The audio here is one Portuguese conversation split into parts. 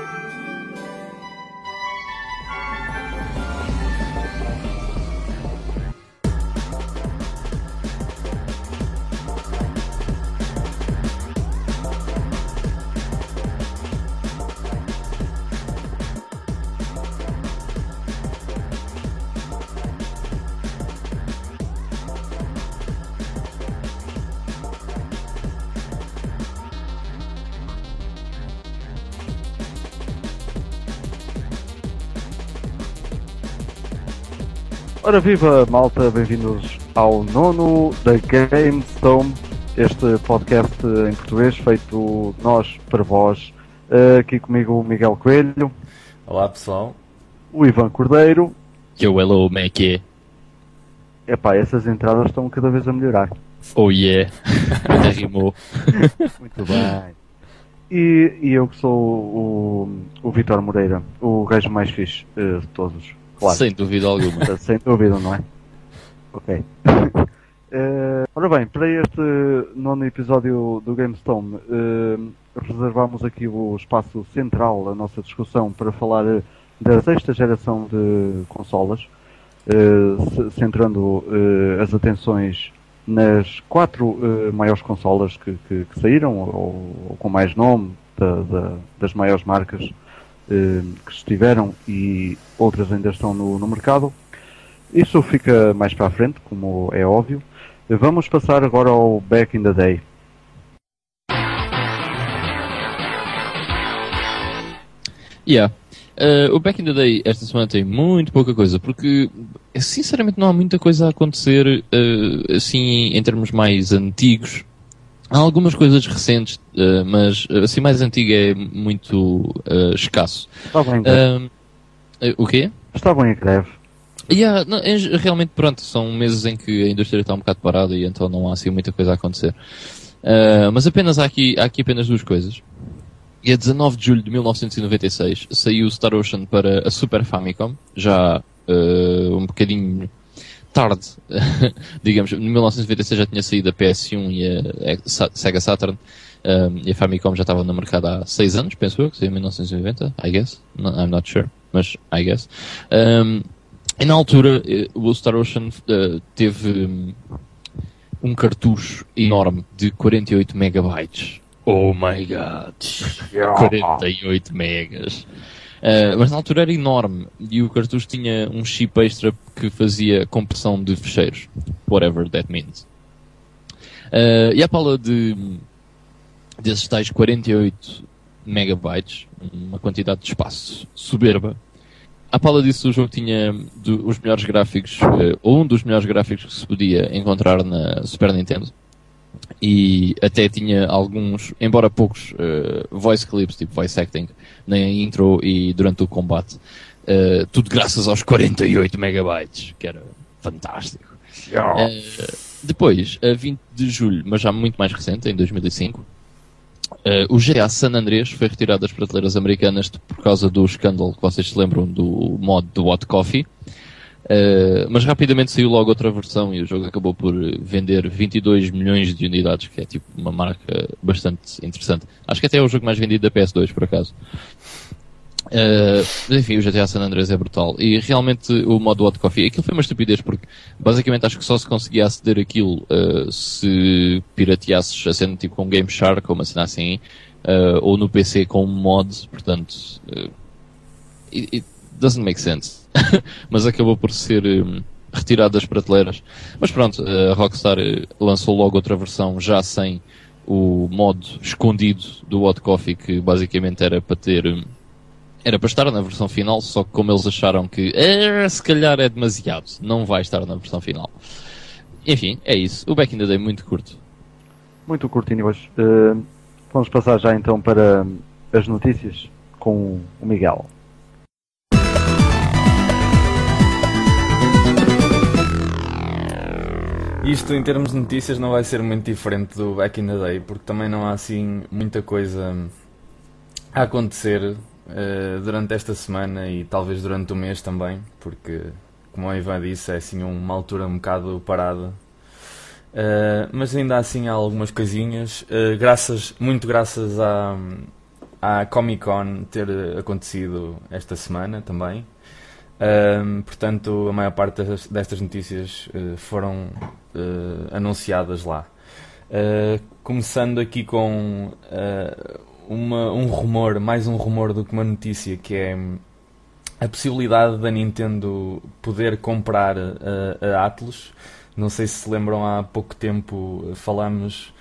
Ora viva malta, bem-vindos ao nono da GameStone, este podcast em português feito nós para vós. Aqui comigo o Miguel Coelho. Olá pessoal. O Ivan Cordeiro. Hello, como é que é? Epá, essas entradas estão cada vez a melhorar. Oh yeah, até rimou. Muito bem. E eu que sou o Vítor Moreira, o gajo mais fixe de todos. Claro. Sem dúvida alguma. Sem dúvida, não é? Ok. Ora bem, para este nono episódio do GameStone, reservamos aqui o espaço central da nossa discussão para falar da sexta geração de consolas, centrando as atenções nas quatro maiores consolas que saíram, ou com mais nome, das maiores marcas que estiveram e outras ainda estão no mercado. Isso fica mais para a frente, como é óbvio. Vamos passar agora ao Back in the Day. Yeah. O Back in the Day esta semana tem muito pouca coisa, porque sinceramente não há muita coisa a acontecer assim em termos mais antigos. Há algumas coisas recentes, mas assim mais antiga é muito escasso. Estavam em greve. O quê? Estavam em greve. Yeah, não, realmente pronto, são meses em que a indústria está um bocado parada e então não há assim muita coisa a acontecer. Mas apenas há aqui apenas duas coisas. E a 19 de julho de 1996 saiu o Star Ocean para a Super Famicom, já um bocadinho tarde, digamos. Em 1996 já tinha saído a PS1 e a Sega Saturn, e a Famicom já estava no mercado há 6 anos, penso eu, que saiu em 1990, I guess. I'm not sure, mas I guess. E na altura, o Star Ocean teve um cartucho enorme de 48 megabytes. Oh my god! 48 megas! Mas na altura era enorme e o cartucho tinha um chip extra que fazia compressão de ficheiros. Whatever that means. E à pala desses tais 48 megabytes, uma quantidade de espaço soberba, à pala disso o jogo tinha os melhores gráficos, ou um dos melhores gráficos que se podia encontrar na Super Nintendo. E até tinha alguns, embora poucos, voice clips, tipo voice acting, na intro e durante o combate. Tudo graças aos 48 megabytes, que era fantástico. Depois, a 20 de julho, mas já muito mais recente, em 2005, o GTA San Andreas foi retirado das prateleiras americanas por causa do escândalo que vocês se lembram do mod do Hot Coffee. Mas rapidamente saiu logo outra versão e o jogo acabou por vender 22 milhões de unidades, que é tipo uma marca bastante interessante. Acho que até é o jogo mais vendido da PS2, por acaso. Mas enfim, o GTA San Andreas é brutal. E realmente o modo Hot Coffee, aquilo foi uma estupidez, porque basicamente acho que só se conseguia aceder aquilo se pirateasses a cena tipo com Game Shark ou uma cena assim, ou no PC com um mod, portanto it doesn't make sense. Mas acabou por ser retirado das prateleiras. Mas pronto, a Rockstar lançou logo outra versão já sem o modo escondido do Hot Coffee, que basicamente era para estar na versão final, só que como eles acharam que se calhar é demasiado, não vai estar na versão final. Enfim, é isso. O Back in the Day muito curto. Muito curtinho hoje. Vamos passar já então para as notícias com o Miguel. Isto em termos de notícias não vai ser muito diferente do Back in the Day, porque também não há assim muita coisa a acontecer durante esta semana e talvez durante o mês também, porque como o Ivan disse é assim uma altura um bocado parada, mas ainda assim há algumas coisinhas, muito graças à Comic Con ter acontecido esta semana também. Portanto, a maior parte destas notícias foram anunciadas lá. Começando aqui com um rumor, mais um rumor do que uma notícia, que é a possibilidade da Nintendo poder comprar a Atlus. Não sei se se lembram, há pouco tempo falámos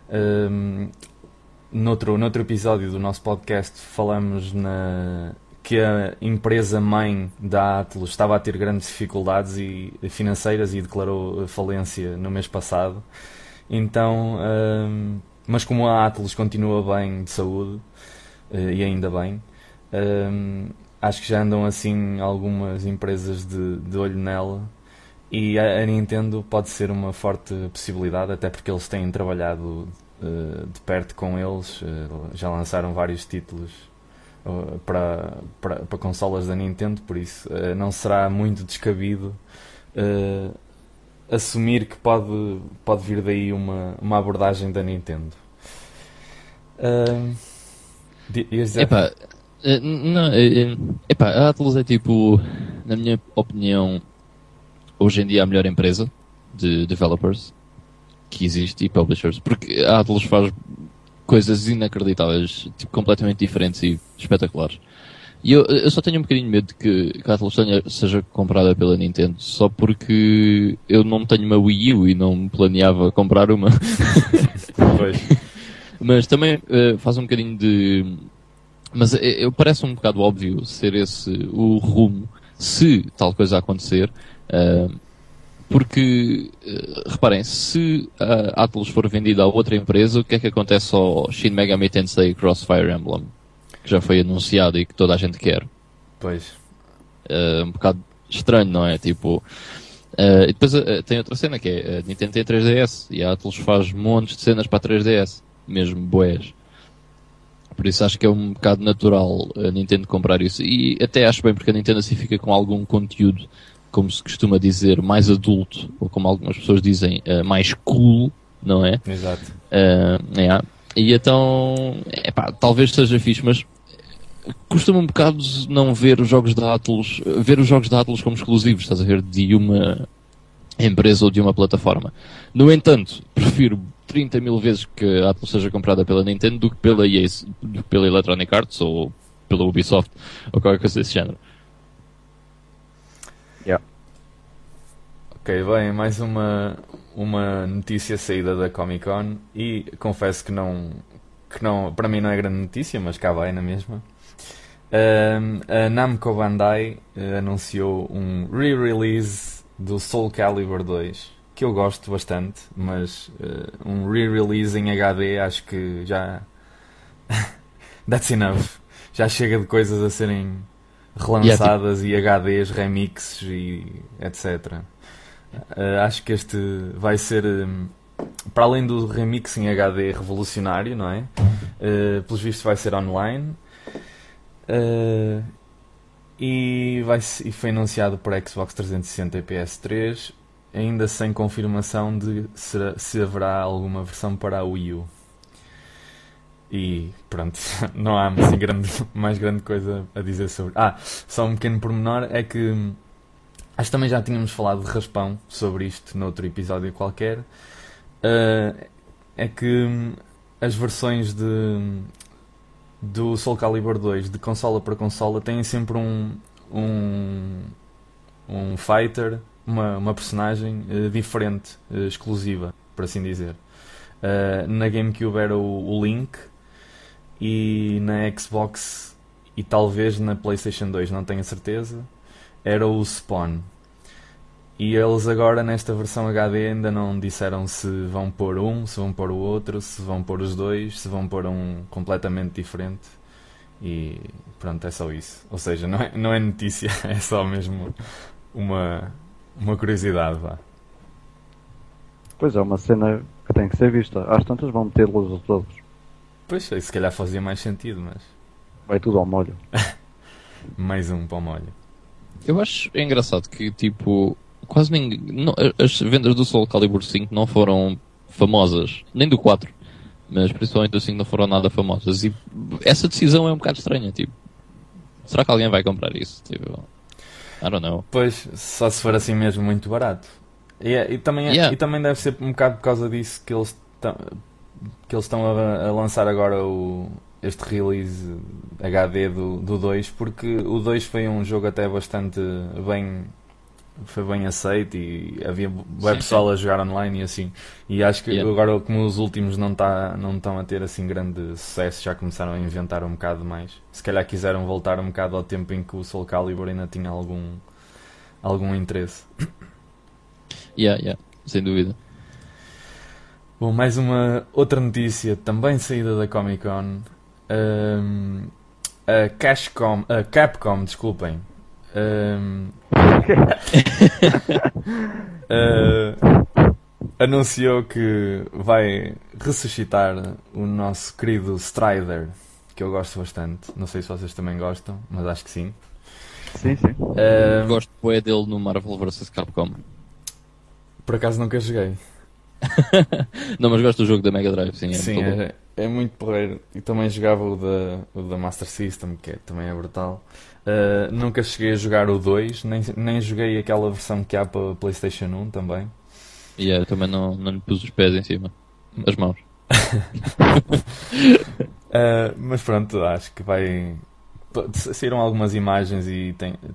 noutro episódio do nosso podcast, falamos que a empresa mãe da Atlus estava a ter grandes dificuldades financeiras e declarou falência no mês passado. Então, mas como a Atlus continua bem de saúde, e ainda bem, acho que já andam assim algumas empresas de olho nela, e a Nintendo pode ser uma forte possibilidade, até porque eles têm trabalhado de perto com eles, já lançaram vários títulos para consolas da Nintendo, por isso não será muito descabido assumir que pode vir daí uma abordagem da Nintendo. A Atlus é tipo, na minha opinião, hoje em dia a melhor empresa de developers que existe e publishers, porque a Atlus faz coisas inacreditáveis, tipo, completamente diferentes e espetaculares. E eu só tenho um bocadinho de medo de que a Atlus seja comprada pela Nintendo, só porque eu não tenho uma Wii U e não planeava comprar uma. Pois. Mas também faz um bocadinho de... Mas parece um bocado óbvio ser esse o rumo, se tal coisa acontecer, porque, reparem, se a Atlus for vendida a outra empresa, o que é que acontece ao Shin Megami Tensei Crossfire Emblem, que já foi anunciado e que toda a gente quer? Pois. Um bocado estranho, não é? Tipo... e depois tem outra cena, que é a Nintendo tem 3DS, e a Atlus faz montes de cenas para a 3DS, mesmo bués. Por isso acho que é um bocado natural a Nintendo comprar isso. E até acho bem, porque a Nintendo assim fica com algum conteúdo, como se costuma dizer, mais adulto, ou como algumas pessoas dizem, mais cool, não é? Exato. E então, talvez seja fixe, mas custa-me um bocado não ver os jogos da Atlus como exclusivos, estás a ver, de uma empresa ou de uma plataforma. No entanto, prefiro 30 mil vezes que a Atlus seja comprada pela Nintendo do que pela EA, do que pela Electronic Arts ou pela Ubisoft ou qualquer coisa desse género. Yeah. Ok, bem, mais uma notícia saída da Comic Con, e confesso que não, para mim não é grande notícia, mas cá vai na mesma. A Namco Bandai anunciou um re-release do Soul Calibur 2, que eu gosto bastante, mas um re-release em HD acho que já that's enough. Já chega de coisas a serem relançadas e HDs, remixes e etc. Acho que este vai ser, para além do remix em HD revolucionário, não é? Pelos vistos vai ser online, e foi anunciado para Xbox 360 e PS3, ainda sem confirmação de se haverá alguma versão para a Wii U. E pronto, não há assim mais grande coisa a dizer sobre. Só um pequeno pormenor, é que acho que também já tínhamos falado de raspão sobre isto noutro episódio qualquer. É que as versões do Soul Calibur 2 de consola para consola têm sempre um fighter, uma personagem diferente, exclusiva, por assim dizer. Na GameCube era o Link, e na Xbox e talvez na PlayStation 2, não tenho a certeza, era o Spawn. E eles agora nesta versão HD ainda não disseram se vão pôr se vão pôr o outro, se vão pôr os dois, se vão pôr um completamente diferente. E pronto, é só isso. Ou seja, não é notícia, é só mesmo uma curiosidade, vá. Pois é, uma cena que tem que ser vista. Às tantas vão metê-los a todos. Pois, se calhar fazia mais sentido, mas... Vai tudo ao molho. Mais um para o molho. Eu acho engraçado que, tipo, quase ninguém... as vendas do Soul Calibur 5 não foram famosas, nem do 4. mas principalmente assim não foram nada famosas. E essa decisão é um bocado estranha, tipo, será que alguém vai comprar isso? Tipo, I don't know. Pois, só se for assim mesmo muito barato. E também deve ser um bocado por causa disso que eles estão a lançar agora este release HD do 2, porque o 2 foi um jogo até bastante foi bem aceito e havia web pessoal a jogar online e assim. E acho que agora, como os últimos não estão a ter assim grande sucesso, já começaram a inventar um bocado mais. Se calhar quiseram voltar um bocado ao tempo em que o Soul Calibur ainda tinha algum interesse. Sem dúvida. Bom, mais uma outra notícia também saída da Comic Con. A Capcom, desculpem, anunciou que vai ressuscitar o nosso querido Strider, que eu gosto bastante. Não sei se vocês também gostam, mas acho que sim. Sim. Gosto dele no Marvel vs Capcom. Por acaso nunca joguei. Não, mas gosto do jogo da Mega Drive, sim. Sim, é muito porreiro. E também jogava o da Master System, que também é brutal. Nunca cheguei a jogar o 2, nem joguei aquela versão que há para PlayStation 1 também. Eu também não lhe pus os pés em cima. As mãos. Mas pronto, acho que vai... Saíram algumas imagens e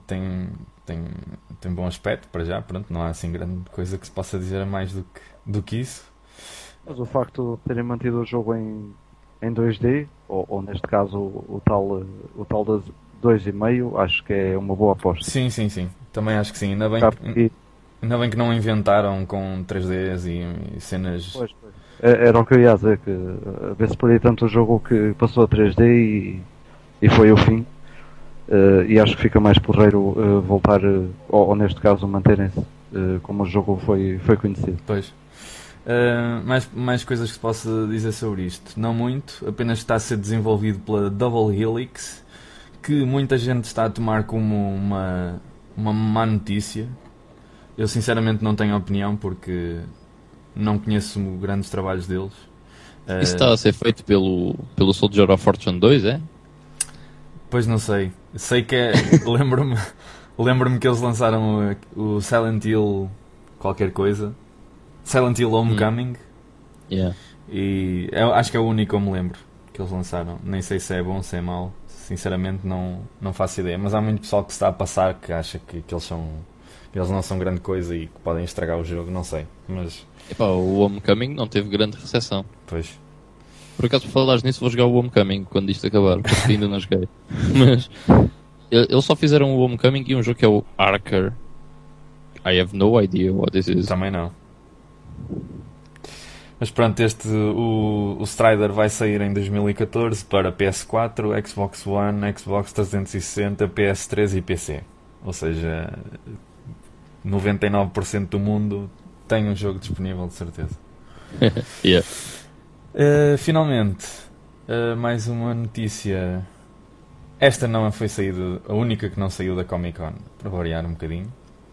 tem bom aspecto para já. Pronto, não há assim grande coisa que se possa dizer a mais do que isso. Mas o facto de terem mantido o jogo em 2D, ou neste caso o tal das 2,5, acho que é uma boa aposta. Sim. Também acho que sim. Ainda bem que não inventaram com 3Ds e cenas... Pois. Era o que eu ia dizer, que a ver se por aí tanto o jogo que passou a 3D e foi o fim. E acho que fica mais porreiro voltar, ou neste caso manterem-se como o jogo foi conhecido. Pois. Mais coisas que se possa dizer sobre isto. Não muito, apenas está a ser desenvolvido pela Double Helix, que muita gente está a tomar como uma má notícia. Eu sinceramente não tenho opinião, porque não conheço grandes trabalhos deles. Isso está a ser feito pelo Soldier of Fortune 2, é? Pois não sei. Sei que é... Lembro-me que eles lançaram o Silent Hill qualquer coisa. Silent Hill Homecoming. E acho que é o único que eu me lembro que eles lançaram. Nem sei se é bom, se é mau. Sinceramente não faço ideia. Mas há muito pessoal que se está a passar que acha que eles não são grande coisa e que podem estragar o jogo. Não sei. Mas... o Homecoming não teve grande recepção. Pois. Por acaso, por falares nisso, vou jogar o Homecoming quando isto acabar, porque ainda não joguei. Mas eles só fizeram o Homecoming e um jogo que é o Archer. I have no idea what this is. Também não. Mas pronto, o Strider vai sair em 2014 para PS4, Xbox One, Xbox 360, PS3 e PC. Ou seja, 99% do mundo tem um jogo disponível, de certeza. Finalmente, mais uma notícia. Esta não foi saída, a única que não saiu da Comic Con, para variar um bocadinho.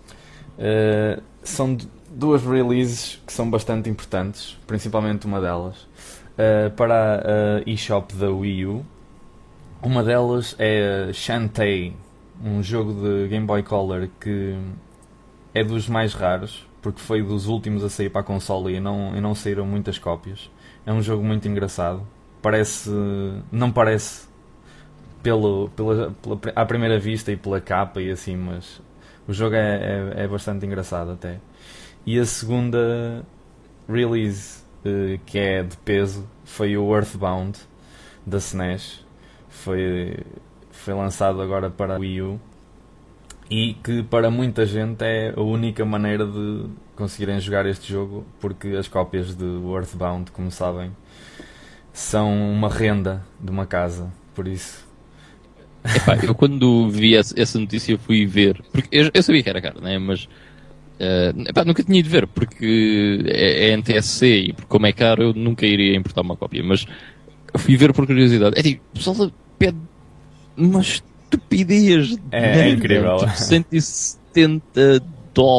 São duas releases que são bastante importantes, principalmente uma delas para a eShop da Wii U. Uma delas é Shantae, um jogo de Game Boy Color que é dos mais raros, porque foi dos últimos a sair para a consola e não saíram muitas cópias. É um jogo muito engraçado. Não parece à primeira vista e pela capa e assim, mas o jogo é bastante engraçado até. E a segunda release que é de peso foi o Earthbound da SNES. Foi lançado agora para a Wii U e que para muita gente é a única maneira de conseguirem jogar este jogo, porque as cópias do Earthbound, como sabem, são uma renda de uma casa, por isso... Eu quando vi essa notícia fui ver, porque eu sabia que era caro, né? Mas nunca tinha ido ver, porque é NTSC e porque como é caro eu nunca iria importar uma cópia, mas fui ver por curiosidade. É tipo, o pessoal pede uma estupidez. É incrível. Tipo, $170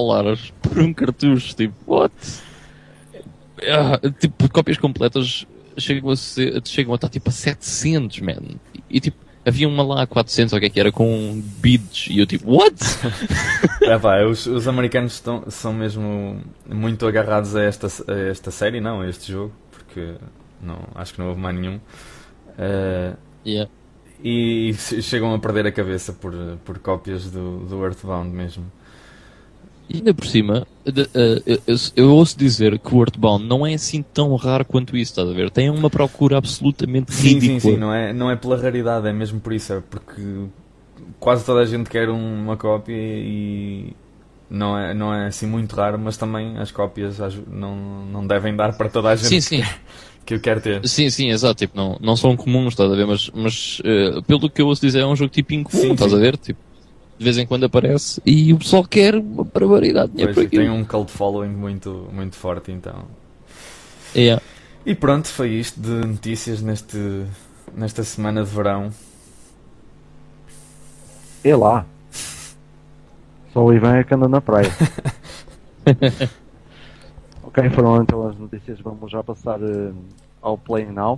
por um cartucho, tipo, what? Tipo, cópias completas chegam a estar tipo a 700, man. E tipo, havia uma lá a 400, ou o que era, com bids, e eu tipo, what? Os americanos são mesmo muito agarrados a esta série, não, a este jogo, porque não, acho que não houve mais nenhum. Yeah. E chegam a perder a cabeça por cópias do Earthbound mesmo. E ainda por cima, eu ouço dizer que o Earthbound não é assim tão raro quanto isso, estás a ver? Tem uma procura absolutamente ridícula. Sim, não é pela raridade, é mesmo por isso, é porque quase toda a gente quer uma cópia e não é assim muito raro, mas também as cópias não devem dar para toda a gente sim. que eu quero ter. Sim, exato, tipo, não são comuns, estás a ver? Mas pelo que eu ouço dizer, é um jogo tipo incomum, estás a ver? Tipo, de vez em quando aparece e o pessoal quer uma barbaridade de dinheiro por aquilo. Tem um cult following muito, muito forte, então. Yeah. E pronto, foi isto de notícias nesta semana de verão. E lá. Só o Ivan é que anda na praia. Ok, foram então as notícias. Vamos já passar ao Play Now.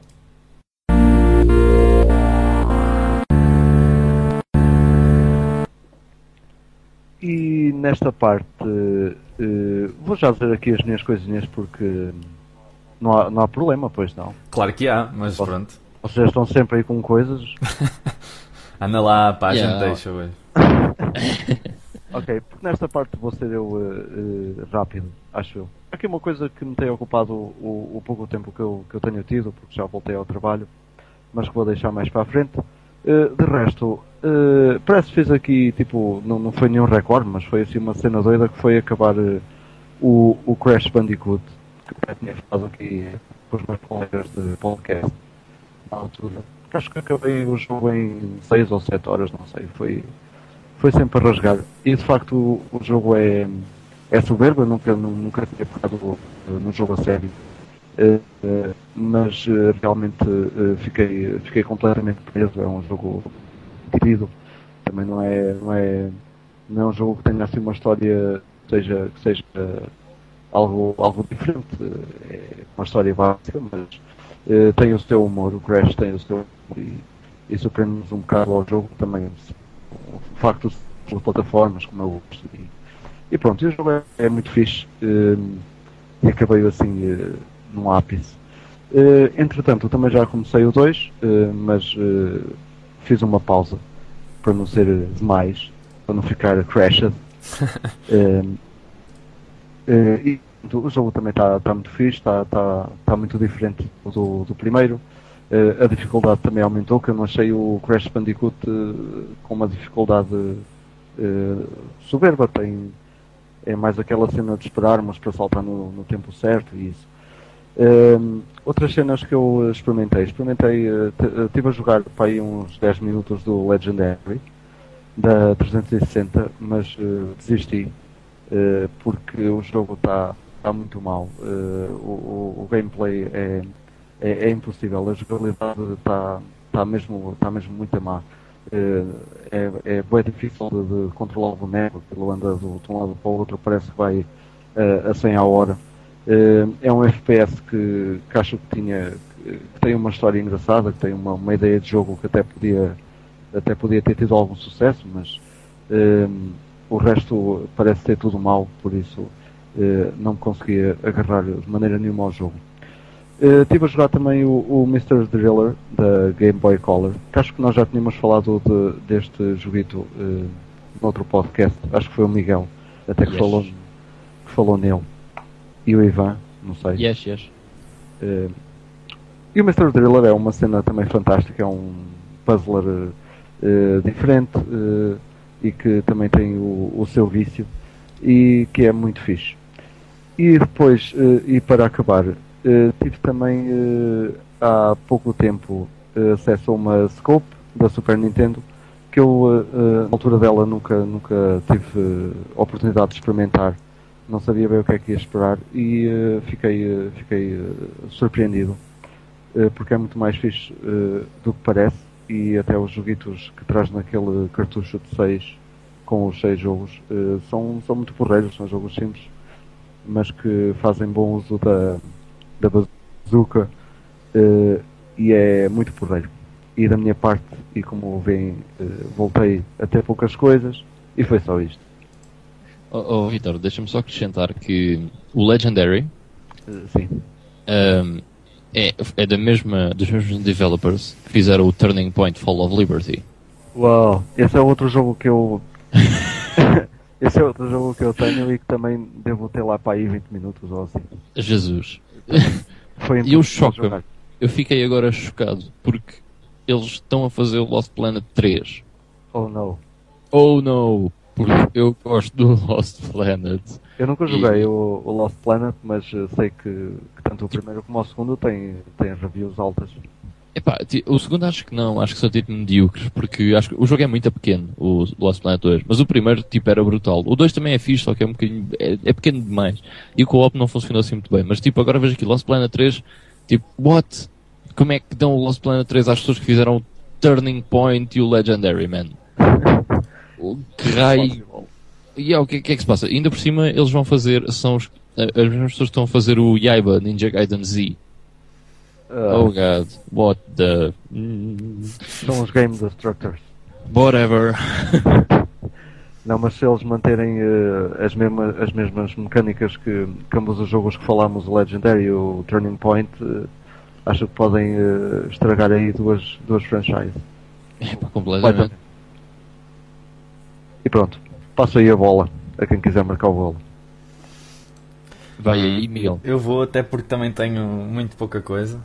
E nesta parte vou já dizer aqui as minhas coisinhas porque não há problema, pois não. Claro que há, mas pronto. Vocês estão sempre aí com coisas. Anda lá, pá, a gente deixa hoje. Ok, porque nesta parte vou ser eu rápido, acho eu. Aqui uma coisa que me tem ocupado o pouco tempo que eu tenho tido, porque já voltei ao trabalho, mas que vou deixar mais para a frente. De resto, parece que fiz aqui, tipo, não foi nenhum recorde, mas foi assim uma cena doida que foi acabar o Crash Bandicoot, que eu tinha falado aqui com os meus colegas de podcast na altura. Acho que acabei o jogo em 6 ou 7 horas, não sei, foi sempre a rasgar. E de facto o jogo é soberbo, eu nunca tinha pegado no jogo a sério. Mas realmente fiquei completamente preso. É um jogo querido, também não é um jogo que tenha assim uma história que seja algo diferente. É uma história básica, mas tem o seu humor. O Crash tem o seu humor e surpreende-nos um bocado ao jogo também. O facto de plataformas, como eu gosto. E pronto, e o jogo é muito fixe e acabei assim num ápice. Entretanto, eu também já comecei o 2, mas fiz uma pausa para não ser demais, para não ficar crashed. E o jogo também está muito fixe, está muito diferente do primeiro. A dificuldade também aumentou, que eu não achei o Crash Bandicoot com uma dificuldade soberba. É mais aquela cena de esperarmos para saltar no tempo certo e isso. Outras cenas que eu experimentei, estive a jogar para aí uns 10 minutos do Legendary da 360, mas desisti porque o jogo está muito mal. O gameplay é impossível, a jogabilidade está mesmo muito má. É bem difícil de controlar o boneco, ele anda de um lado para o outro, parece que vai a 100 à hora. É um FPS que acho que tem uma história engraçada, que tem uma ideia de jogo que até podia ter tido algum sucesso, mas o resto parece ter tudo mal, por isso não me conseguia agarrar de maneira nenhuma ao jogo. Estive a jogar também o Mr. Driller da Game Boy Color, que acho que nós já tínhamos falado deste joguito no outro podcast, acho que foi o Miguel até que falou nele, e o Ivan, não sei. Yes. E o Mr. Driller é uma cena também fantástica, é um puzzler diferente e que também tem o seu vício e que é muito fixe. E depois, e para acabar, tive também há pouco tempo acesso a uma Scope da Super Nintendo que eu na altura dela nunca tive a oportunidade de experimentar, não sabia bem o que é que ia esperar e fiquei surpreendido porque é muito mais fixe do que parece, e até os joguitos que traz naquele cartucho de 6 com os 6 jogos são muito porreiros, são jogos simples mas que fazem bom uso da bazuca e é muito porreiro. E da minha parte, e como veem, voltei a ter poucas coisas e foi só isto. Vitor, deixa-me só acrescentar que o Legendary Sim. é dos mesmos developers que fizeram o Turning Point Fall of Liberty. Uau, esse é outro jogo que eu esse é outro jogo que eu tenho e que também devo ter lá para aí 20 minutos ou assim. Jesus. Foi E eu choco-me. Eu fiquei agora chocado porque eles estão a fazer o Lost Planet 3. Oh não. Oh no! Porque eu gosto do Lost Planet. Eu nunca joguei o Lost Planet, mas sei que tanto o primeiro como o segundo tem reviews altas. Epá, o segundo acho que não, acho que são tipo medíocres, porque acho que o jogo é muito pequeno, o Lost Planet 2, mas o primeiro tipo era brutal. O 2 também é fixe, só que é um bocadinho, é pequeno demais. E o co-op não funcionou assim muito bem, mas tipo agora vejo aqui Lost Planet 3, tipo, what? Como é que dão o Lost Planet 3 às pessoas que fizeram o Turning Point e o Legendary, man? Que raio... O que é que se passa? Ainda por cima eles vão fazer, as mesmas pessoas que estão a fazer o Yaiba Ninja Gaiden Z. Oh god, what the... São os Game Destructors. Whatever. Não, mas se eles manterem as mesmas mecânicas que ambos os jogos que falámos, o Legendary e o Turning Point, acho que podem estragar aí duas franchises. Completamente. E pronto, passo aí a bola a quem quiser marcar o golo. Vai aí, Miguel. Eu vou, até porque também tenho muito pouca coisa.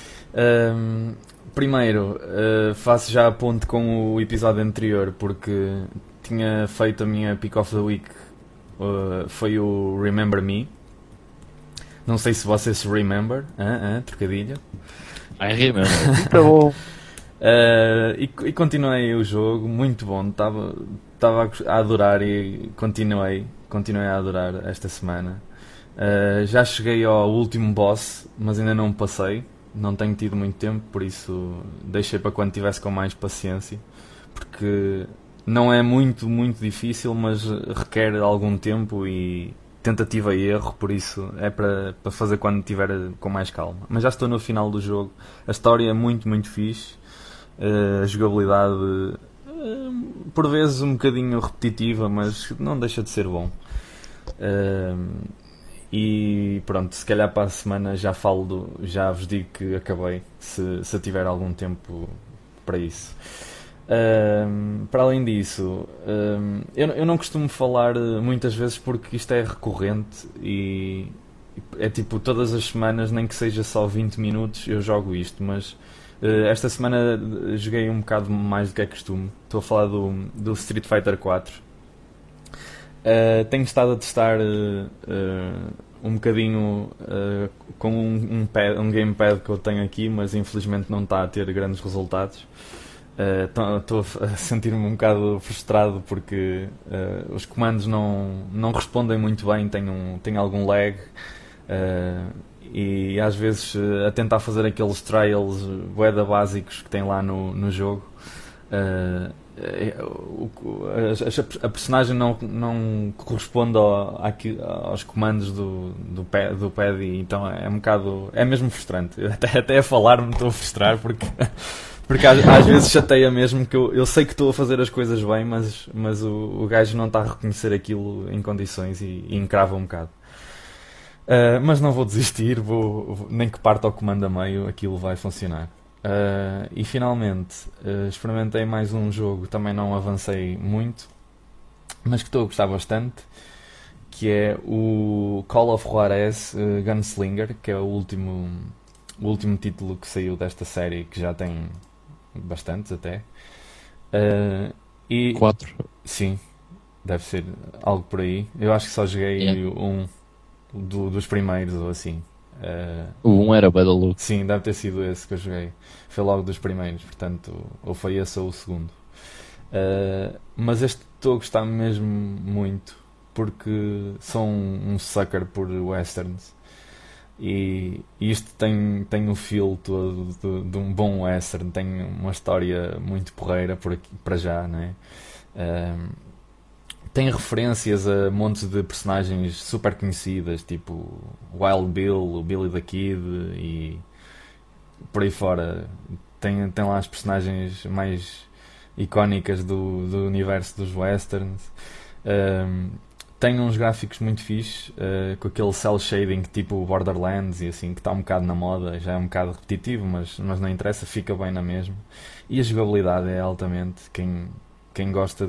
Primeiro, faço já a ponte com o episódio anterior, porque tinha feito a minha Pick of the Week, foi o Remember Me. Não sei se vocês se remember, trocadilho. I remember. Muito bom. E continuei o jogo, muito bom, estava a adorar e continuei a adorar esta semana. Já cheguei ao último boss, mas ainda não me passei. Não tenho tido muito tempo, por isso deixei para quando tivesse com mais paciência, porque não é muito difícil, mas requer algum tempo e tentativa e erro, por isso é para fazer quando estiver com mais calma. Mas já estou no final do jogo. A história é muito fixe, a jogabilidade por vezes um bocadinho repetitiva, mas não deixa de ser bom. E pronto, se calhar para a semana já vos digo que acabei, se eu tiver algum tempo para isso. Para além disso, eu não costumo falar muitas vezes porque isto é recorrente e é tipo todas as semanas, nem que seja só 20 minutos eu jogo isto, mas esta semana joguei um bocado mais do que é costume. Estou a falar do Street Fighter 4. Tenho estado a testar um bocadinho com um gamepad que eu tenho aqui, mas infelizmente não está a ter grandes resultados. Estou a sentir-me um bocado frustrado porque os comandos não respondem muito bem, tenho algum lag, e às vezes a tentar fazer aqueles trials bué-da básicos que tem lá no jogo, a personagem não corresponde aos comandos do pad, e então é um bocado, é mesmo frustrante. Até a falar me estou a frustrar porque às vezes chateia mesmo, que eu sei que estou a fazer as coisas bem, mas o gajo não está a reconhecer aquilo em condições e encrava um bocado. Mas não vou desistir, nem que parta ao comando a meio, aquilo vai funcionar. E finalmente experimentei mais um jogo, também não avancei muito, mas que estou a gostar bastante, que é o Call of Juarez Gunslinger, que é o último título que saiu desta série, que já tem bastantes até. 4. Sim, deve ser algo por aí. Eu acho que só joguei um dos primeiros ou assim. O 1 era Battle Look. Sim, deve ter sido esse que eu joguei. Foi logo dos primeiros, portanto, ou foi esse ou o segundo. Mas este estou a gostar mesmo muito, porque sou um sucker por westerns. E isto tem o feel todo de um bom western, tem uma história muito porreira por aqui, para já, não é? Tem referências a montes de personagens super conhecidas, tipo Wild Bill, o Billy the Kid, e por aí fora. Tem lá as personagens mais icónicas do universo dos westerns. Tem uns gráficos muito fixes, com aquele cel shading tipo Borderlands e assim, que está um bocado na moda, já é um bocado repetitivo, mas não interessa, fica bem na mesma. E a jogabilidade é altamente. Quem gosta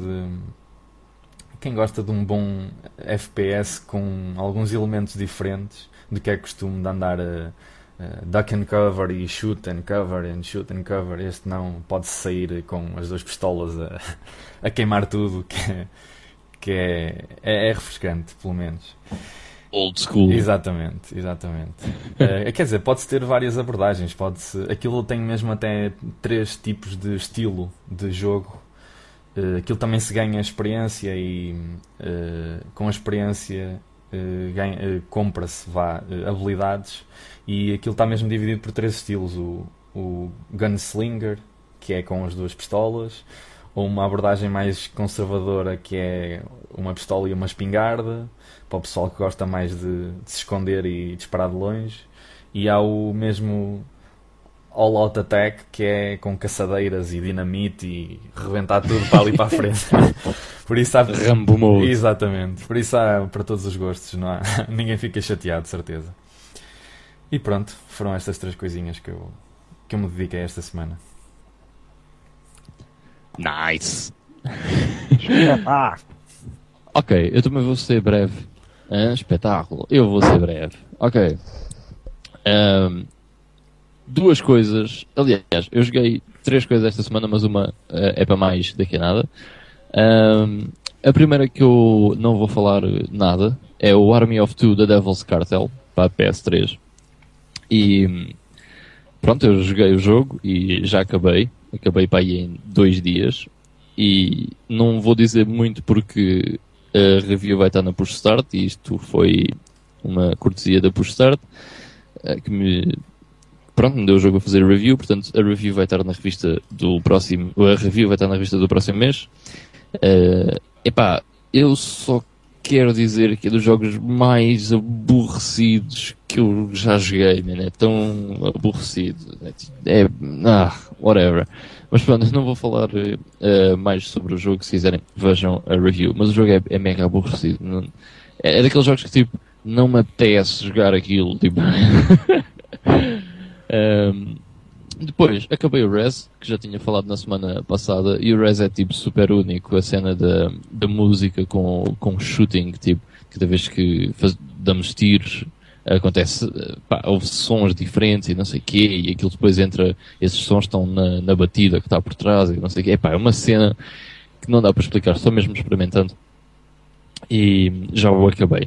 de um bom FPS com alguns elementos diferentes do que é costume de andar duck and cover e shoot and cover, este não, pode-se sair com as duas pistolas a queimar tudo, que é refrescante, pelo menos. Old school. Exatamente. Quer dizer, pode-se ter várias abordagens, aquilo tem mesmo até 3 tipos de estilo de jogo. Aquilo também se ganha experiência e com a experiência compra-se habilidades, e aquilo está mesmo dividido por 3 estilos: o Gunslinger, que é com as 2 pistolas, ou uma abordagem mais conservadora, que é uma pistola e uma espingarda, para o pessoal que gosta mais de se esconder e disparar de longe, e há o mesmo All Out Attack, que é com caçadeiras e dinamite e rebentar tudo para ali para a frente. Por isso há... Rambo Mode. Exatamente. Por isso há para todos os gostos, não há? Ninguém fica chateado, de certeza. E pronto, foram estas 3 coisinhas que eu me dediquei esta semana. Nice. Ok, eu também vou ser breve. Espetáculo. Eu vou ser breve. Ok. 2 coisas. Aliás, eu joguei 3 coisas esta semana, mas uma é para mais daqui a nada. A primeira que eu não vou falar nada é o Army of Two da Devil's Cartel para a PS3. E pronto, eu joguei o jogo e já acabei para aí em 2 dias, e não vou dizer muito porque a review vai estar na Push Start, e isto foi uma cortesia da Push Start, que me deu o jogo a fazer review. Portanto, a review vai estar na revista do próximo mês. Eu só quero dizer que é dos jogos mais aborrecidos que eu já joguei, man. É tão aborrecido. Whatever. Mas pronto, eu não vou falar mais sobre o jogo. Se quiserem, vejam a review. Mas o jogo é mega aborrecido. É daqueles jogos que, tipo, não me apetece jogar aquilo, tipo... Depois acabei o Rez, que já tinha falado na semana passada, e o Rez é tipo super único. A cena da música com shooting, tipo, cada vez que damos tiros acontece, houve sons diferentes e não sei o quê, e aquilo depois entra, esses sons estão na batida que está por trás e não sei o quê. É uma cena que não dá para explicar, só mesmo experimentando. E já o acabei.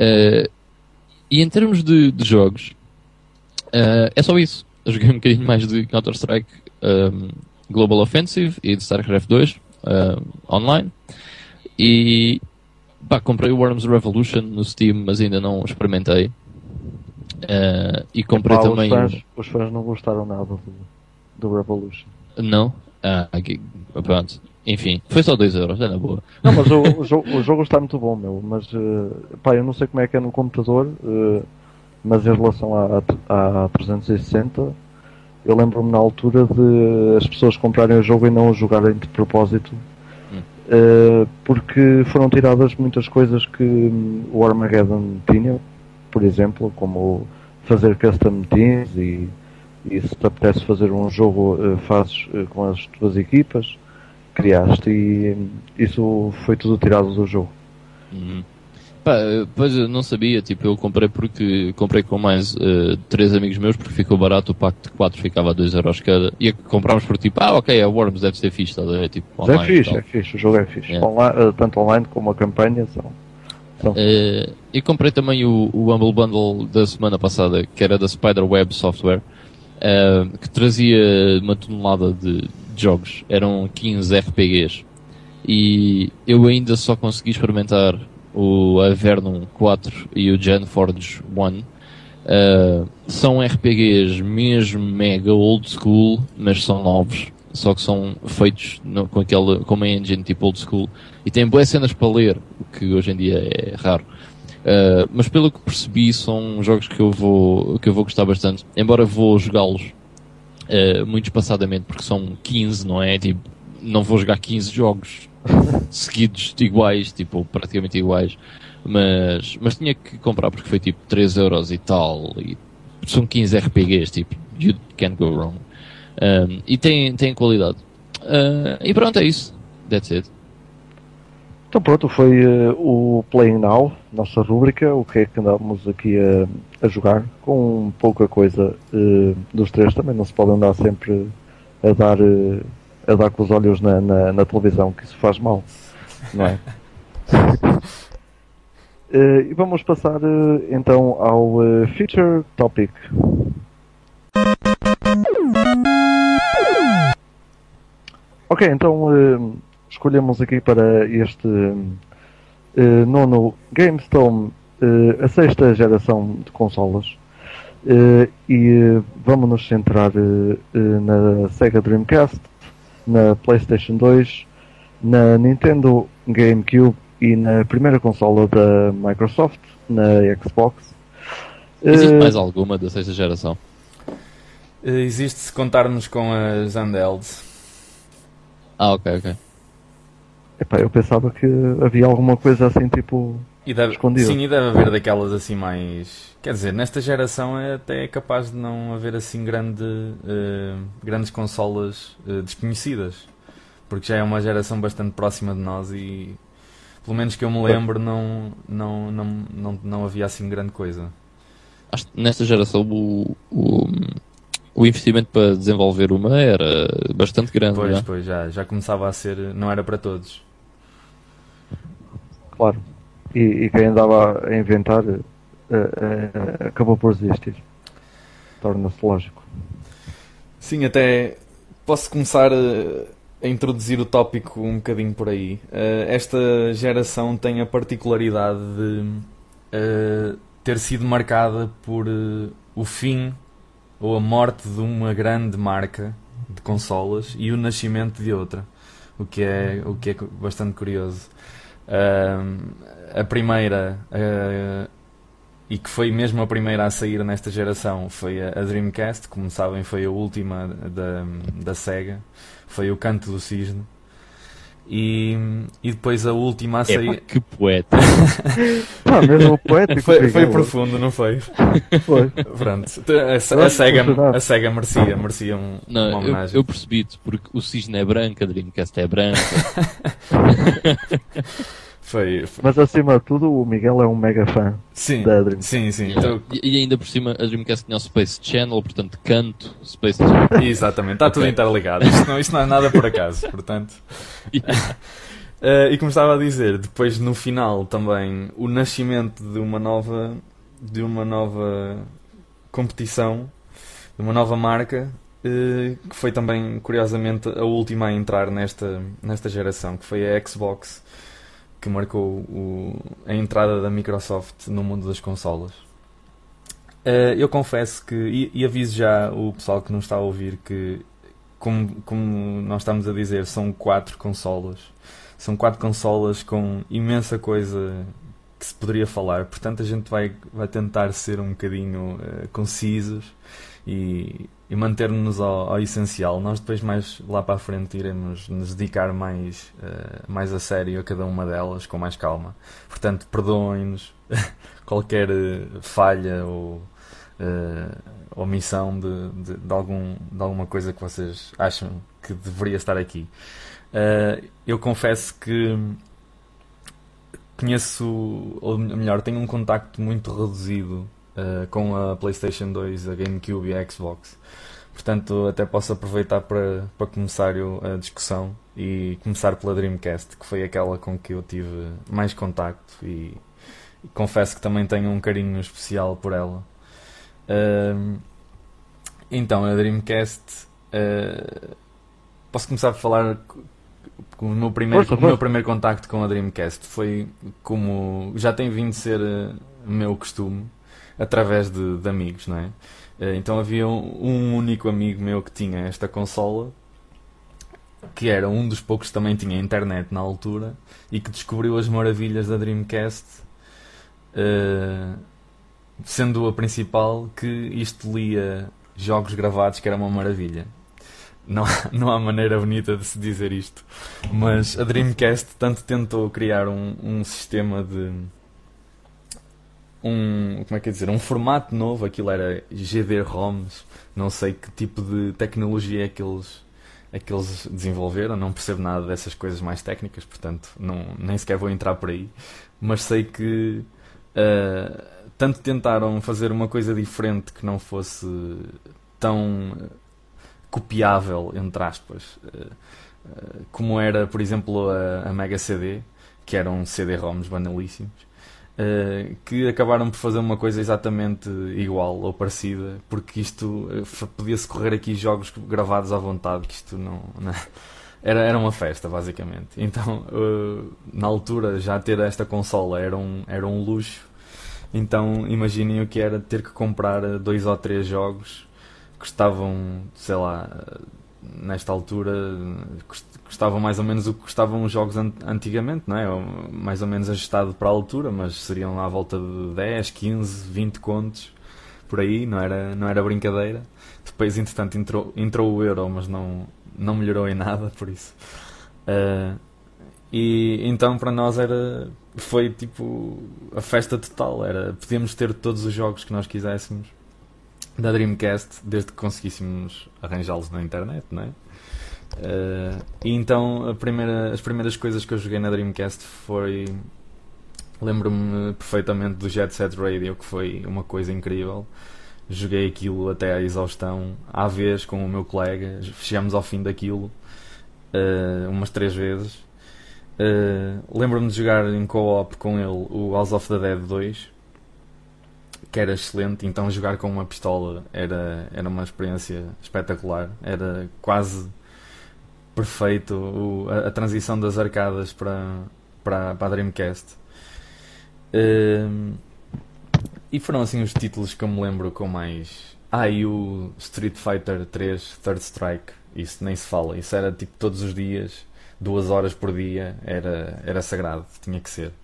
E em termos de jogos, é só isso. Eu joguei um bocadinho mais de Counter-Strike Global Offensive e de StarCraft 2 online. E comprei o Worms Revolution no Steam, mas ainda não experimentei. E comprei também... Os fãs não gostaram nada do Revolution. Não? Pronto. Enfim, foi só 2€, é na boa. Não, mas o jogo está muito bom, meu. Mas, eu não sei como é que é no computador... mas em relação à 360, eu lembro-me na altura de as pessoas comprarem o jogo e não o jogarem de propósito, porque foram tiradas muitas coisas que o Armageddon tinha, por exemplo, como fazer custom teams, e se te apetece fazer um jogo, fazes com as tuas equipas, criaste, e isso foi tudo tirado do jogo. Pois eu não sabia, tipo, eu comprei com mais 3 amigos meus, porque ficou barato, o pack de 4 ficava a 2€ cada, e comprámos por tipo, ok, a Worms deve ser fixe, tá? Tipo, online, é fixe, o jogo é fixe, tanto online como a campanha são. E comprei também o Humble Bundle da semana passada, que era da Spiderweb Software, que trazia uma tonelada de jogos, eram 15 RPGs, e eu ainda só consegui experimentar o Avernum 4 e o Genforge 1. São RPGs mesmo mega old school, mas são novos, só que são feitos com uma engine tipo old school, e têm boas cenas para ler, o que hoje em dia é raro. Mas pelo que percebi, são jogos que eu vou gostar bastante, embora vou jogá-los muito espaçadamente, porque são 15, não é? Tipo, não vou jogar 15 jogos seguidos iguais, tipo, praticamente iguais, mas tinha que comprar porque foi tipo 3 euros e tal, e são 15 RPGs, tipo, you can't go wrong. E tem qualidade. E pronto, é isso. That's it. Então pronto, foi o Playing Now, nossa rúbrica, o que é que andamos aqui a jogar, com pouca coisa dos três, também não se pode andar sempre a dar com os olhos na televisão, que isso faz mal, não é? E vamos passar então ao Feature Topic. Ok, então escolhemos aqui para este nono GameStone a sexta geração de consolas e vamos nos centrar na Sega Dreamcast, na PlayStation 2, na Nintendo GameCube e na primeira consola da Microsoft, na Xbox. Existe mais alguma da sexta geração? Existe se contarmos com as handhelds. Ok. Epá, eu pensava que havia alguma coisa assim tipo escondida. Sim, e deve haver daquelas assim mais... Quer dizer, nesta geração até é capaz de não haver assim grandes consolas desconhecidas. Porque já é uma geração bastante próxima de nós e... Pelo menos que eu me lembro, não havia assim grande coisa. Acho que nesta geração o investimento para desenvolver uma era bastante grande. Pois, já começava a ser... Não era para todos. Claro. E quem andava a inventar acabou por desistir. Torna-se lógico. Sim, até posso começar a introduzir o tópico um bocadinho por aí. Esta geração tem a particularidade de ter sido marcada por o fim ou a morte de uma grande marca de consolas e o nascimento de outra, o que é bastante curioso. A primeira, e que foi mesmo a primeira a sair nesta geração, foi a Dreamcast. Como sabem, foi a última da Sega, foi o Canto do Cisne. E depois a última a sair... Que poeta! Mesmo poético. Foi profundo, não foi? Foi. Pronto, a Sega merecia uma homenagem. Eu percebi-te, porque o Cisne é branco, a Dreamcast é branca. Foi. Mas acima de tudo, o Miguel é um mega fã da Dreamcast. Sim. Yeah. E ainda por cima, a Dreamcast tinha o Space Channel, portanto, canto, Space Channel. Exatamente, está tudo interligado. Isto não é nada por acaso, portanto. E como estava a dizer, depois no final também o nascimento de uma nova competição, de uma nova marca, que foi também, curiosamente, a última a entrar nesta geração, que foi a Xbox, que marcou a entrada da Microsoft no mundo das consolas. Eu confesso que, e aviso já o pessoal que não está a ouvir, que como nós estamos a dizer, são 4 consolas. São 4 consolas com imensa coisa que se poderia falar. Portanto, a gente vai tentar ser um bocadinho concisos e manter-nos ao essencial. Nós depois, mais lá para a frente, iremos nos dedicar mais a sério a cada uma delas, com mais calma. Portanto, perdoem-nos qualquer falha ou omissão de alguma coisa que vocês acham que deveria estar aqui. Eu confesso que conheço, ou melhor, tenho um contacto muito reduzido com a PlayStation 2, a GameCube e a Xbox. Portanto, até posso aproveitar para começar a discussão e começar pela Dreamcast, que foi aquela com que eu tive mais contacto e confesso que também tenho um carinho especial por ela. Então, a Dreamcast, posso começar a falar com o meu primeiro contacto com a Dreamcast. Foi como já tem vindo a ser o meu costume, através de amigos, não é? Então havia um único amigo meu que tinha esta consola, que era um dos poucos que também tinha internet na altura e que descobriu as maravilhas da Dreamcast, sendo a principal que isto lia jogos gravados, que era uma maravilha. Não há maneira bonita de se dizer isto, mas a Dreamcast tanto tentou criar um sistema de como é que é dizer, um formato novo. Aquilo era GD-ROMs, não sei que tipo de tecnologia é que eles desenvolveram, não percebo nada dessas coisas mais técnicas, portanto nem sequer vou entrar por aí, mas sei que tanto tentaram fazer uma coisa diferente que não fosse tão copiável, entre aspas, como era, por exemplo, a Mega CD, que eram CD-ROMs banalíssimos, que acabaram por fazer uma coisa exatamente igual ou parecida, porque isto podia-se correr aqui jogos gravados à vontade, que isto não era uma festa, basicamente. Então, na altura, já ter esta consola era um luxo. Então, imaginem o que era ter que comprar 2 ou 3 jogos. Custavam, sei lá, nesta altura, custavam mais ou menos o que custavam os jogos antigamente, não é? Mais ou menos ajustado para a altura, mas seriam à volta de 10, 15, 20 contos, por aí, não era brincadeira. Depois, entretanto, entrou o euro, mas não melhorou em nada, por isso. E então, para nós, foi tipo a festa total. Podíamos ter todos os jogos que nós quiséssemos da Dreamcast, desde que conseguíssemos arranjá-los na internet, não é? E então as primeiras coisas que eu joguei na Dreamcast foi... Lembro-me perfeitamente do Jet Set Radio, que foi uma coisa incrível. Joguei aquilo até à exaustão, à vez com o meu colega. Chegámos ao fim daquilo umas 3 vezes. Lembro-me de jogar em co-op com ele o House of the Dead 2, que era excelente. Então jogar com uma pistola era uma experiência espetacular, era quase perfeito a transição das arcadas para a Dreamcast. E foram assim os títulos que eu me lembro com mais... e o Street Fighter 3 Third Strike, isso nem se fala, isso era tipo todos os dias, 2 horas por dia, era sagrado, tinha que ser.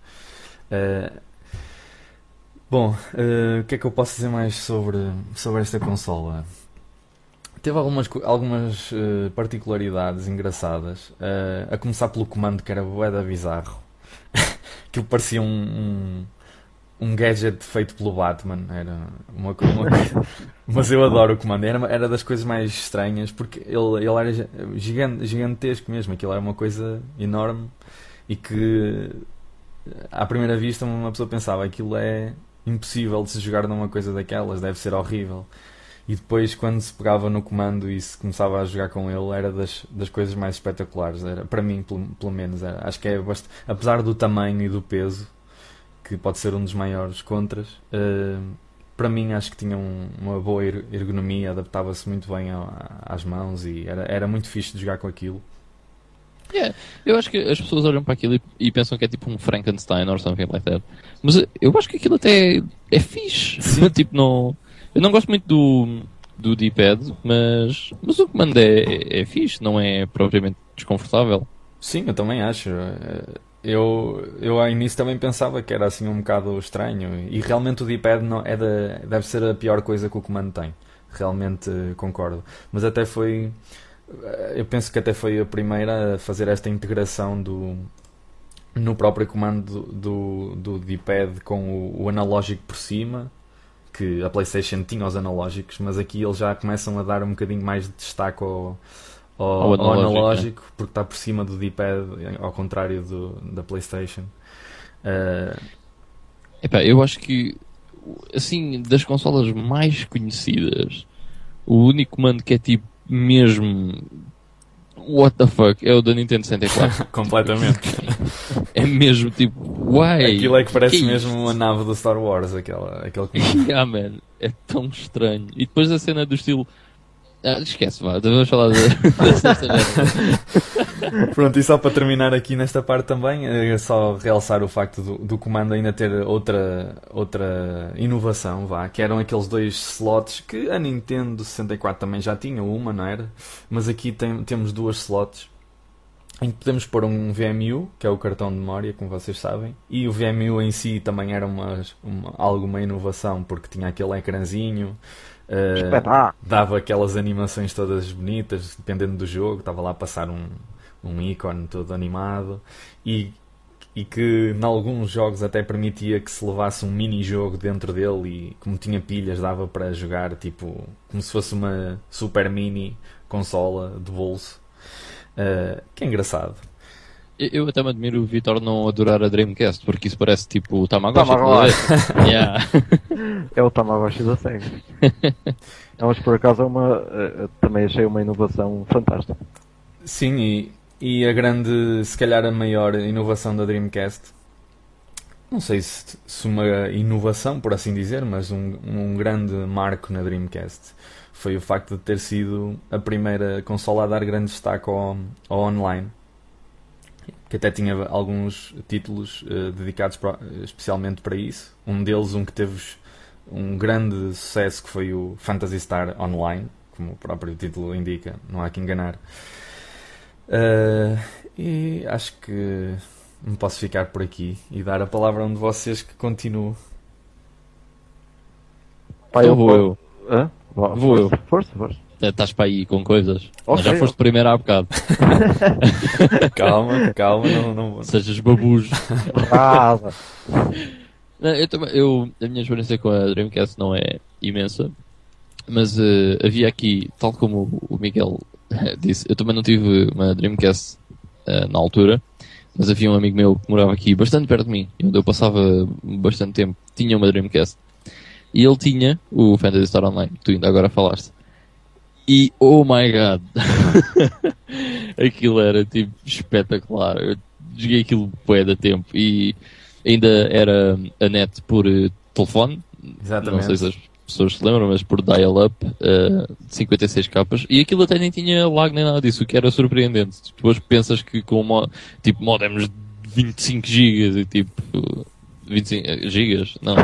Bom, o que é que eu posso dizer mais sobre esta consola? Teve algumas particularidades engraçadas, a começar pelo comando, que era bué da bizarro. Aquilo parecia um gadget feito pelo Batman, era uma coisa... Mas eu adoro o comando, era das coisas mais estranhas, porque ele era gigantesco mesmo, aquilo era uma coisa enorme, e que à primeira vista uma pessoa pensava, aquilo é impossível de se jogar numa coisa daquelas, deve ser horrível. E depois, quando se pegava no comando e se começava a jogar com ele, era das coisas mais espetaculares. Era, para mim, pelo menos. Acho que apesar do tamanho e do peso, que pode ser um dos maiores contras, para mim acho que tinha uma boa ergonomia, adaptava-se muito bem às mãos e era muito fixe de jogar com aquilo. Yeah. Eu acho que as pessoas olham para aquilo e pensam que é tipo um Frankenstein or something like that. Mas eu acho que aquilo até é fixe. Tipo, não... Eu não gosto muito do D-pad, mas o comando é fixe, não é propriamente desconfortável. Sim, eu também acho. Eu ao início também pensava que era assim um bocado estranho, e realmente o D-pad deve ser a pior coisa que o comando tem. Realmente concordo. Mas até foi... Eu penso que até foi a primeira a fazer esta integração no próprio comando do D-pad com o analógico por cima, que a PlayStation tinha os analógicos, mas aqui eles já começam a dar um bocadinho mais de destaque ao analógico, porque está por cima do D-pad, ao contrário da PlayStation. Eu acho que, assim, das consolas mais conhecidas, o único comando que é tipo mesmo what the fuck é o da Nintendo 64. Completamente. É mesmo tipo, why? Aquilo é que parece mesmo uma nave do Star Wars, aquele comando. Yeah, man, é tão estranho. E depois a cena do estilo... esquece, vamos falar dessa Pronto, e só para terminar aqui nesta parte também, é só realçar o facto do comando ainda ter outra inovação, que eram aqueles 2 slots que a Nintendo 64 também já tinha uma, não era? Mas aqui temos 2 slots em que podemos pôr um VMU, que é o cartão de memória, como vocês sabem, e o VMU em si também era uma inovação, porque tinha aquele ecrãzinho Espetáculo! Dava aquelas animações todas bonitas, dependendo do jogo, estava lá a passar um ícone todo animado e que em alguns jogos até permitia que se levasse um mini-jogo dentro dele e como tinha pilhas dava para jogar tipo como se fosse uma super mini consola de bolso, que é engraçado. Eu até me admiro o Vitor não adorar a Dreamcast, porque isso parece tipo o Tamagotchi. Yeah. É o Tamagotchi da Sega. Mas por acaso também achei uma inovação fantástica. Sim, e a grande, se calhar a maior inovação da Dreamcast, não sei se uma inovação por assim dizer, mas um grande marco na Dreamcast foi o facto de ter sido a primeira consola a dar grande destaque ao online, que até tinha alguns títulos dedicados especialmente para isso. Um deles, que teve um grande sucesso, que foi o Phantasy Star Online, como o próprio título indica, não há que enganar. E acho que me posso ficar por aqui e dar a palavra a um de vocês que continue. Pai, Então vou eu. Hã? Vou eu. Força. Estás para aí com coisas. Ok, Mas já foste primeiro há bocado. Calma, não... Sejas babujo. Nada. Não, a minha experiência com a Dreamcast não é imensa, mas havia aqui, tal como o Miguel disse, eu também não tive uma Dreamcast na altura, mas havia um amigo meu que morava aqui bastante perto de mim, onde eu passava bastante tempo, tinha uma Dreamcast. E ele tinha o Phantasy Star Online, que tu ainda agora falaste. E, oh my god, aquilo era tipo espetacular. Eu joguei aquilo bué de tempo e ainda era a net por telefone. Exatamente. Não sei se as pessoas se lembram, mas por dial-up, de 56 capas. E aquilo até nem tinha lag nem nada disso, o que era surpreendente. Depois pensas que com tipo modems de 25 gigas e tipo 25 gigas? Não.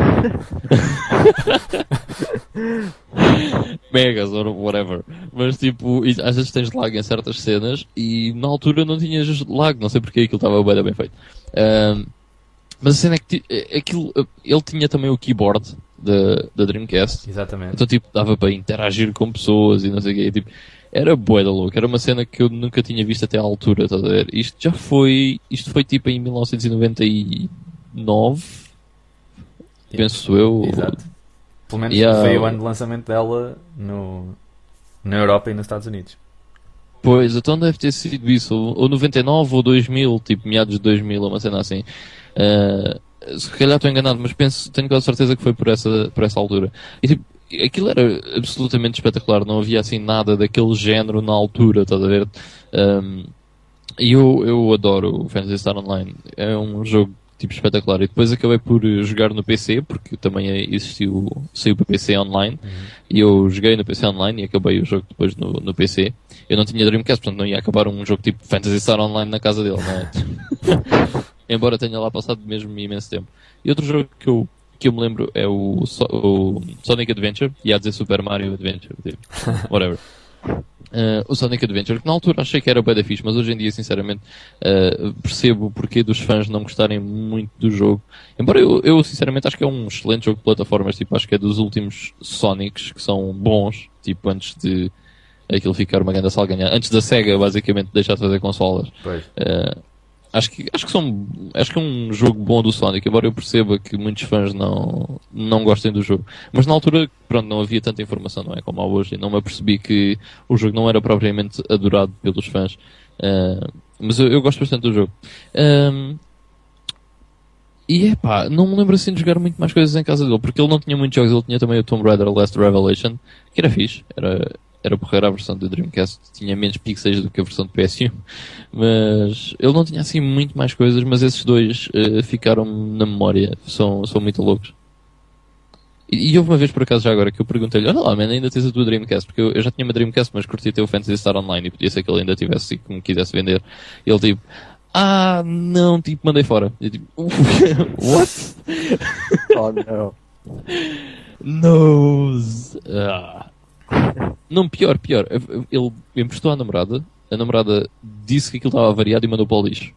Megas ou whatever. Mas tipo, às vezes tens lag em certas cenas e na altura não tinhas lag, não sei porque aquilo estava bem feito. Mas a cena é que ele tinha também o keyboard da Dreamcast. Exatamente. Então tipo, dava para interagir com pessoas e não sei o quê. Tipo, era bué da louco. Era uma cena que eu nunca tinha visto até à altura, estás a ver? Isto foi tipo em 1999, penso eu. Exato. Pelo menos Yeah. foi o ano de lançamento dela na Europa e nos Estados Unidos. Pois, então deve ter sido isso, ou 99 ou 2000, tipo meados de 2000, uma cena assim. Se calhar estou enganado, mas tenho quase certeza que foi por essa altura. E tipo, aquilo era absolutamente espetacular, não havia assim nada daquele género na altura, estás a ver? E eu adoro o Phantasy Star Online, é um jogo tipo espetacular. E depois acabei por jogar no PC, porque também saiu para PC online, e eu joguei no PC online e acabei o jogo depois no PC. Eu não tinha Dreamcast, portanto não ia acabar um jogo tipo Phantasy Star Online na casa dele, não é? Embora tenha lá passado mesmo imenso tempo. E outro jogo que eu me lembro é o Sonic Adventure, ia dizer Super Mario Adventure, tipo, whatever. O Sonic Adventure, que na altura achei que era bué da fixe, mas hoje em dia, sinceramente, percebo o porquê dos fãs não gostarem muito do jogo. Embora eu sinceramente, acho que é um excelente jogo de plataformas, tipo, acho que é dos últimos Sonics que são bons, tipo, antes de aquilo ficar uma grande salganhar. Antes da SEGA, basicamente, deixar de fazer consolas. Pois. Acho que é um jogo bom do Sonic, embora eu perceba que muitos fãs não gostem do jogo. Mas na altura, pronto, não havia tanta informação, não é como há hoje, e não me apercebi que o jogo não era propriamente adorado pelos fãs. Mas eu gosto bastante do jogo. E não me lembro assim de jogar muito mais coisas em casa dele, porque ele não tinha muitos jogos, ele tinha também o Tomb Raider Last Revelation, que era fixe, era porreira a versão do Dreamcast, tinha menos pixels do que a versão do PS1, mas ele não tinha assim muito mais coisas, mas esses dois ficaram na memória, são muito loucos. E houve uma vez por acaso já agora que eu perguntei-lhe, olha lá, man, ainda tens a tua Dreamcast, porque eu já tinha uma Dreamcast, mas curti ter o Phantasy Star Online e podia ser que ele ainda tivesse e que me quisesse vender. E ele tipo, não, tipo, mandei fora. E eu tipo, what? Oh não. Nose. Não, pior. Ele emprestou à namorada, a namorada disse que aquilo estava variado e mandou para o lixo.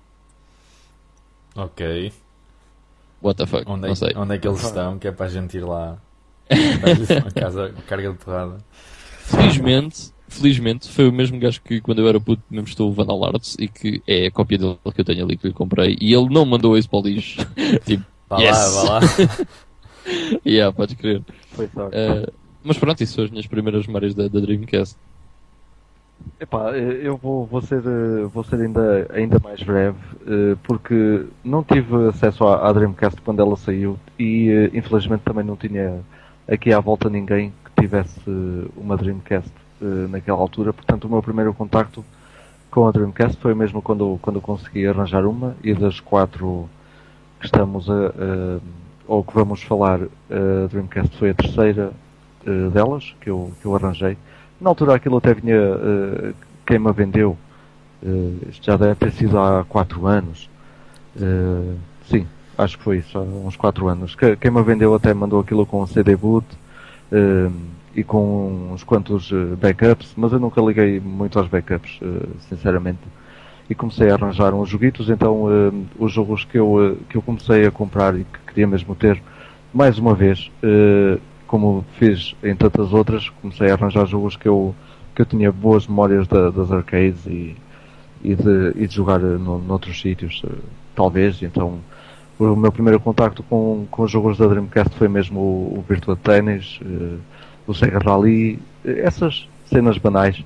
Ok. What the fuck? Não sei. Onde é que eles estão? Que é para a gente ir lá Dá-lhes uma carga de porrada. Felizmente foi o mesmo gajo que quando eu era puto me emprestou o Vandal Arts e que é a cópia dele que eu tenho ali que eu comprei e ele não mandou isso para o lixo. Tipo, Vá yes! lá. Yeah, podes crer. Foi sorte. Mas pronto, isso são as minhas primeiras memórias da Dreamcast. Epá, eu vou ser ainda mais breve, porque não tive acesso à Dreamcast quando ela saiu e infelizmente também não tinha aqui à volta ninguém que tivesse uma Dreamcast naquela altura. Portanto, o meu primeiro contacto com a Dreamcast foi mesmo quando consegui arranjar uma, e das 4 que estamos ou que vamos falar, a Dreamcast foi a terceira delas que eu arranjei. Na altura aquilo até vinha, quem me a vendeu, isto já deve ter sido há 4 anos, sim, acho que foi isso, há uns 4 anos. Quem me a vendeu até mandou aquilo com um CD boot e com uns quantos backups, mas eu nunca liguei muito aos backups, sinceramente. E comecei a arranjar uns joguitos, então os jogos que eu comecei a comprar e que queria mesmo ter, mais uma vez, como fiz em tantas outras, comecei a arranjar jogos que eu tinha boas memórias das arcades e de jogar noutros sítios, talvez. Então o meu primeiro contacto com os jogos da Dreamcast foi mesmo o Virtua Tennis, o Sega Rally, essas cenas banais,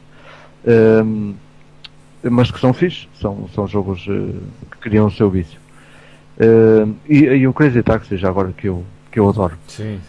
mas que são fixe, são jogos que criam o seu vício. E o Crazy Taxi, já agora, que eu adoro. Sim.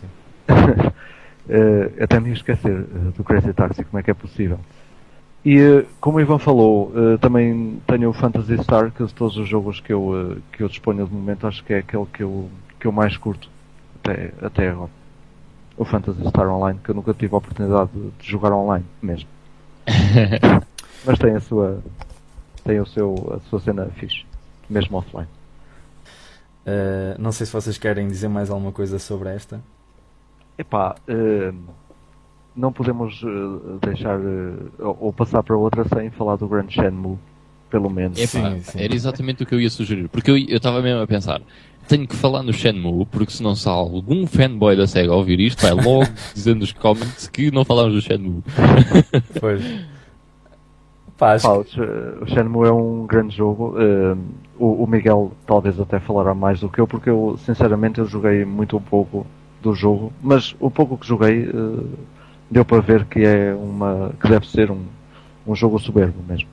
Até me ia esquecer do Crazy Taxi, como é que é possível. E como o Ivan falou, também tenho o Phantasy Star, que de todos os jogos que eu disponho de momento, acho que é aquele que eu mais curto até agora. O Phantasy Star Online, que eu nunca tive a oportunidade de jogar online mesmo. Mas tem a sua cena fixe, mesmo offline. Não sei se vocês querem dizer mais alguma coisa sobre esta. Epá, não podemos deixar ou passar para outra sem falar do Grand Shenmue, pelo menos. Sim. Era exatamente o que eu ia sugerir, porque eu estava mesmo a pensar, tenho que falar no Shenmue, porque senão se algum fanboy da SEGA ouvir isto, vai logo dizer nos comments que não falamos do Shenmue. Pois. O Shenmue é um grande jogo. O Miguel talvez até falará mais do que eu, porque eu sinceramente eu joguei muito pouco do jogo, mas o pouco que joguei deu para ver que que deve ser um jogo soberbo mesmo.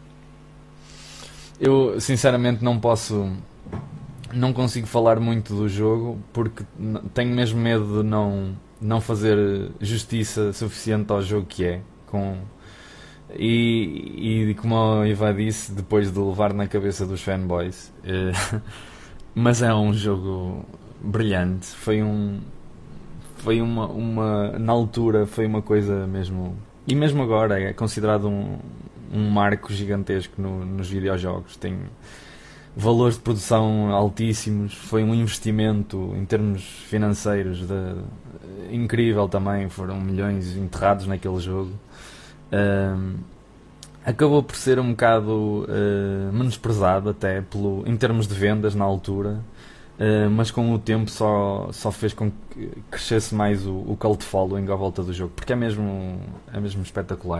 Eu sinceramente não consigo falar muito do jogo porque tenho mesmo medo de não fazer justiça suficiente ao jogo que é. E como o Ivan disse, depois de levar na cabeça dos fanboys, mas é um jogo brilhante. Na altura foi uma coisa mesmo, e mesmo agora é considerado um marco gigantesco nos videojogos. Tem valores de produção altíssimos, foi um investimento em termos financeiros incrível também, foram milhões enterrados naquele jogo. Acabou por ser um bocado menosprezado até em termos de vendas na altura, mas com o tempo só fez com que crescesse mais o cult following à volta do jogo, porque é mesmo espetacular.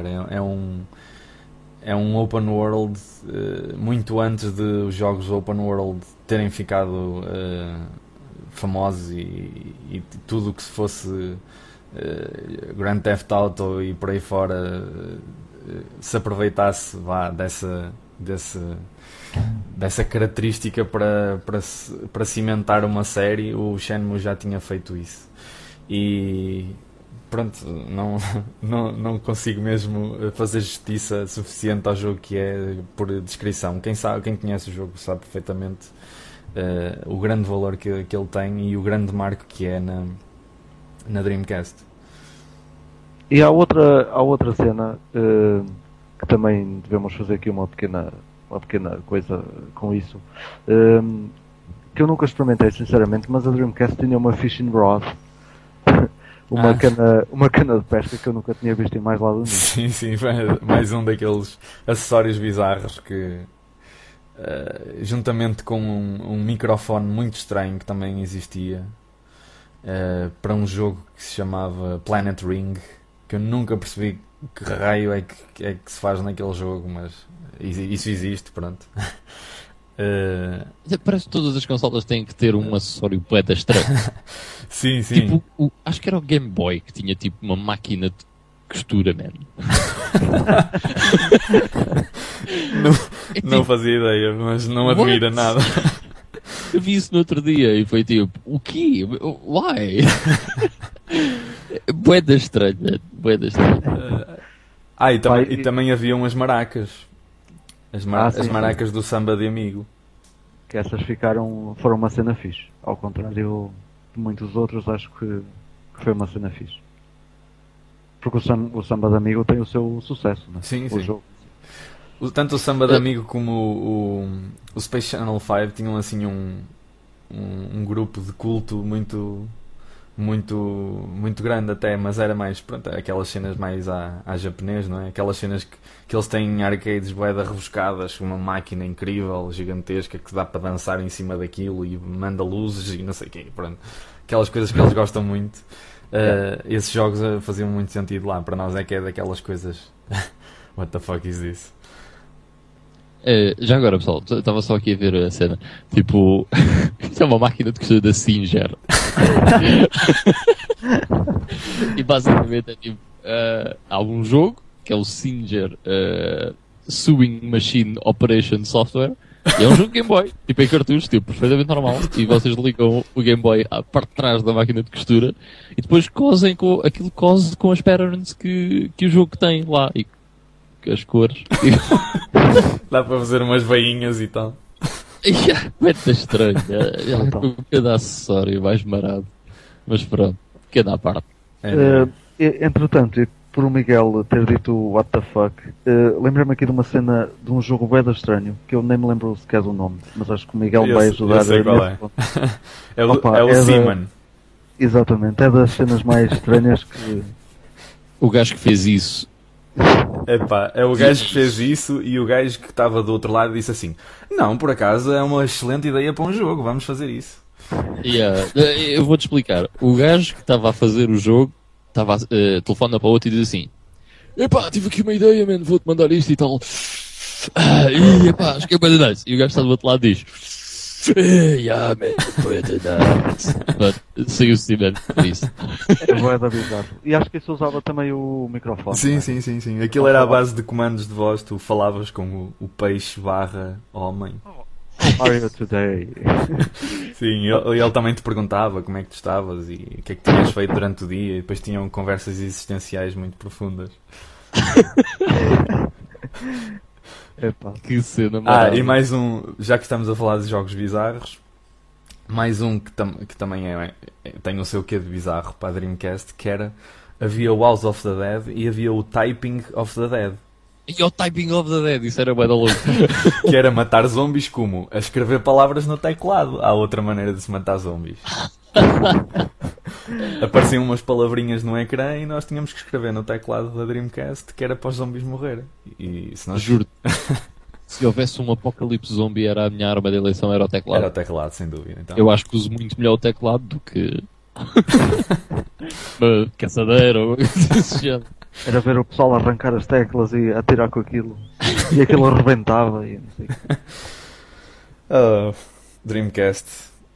É um open world muito antes de os jogos open world terem ficado famosos e tudo o que se fosse Grand Theft Auto e por aí fora se aproveitasse dessa característica para cimentar uma série. O Shenmue já tinha feito isso e pronto, não consigo mesmo fazer justiça suficiente ao jogo que é por descrição. Quem conhece o jogo sabe perfeitamente o grande valor que ele tem e o grande marco que é na Dreamcast. E há outra cena que também devemos fazer aqui uma pequena coisa com isso, que eu nunca experimentei sinceramente, mas a Dreamcast tinha uma fishing rod, uma cana de pesca que eu nunca tinha visto em mais lado nenhum. Sim, foi mais um daqueles acessórios bizarros que juntamente com um microfone muito estranho que também existia, para um jogo que se chamava Planet Ring, que eu nunca percebi que raio é que se faz naquele jogo, mas isso existe, pronto. Parece que todas as consolas têm que ter um acessório bué da estranho. Sim, sim. Tipo, acho que era o Game Boy que tinha tipo uma máquina de costura, man. Não fazia ideia, mas não admira nada. Eu vi isso no outro dia e foi tipo, o quê? Why? Bué da estranho, man. Bué da estranho. E também havia umas maracas. As maracas do samba de amigo. Que essas foram uma cena fixe. Ao contrário de muitos outros, acho que foi uma cena fixe. Porque o samba de amigo tem o seu sucesso, não é? Sim, o sim. Jogo. Tanto o samba de amigo como o Space Channel 5 tinham assim um grupo de culto muito grande até, mas era mais, pronto, aquelas cenas mais à japonês, não é? Aquelas cenas que eles têm em arcades bué de rebuscadas, uma máquina incrível, gigantesca, que dá para dançar em cima daquilo e manda luzes e não sei o quê, pronto. Aquelas coisas que eles gostam muito. Esses jogos faziam muito sentido lá. Para nós é que é daquelas coisas what the fuck is this? Já agora, pessoal, estava só aqui a ver a cena. Tipo, isto é uma máquina de costura da Singer. E basicamente é tipo, há um jogo que é o Singer Sewing Machine Operation Software. E é um jogo Game Boy, tipo em cartuchos, tipo, perfeitamente normal. E vocês ligam o Game Boy à parte de trás da máquina de costura e depois cosem com aquilo, cose com as patterns que o jogo tem lá e as cores. Dá para fazer umas veinhas e tal. Muito estranho. Um cada acessório mais marado. Mas pronto, pequena à parte. Entretanto, e por o Miguel ter dito what the fuck, lembrei-me aqui de uma cena de um jogo bem estranho, que eu nem me lembro sequer do nome, mas acho que o Miguel vai ajudar. Eu sei qual é. É o Seaman. Exatamente, é das cenas mais estranhas que... O gajo que fez isso. Epá, é o gajo que fez isso e o gajo que estava do outro lado disse assim: não, por acaso é uma excelente ideia para um jogo, vamos fazer isso. Eu vou-te explicar. O gajo que estava a fazer o jogo estava telefona para o outro e diz assim: epá, tive aqui uma ideia, mano, vou-te mandar isto e tal. E epá, acho que é bem nice. E o gajo está do outro lado e diz: yeah, man, saiu-se de mano, por isso. É boeda bizarro. E acho que isso usava também o microfone. Sim, sim. Aquilo era a base de comandos de voz, tu falavas com o peixe / homem. How are you today? Sim, ele também te perguntava como é que tu estavas e o que é que tinhas feito durante o dia, e depois tinham conversas existenciais muito profundas. Epa. Que cena maravilhosa. E mais um, já que estamos a falar de jogos bizarros, mais um que também tem o seu quê de bizarro para a Dreamcast, que havia o House of the Dead e havia o Typing of the Dead. E o Typing of the Dead, isso era bué da louco. Que era matar zombies como? A escrever palavras no teclado. Há outra maneira de se matar zombies. Apareciam umas palavrinhas no ecrã e nós tínhamos que escrever no teclado da Dreamcast que era para os zombies morrerem. E se nós... Juro. Se houvesse um apocalipse zombie, era a minha arma de eleição, era o teclado. Era o teclado, sem dúvida. Então... Eu acho que uso muito melhor o teclado do que caçadeira ou desse género. Era ver o pessoal arrancar as teclas e atirar com aquilo. E aquilo arrebentava e não sei. Dreamcast.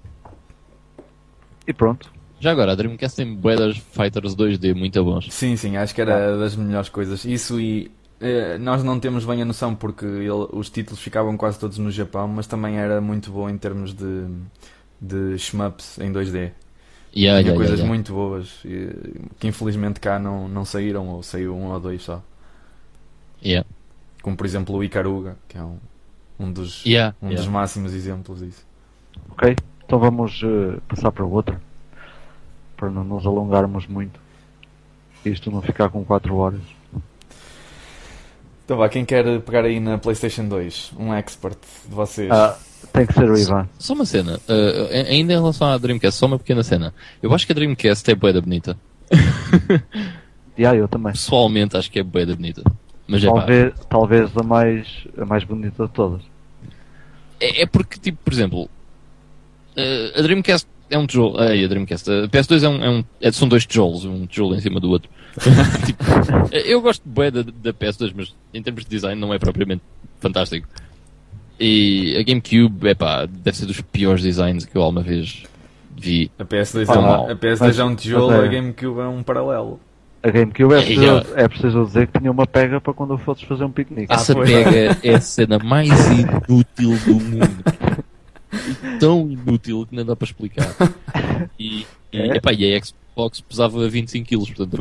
E pronto. Já agora, a Dreamcast tem bué das Fighters 2D muito bons. Sim, acho que era das melhores coisas. Isso e nós não temos bem a noção porque os títulos ficavam quase todos no Japão, mas também era muito bom em termos de shmups em 2D. Tinha coisas muito boas que infelizmente cá não saíram, ou saiu um ou dois só. Como por exemplo o Ikaruga, que é um dos máximos exemplos disso. Ok, então vamos passar para outra, para não nos alongarmos muito e isto não ficar com 4 horas. Então vá, quem quer pegar aí na PlayStation 2? Um expert de vocês. Tem que ser o Ivan. Só uma cena, ainda em relação à Dreamcast, só uma pequena cena. Eu acho que a Dreamcast é bué da bonita. Eu também. Pessoalmente acho que é bué da bonita. Mas talvez a mais bonita de todas. É porque, tipo, por exemplo, a Dreamcast é um tijolo. Ai, a Dreamcast. A PS2 são dois tijolos, um tijolo em cima do outro. Tipo, eu gosto bué da PS2, mas em termos de design não é propriamente fantástico. E a GameCube, deve ser dos piores designs que eu alguma vez vi. A PS2 é um tijolo, a GameCube é um paralelo. A GameCube é preciso dizer que tinha uma pega para quando fosses fazer um piquenique. Essa pega é a cena mais inútil do mundo. Tão inútil que não dá para explicar. E a Xbox pesava 25 kg, portanto.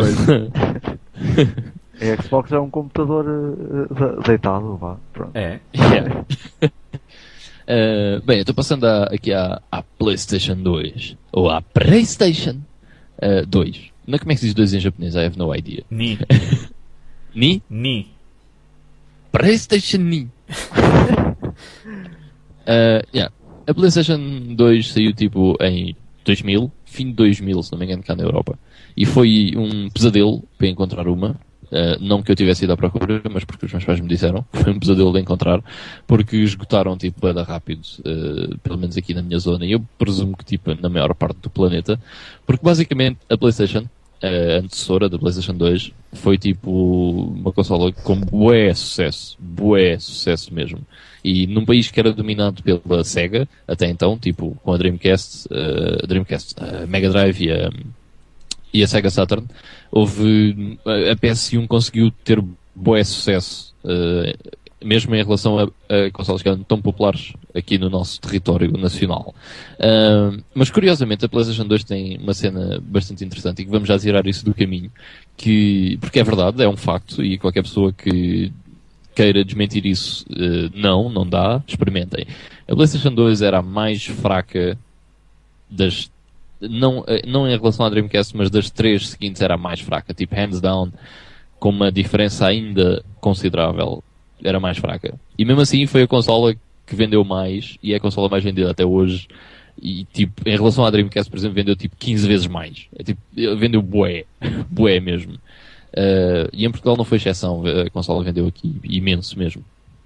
A Xbox é um computador deitado, vá. Pronto. É. Yeah. Bem, eu estou passando aqui à PlayStation 2. Ou à PlayStation 2. Não, como é que se diz 2 em japonês? I have no idea. Ni. Ni? Ni. PlayStation Ni. A PlayStation 2 saiu tipo em 2000, fim de 2000, se não me engano, cá na Europa. E foi um pesadelo para encontrar uma. Não que eu tivesse ido à procura, mas porque os meus pais me disseram. Foi um pesadelo de encontrar, porque esgotaram tipo bem rápido, pelo menos aqui na minha zona, e eu presumo que tipo na maior parte do planeta, porque basicamente a PlayStation, a antecessora da PlayStation 2, foi tipo uma consola com bué sucesso mesmo. E num país que era dominado pela Sega, até então, tipo com a Dreamcast, a Mega Drive e a Sega Saturn, a PS1 conseguiu ter bué sucesso, mesmo em relação a consoles que eram tão populares aqui no nosso território nacional. Mas curiosamente a PlayStation 2 tem uma cena bastante interessante e que vamos já tirar isso do caminho, porque é verdade, é um facto, e qualquer pessoa que queira desmentir isso, não dá, experimentem. A PlayStation 2 era a mais fraca das... Não em relação à Dreamcast, mas das três seguintes era a mais fraca, tipo hands down, com uma diferença ainda considerável, era mais fraca. E mesmo assim foi a consola que vendeu mais, e é a consola mais vendida até hoje, e tipo, em relação à Dreamcast, por exemplo, vendeu tipo 15 vezes mais. Vendeu bué mesmo. E em Portugal não foi exceção, a consola vendeu aqui imenso mesmo.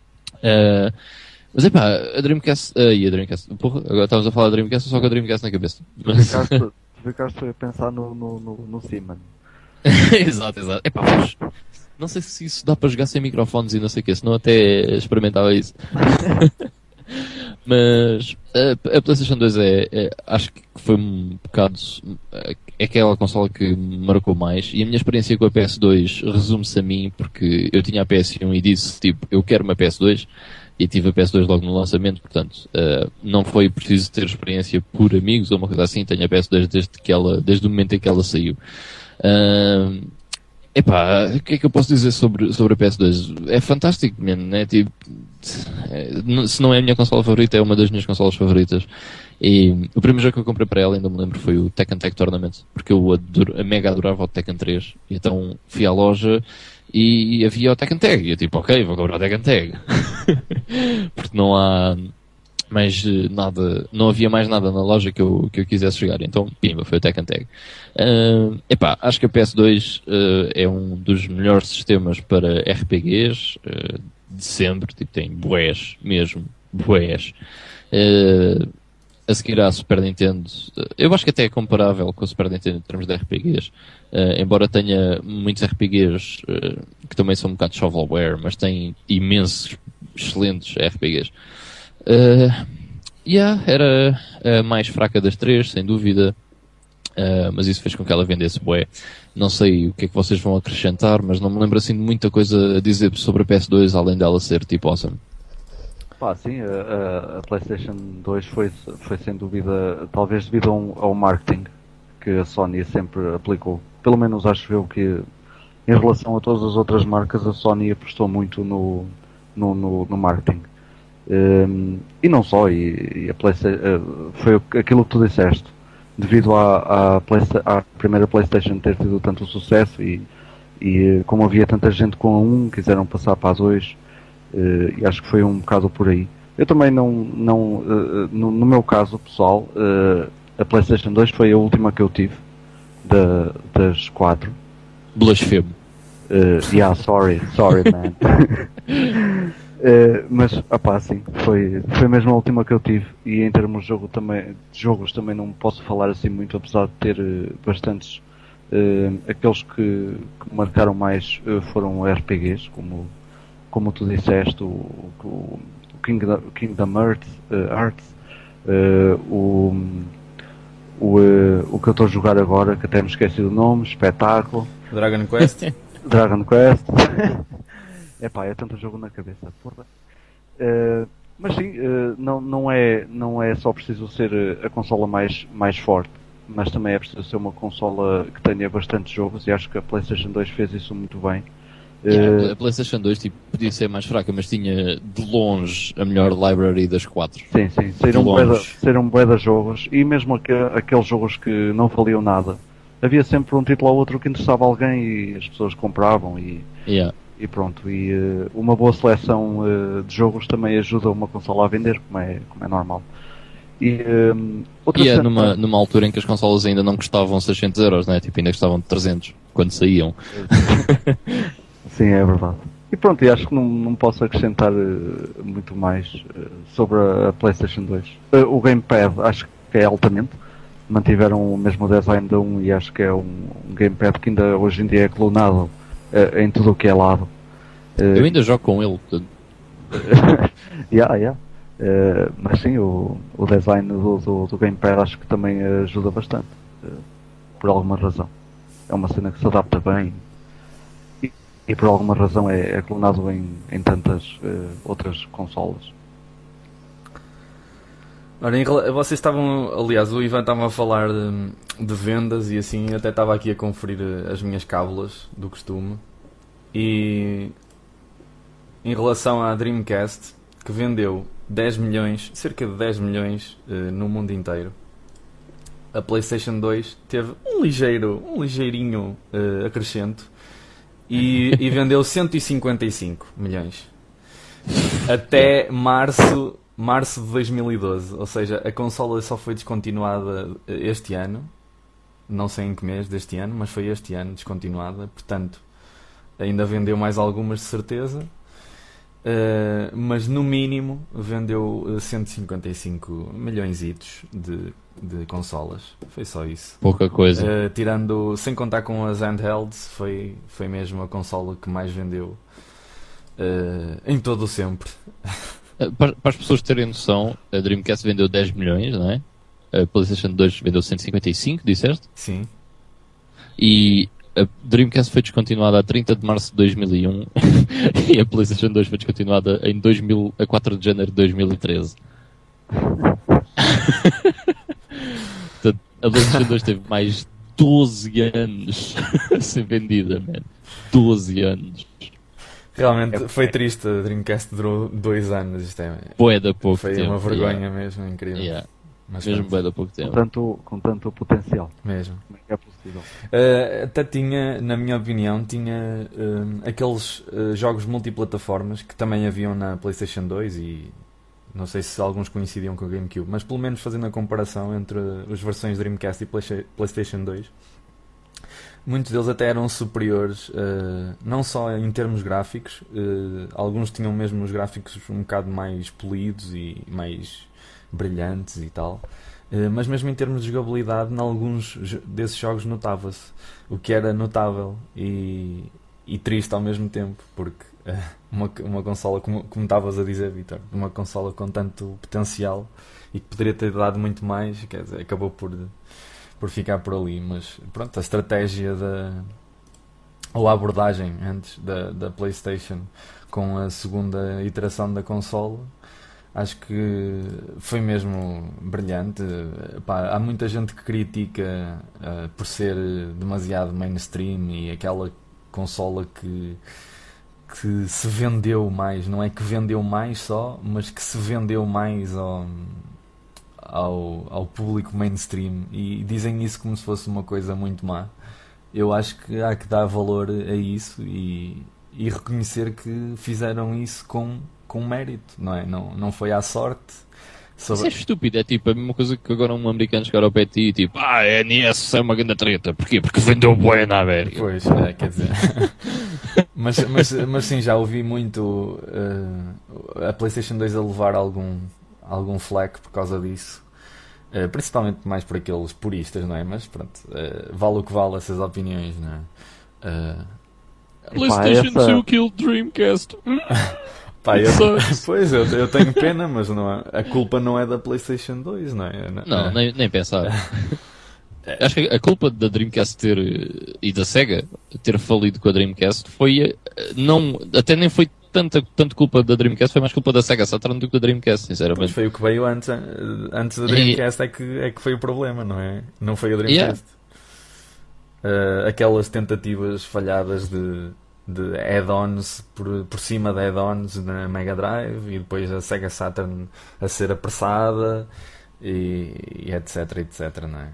Mas a Dreamcast, porra, agora estavas a falar da Dreamcast só com a Dreamcast na cabeça. Tu ficaste a pensar no Seaman. Exato. Mas não sei se isso dá para jogar sem microfones e não sei o que, senão até experimentava isso. Mas a PlayStation 2 acho que foi um bocado, é aquela consola que me marcou mais, e a minha experiência com a PS2 resume-se a mim, porque eu tinha a PS1 e disse, tipo, eu quero uma PS2, e tive a PS2 logo no lançamento, portanto, não foi preciso ter experiência por amigos ou uma coisa assim, tenho a PS2 desde o momento em que ela saiu. O que é que eu posso dizer sobre a PS2? É fantástico, mesmo, né? Tipo, se não é a minha consola favorita, é uma das minhas consolas favoritas. E o primeiro jogo que eu comprei para ela, ainda me lembro, foi o Tekken Tag Tournament, porque eu mega adorava o Tekken 3. E então fui à loja e havia o Tekken Tag. E eu tipo, ok, vou comprar o Tekken Tag. Porque não há mais nada, não havia mais nada na loja que eu quisesse jogar. Então, pimba, foi o Tekken Tag. Acho que a PS2 é um dos melhores sistemas para RPGs de sempre. Tipo, tem bués mesmo. Bués. A seguir à Super Nintendo, eu acho que até é comparável com a Super Nintendo em termos de RPGs, embora tenha muitos RPGs que também são um bocado shovelware, mas tem imensos excelentes RPGs. Era a mais fraca das três, sem dúvida, mas isso fez com que ela vendesse bué. Não sei o que é que vocês vão acrescentar, mas não me lembro assim de muita coisa a dizer sobre a PS2, além dela ser tipo awesome. Sim, a PlayStation 2 foi sem dúvida, talvez devido ao marketing que a Sony sempre aplicou. Pelo menos acho eu que, em relação a todas as outras marcas, a Sony apostou muito no marketing. E não só, e a PlayStation, foi aquilo que tu disseste. Devido à primeira PlayStation ter tido tanto sucesso e como havia tanta gente com a 1, quiseram passar para a 2. E acho que foi um bocado por aí. Eu também no meu caso pessoal, a PlayStation 2 foi a última que eu tive das 4. Blasfemo. Sorry man. Mas, sim, foi mesmo a última que eu tive. E em termos de jogos também não posso falar assim muito, apesar de ter bastantes. Aqueles que marcaram mais foram RPGs, como tu disseste, o Kingdom Hearts, o que eu estou a jogar agora, que até me esqueci do nome, Espetáculo. Dragon Quest? Dragon Quest. É tanto jogo na cabeça, porra. Mas sim, não é só preciso ser a consola mais forte, mas também é preciso ser uma consola que tenha bastantes jogos, e acho que a PlayStation 2 fez isso muito bem. A PlayStation 2 podia ser mais fraca, mas tinha de longe a melhor library das 4. Sim, saíram bué de jogos, e mesmo aqueles jogos que não valiam nada, havia sempre um título ou outro que interessava alguém e as pessoas compravam e pronto. E uma boa seleção de jogos também ajuda uma consola a vender, como é normal. Numa altura em que as consolas ainda não custavam 600 euros, né? Tipo, ainda custavam 300 quando saíam. Sim, é verdade. E pronto, acho que não posso acrescentar muito mais sobre a PlayStation 2. O Gamepad acho que é altamente. Mantiveram o mesmo design da 1 e acho que é um Gamepad que ainda hoje em dia é clonado em tudo o que é lado. Eu ainda jogo com ele, portanto. Mas sim, o design do Gamepad acho que também ajuda bastante, por alguma razão. É uma cena que se adapta bem e por alguma razão é clonado em tantas outras consolas. Ora, vocês estavam, aliás, o Ivan estava a falar de vendas e assim, até estava aqui a conferir as minhas cábulas do costume. E em relação à Dreamcast, que vendeu 10 milhões, cerca de 10 milhões no mundo inteiro, a PlayStation 2 teve um ligeirinho acrescento e vendeu 155 milhões até março de 2012, ou seja, a consola só foi descontinuada este ano, não sei em que mês deste ano, mas foi este ano descontinuada, portanto ainda vendeu mais algumas de certeza, mas no mínimo vendeu 155 milhões de consolas, foi só isso. Pouca coisa. Tirando, sem contar com as handhelds, foi mesmo a consola que mais vendeu em todo o sempre. Para as pessoas terem noção, a Dreamcast vendeu 10 milhões, não é? A PlayStation 2 vendeu 155, disseste? Sim. E a Dreamcast foi descontinuada a 30 de março de 2001 e a PlayStation 2 foi descontinuada a 4 de janeiro de 2013. Portanto, a PlayStation 2 teve mais 12 anos a ser vendida, man. 12 anos. Realmente foi triste, a Dreamcast durou 2 anos. Isto bué da pouco foi tempo. Uma vergonha mesmo, incrível. Mas mesmo bué da pouco tempo. Com tanto potencial. Mesmo. Como é que é possível? Até tinha, na minha opinião, tinha aqueles jogos multiplataformas que também haviam na PlayStation 2 e não sei se alguns coincidiam com o GameCube, mas pelo menos fazendo a comparação entre as versões Dreamcast e PlayStation 2, muitos deles até eram superiores, não só em termos gráficos, alguns tinham mesmo os gráficos um bocado mais polidos e mais brilhantes e tal, mas mesmo em termos de jogabilidade, em alguns desses jogos notava-se, o que era notável e triste ao mesmo tempo, porque uma consola, como estavas a dizer, Vitor, uma consola com tanto potencial e que poderia ter dado muito mais, quer dizer, acabou por ficar por ali. Mas pronto, a estratégia ou a abordagem antes da PlayStation com a segunda iteração da consola, acho que foi mesmo brilhante. Há muita gente que critica por ser demasiado mainstream e aquela consola que se vendeu mais, não é que vendeu mais só, mas que se vendeu mais ao público mainstream, e dizem isso como se fosse uma coisa muito má. Eu acho que há que dar valor a isso e reconhecer que fizeram isso com mérito, não é? Não foi à sorte. Isso é estúpido, é tipo a mesma coisa que agora um americano chegar ao pé de ti e tipo, a NS é uma grande treta. Porquê? Porque vendeu bué na América. Pois, quer dizer... Mas sim, já ouvi muito a PlayStation 2 a levar algum flack por causa disso. Principalmente mais por aqueles puristas, não é? Mas pronto, vale o que vale essas opiniões, não é? PlayStation 2 killed Dreamcast. Pá, pois, eu tenho pena, mas não é, a culpa não é da PlayStation 2, não é? Não, nem pensar. Acho que a culpa da Dreamcast e da Sega ter falido com a Dreamcast foi, até nem foi tanto culpa da Dreamcast, foi mais culpa da Sega Saturn do que da Dreamcast, sinceramente. Pois foi o que veio antes da Dreamcast, é que foi o problema, não é? Não foi a Dreamcast. Aquelas tentativas falhadas de add-ons por cima de add-ons na Mega Drive e depois a Sega Saturn a ser apressada e etc, não é?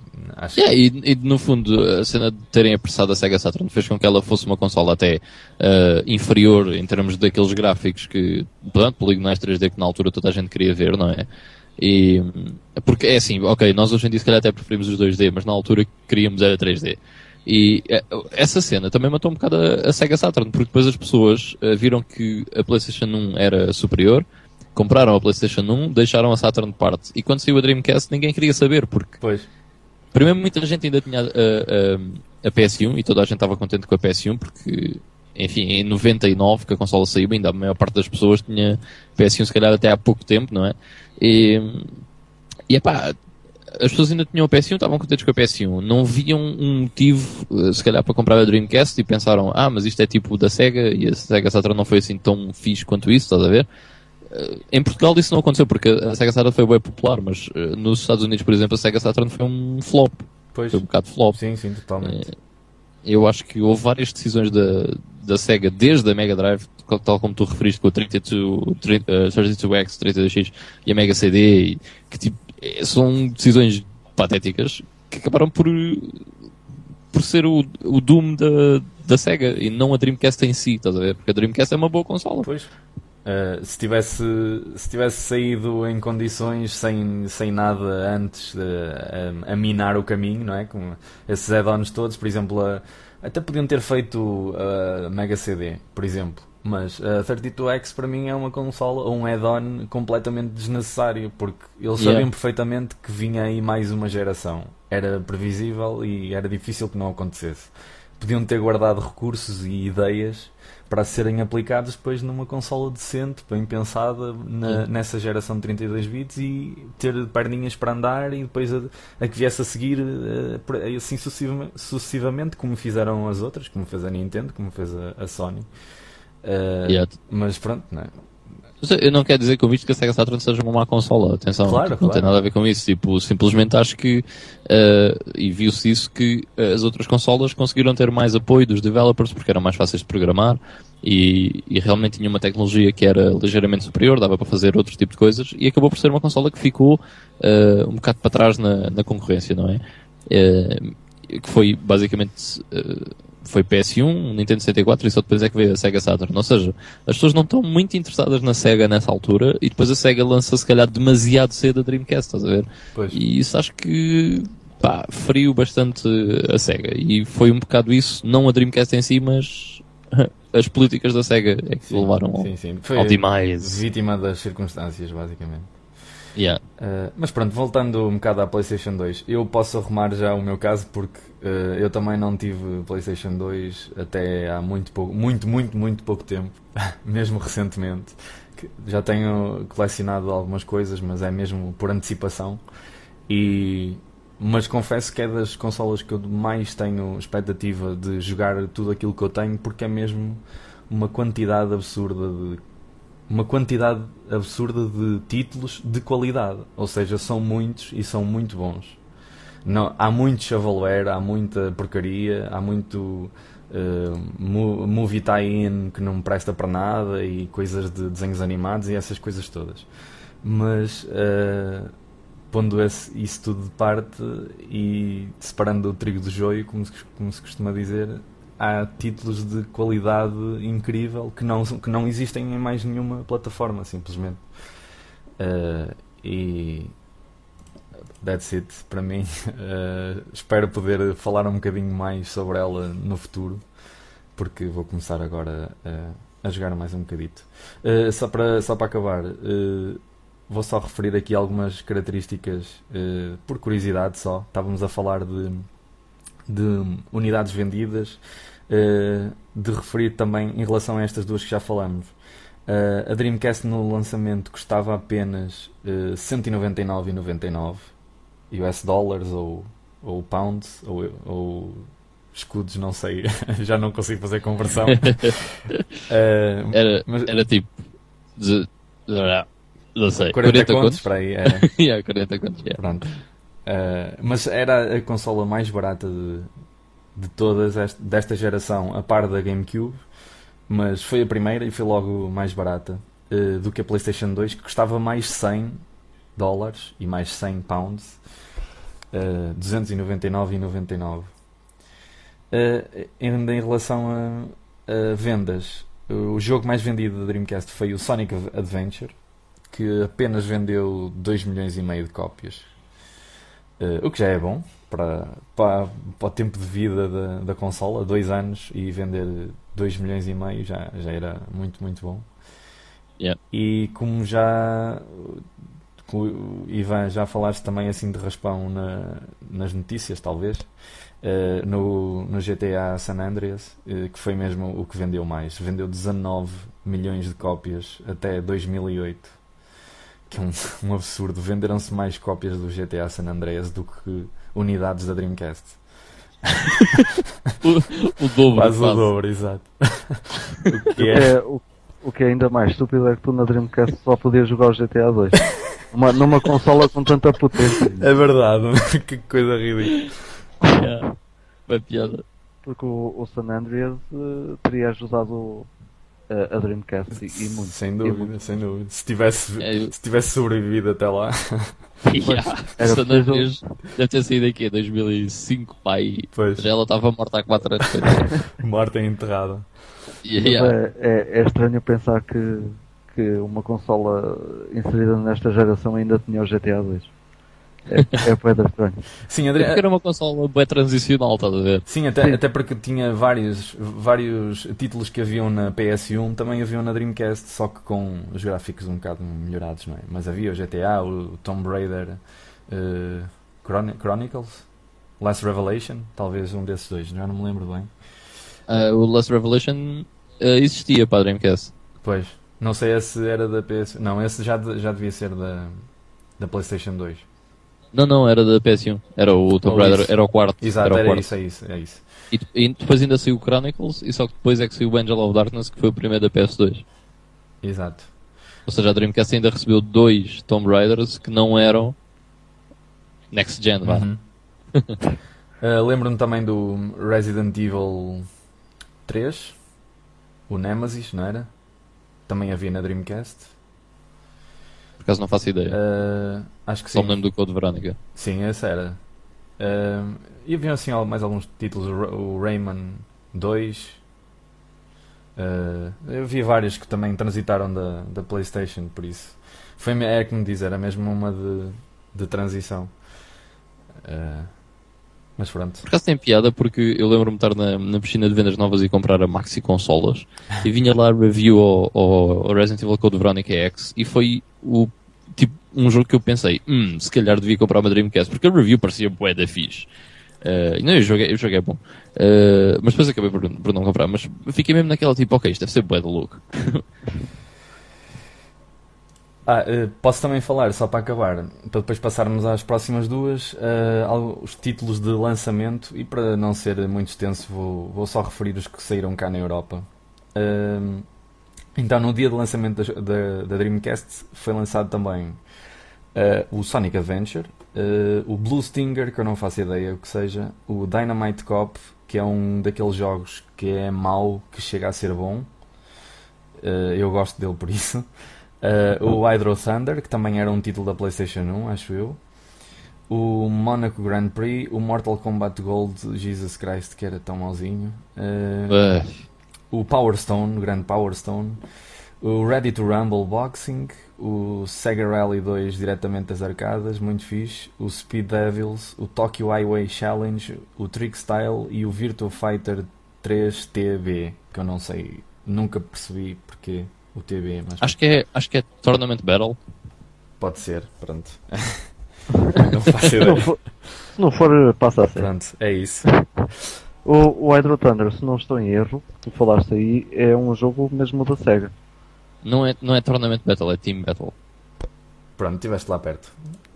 E no fundo a cena de terem apressado a Sega Saturn fez com que ela fosse uma consola até inferior em termos daqueles gráficos que, pronto, poligonais 3D que na altura toda a gente queria ver, não é? E, porque é assim, ok, nós hoje em dia se calhar até preferimos os 2D, mas na altura queríamos era 3D. E essa cena também matou um bocado a Sega Saturn, porque depois as pessoas viram que a PlayStation 1 era superior, compraram a PlayStation 1, deixaram a Saturn de parte. E quando saiu a Dreamcast ninguém queria saber, porque primeiro muita gente ainda tinha a PS1 e toda a gente estava contente com a PS1, porque, enfim, em 99 que a consola saiu, ainda a maior parte das pessoas tinha PS1 se calhar até há pouco tempo, não é? E epá, as pessoas ainda tinham a PS1, estavam contentes com a PS1, não viam um motivo, se calhar, para comprar a Dreamcast e pensaram, mas isto é tipo da Sega e a Sega Saturn não foi assim tão fixe quanto isso, estás a ver? Em Portugal isso não aconteceu porque a Sega Saturn foi bem popular, mas nos Estados Unidos, por exemplo, a Sega Saturn foi um flop. Pois. Foi um bocado flop. Sim, totalmente. Eu acho que houve várias decisões da Sega, desde a Mega Drive, tal como tu referiste com o 32X, 32X e a Mega CD, que tipo, são decisões patéticas que acabaram por ser o Doom da Sega e não a Dreamcast em si, estás a ver? Porque a Dreamcast é uma boa consola. Pois. Se tivesse saído em condições sem nada antes a minar o caminho, não é? Com esses add-ons todos, por exemplo, até podiam ter feito a Mega CD, por exemplo, mas a 32X para mim é uma consola ou um add-on completamente desnecessário, porque eles sabiam perfeitamente que vinha aí mais uma geração, era previsível e era difícil que não acontecesse. Podiam ter guardado recursos e ideias para serem aplicados depois numa consola decente, bem pensada nessa geração de 32 bits e ter perninhas para andar e depois a que viesse a seguir assim sucessivamente, como fizeram as outras, como fez a Nintendo, como fez a Sony. Mas pronto, não é? Eu não quero dizer com isto que a Sega Saturn seja uma má consola, atenção, claro. Não tem nada a ver com isso, tipo, simplesmente acho que, e viu-se isso, que as outras consolas conseguiram ter mais apoio dos developers porque eram mais fáceis de programar e realmente tinha uma tecnologia que era ligeiramente superior, dava para fazer outro tipo de coisas e acabou por ser uma consola que ficou um bocado para trás na concorrência, não é? Que foi basicamente... foi PS1, Nintendo 64 e só depois é que veio a Sega Saturn. Ou seja, as pessoas não estão muito interessadas na Sega nessa altura e depois a Sega lança se calhar demasiado cedo a Dreamcast, estás a ver? Pois. E isso acho que feriu bastante a Sega e foi um bocado isso, não a Dreamcast em si, mas as políticas da Sega é que levaram ao demais. Vítima das circunstâncias, basicamente. Yeah. Mas pronto, voltando um bocado à PlayStation 2, eu posso arrumar já o meu caso porque eu também não tive PlayStation 2 até há muito pouco tempo, mesmo recentemente. Já tenho colecionado algumas coisas, mas é mesmo por antecipação. Mas confesso que é das consolas que eu mais tenho expectativa de jogar tudo aquilo que eu tenho, porque é mesmo uma quantidade absurda de títulos de qualidade, ou seja, são muitos e são muito bons. Não, há muito shovelware, há muita porcaria, há muito movie tie-in que não presta para nada e coisas de desenhos animados e essas coisas todas. Mas pondo isso tudo de parte e separando o trigo do joio, como se costuma dizer, há títulos de qualidade incrível que não existem em mais nenhuma plataforma, simplesmente. E that's it, para mim. Espero poder falar um bocadinho mais sobre ela no futuro, porque vou começar agora a jogar mais um bocadito. Só para acabar, vou só referir aqui algumas características por curiosidade só. Estávamos a falar de unidades vendidas, de referir também em relação a estas duas que já falamos. A Dreamcast no lançamento custava apenas 199,99 US dollars ou pounds ou escudos, não sei, já não consigo fazer conversão. Era tipo não sei, 40 contos para aí. 40 contos, Pronto. Mas era a consola mais barata de todas desta geração, a par da GameCube, mas foi a primeira e foi logo mais barata do que a PlayStation 2, que custava mais 100 dólares e mais 100 pounds, 299,99. Ainda em relação a vendas, o jogo mais vendido da Dreamcast foi o Sonic Adventure, que apenas vendeu 2 milhões e meio de cópias, o que já é bom para o tempo de vida da consola, 2 anos, e vender 2 milhões e meio já era muito, muito bom. Yeah. E como Ivan, já falaste também assim de raspão nas notícias, talvez, no GTA San Andreas, que foi mesmo o que vendeu mais. Vendeu 19 milhões de cópias até 2008, que é um absurdo. Venderam-se mais cópias do GTA San Andreas do que unidades da Dreamcast. o dobro. Quase o dobro, exato. O que é ainda mais estúpido é que tu na Dreamcast só podias jogar o GTA 2. Numa consola com tanta potência. É verdade, que coisa ridícula. Foi piada. Porque o San Andreas teria ajudado a Dreamcast e muito. Sem dúvida, sem dúvida. Se tivesse sobrevivido até lá. San Andreas deve ter saído aqui em 2005, pai. Pois. Já ela estava morta há 4 anos. Morta e enterrada. É estranho pensar que uma consola inserida nesta geração ainda tinha o GTA 2. É pedra estranho. Sim, porque era uma consola bem transicional, estás a ver? Sim, até porque tinha vários títulos que haviam na PS1, também haviam na Dreamcast, só que com os gráficos um bocado melhorados, não é? Mas havia o GTA, o Tomb Raider, Chronicles, Last Revelation, talvez um desses dois, já não me lembro bem. O Last Revelation existia para a Dreamcast. Pois, não sei se era da PS... Não, esse já devia ser da PlayStation 2. Não, era da PS1. Era o Tomb Raider, era o quarto. Exato, era isso. E depois ainda saiu o Chronicles, e só que depois é que saiu o Angel of Darkness, que foi o primeiro da PS2. Exato. Ou seja, a Dreamcast ainda recebeu 2 Tomb Raiders que não eram Next Gen, vá. Lembro-me também do Resident Evil 3, o Nemesis, não era? Também havia na Dreamcast. Por acaso não faço ideia. Acho que Só sim. me lembro do Code Verónica. Sim, esse era. E havia assim mais alguns títulos, o Rayman 2. Havia vários que também transitaram da PlayStation, por isso. É como diz, era mesmo uma de transição. Mas pronto. Por acaso tem piada porque eu lembro-me de estar na piscina de vendas novas e comprar a Maxi Consolas e vinha lá review ao Resident Evil Code Veronica X e foi um jogo que eu pensei, se calhar devia comprar uma Dreamcast, porque a review parecia bué da fixe. O jogo é bom. Mas depois acabei por não comprar, mas fiquei mesmo naquela tipo, ok, isto deve ser bué da louco. Posso também falar, só para acabar, para depois passarmos às próximas duas, os títulos de lançamento, e para não ser muito extenso vou só referir os que saíram cá na Europa. Então, no dia de lançamento da Dreamcast foi lançado também o Sonic Adventure, o Blue Stinger, que eu não faço ideia o que seja, o Dynamite Cop, que é um daqueles jogos que é mau, que chega a ser bom. Eu gosto dele por isso. O Hydro Thunder, que também era um título da PlayStation 1, acho eu. O Monaco Grand Prix, o Mortal Kombat Gold, Jesus Christ, que era tão mauzinho. O Power Stone, o grande Power Stone. O Ready to Rumble Boxing. O Sega Rally 2 diretamente das arcadas, muito fixe. O Speed Devils, o Tokyo Highway Challenge, o Trick Style e o Virtua Fighter 3TB, que eu não sei, nunca percebi porque o TB, mas Acho que é Tournament Battle. pode ser, pronto. Não faço Se ideia. se não for, passa a ser. Pronto, é isso. O Hydro Thunder, se não estou em erro, tu falaste aí, é um jogo mesmo da SEGA. Não é Tournament Battle, é Team Battle. Pronto, estiveste lá perto.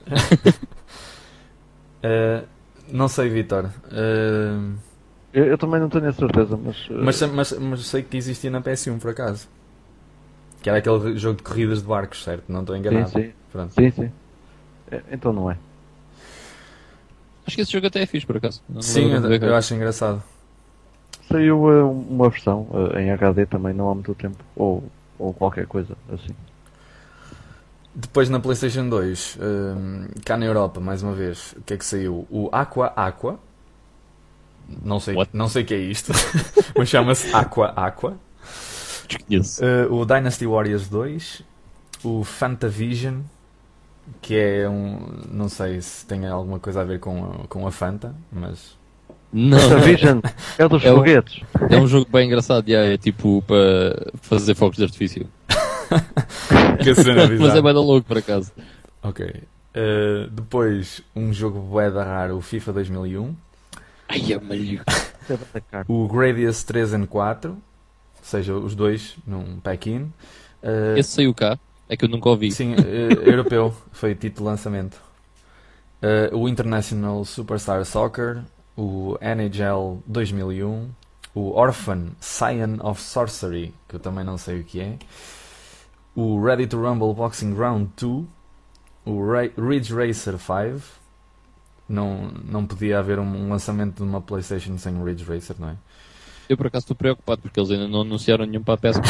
Não sei, Vitor. Eu também não tenho a certeza, Mas sei que existia na PS1 por acaso. Que era aquele jogo de corridas de barcos, certo? Não estou enganado. sim. Pronto. Sim. Então não é. Acho que esse jogo até é fixe, por acaso. Não Sim, lembro de ver, eu acho engraçado. Saiu uma versão em HD também não há muito tempo. Ou qualquer coisa assim. Depois na PlayStation 2, cá na Europa, mais uma vez, o que é que saiu? O Aqua. Não sei o que é isto, mas chama-se Aqua. Desconheço. O Dynasty Warriors 2, o Fantavision, que é não sei se tem alguma coisa a ver com a Fanta, mas Não, A Vision é dos É o- foguetes. é um jogo bem engraçado, é tipo para fazer fogos de artifício. que cena Mas bizarra. é bem da louco, por acaso. Ok. Depois, um jogo bué da raro, o FIFA 2001. Ai, é maluco. Isso é bem da cara. O Gradius 3 and 4, ou seja, os dois num pack-in. Esse saiu cá, é que eu nunca ouvi. Sim, europeu, foi título de lançamento. O International Superstar Soccer, o NHL 2001, o Orphan Scion of Sorcery, que eu também não sei o que é, o Ready to Rumble Boxing Ground 2, o Ridge Racer 5. Não podia haver um lançamento de uma PlayStation sem o Ridge Racer, não é? Eu por acaso estou preocupado porque eles ainda não anunciaram nenhum para a PS.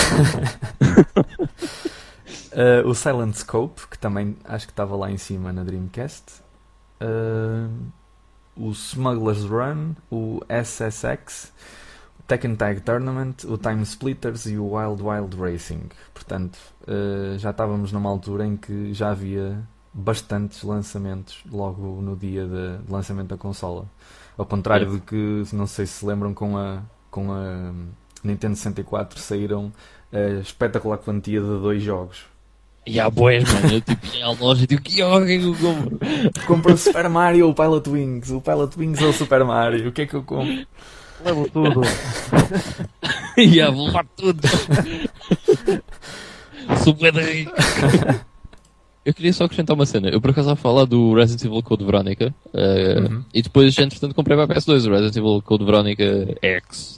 O Silent Scope, que também acho que estava lá em cima na Dreamcast. O Smuggler's Run, o SSX, o Tekken Tag Tournament, o Time Splitters e o Wild Wild Racing. Portanto, já estávamos numa altura em que já havia bastantes lançamentos logo no dia de lançamento da consola. Ao contrário do que, não sei se lembram, com a Nintendo 64 saíram a espetacular quantia de 2 jogos. E há boés, mano. Eu tipo, ia à loja e digo, que jogo é que eu compro? Compro o Super Mario ou o Pilot Wings? O Pilot Wings ou o Super Mario? O que é que eu compro? Levo tudo. Ia vou levar tudo. Sou bué de rico. Eu queria só acrescentar uma cena. Eu por acaso estava a falar do Resident Evil Code Veronica e depois, entretanto, comprei para a PS2 o Resident Evil Code Veronica X.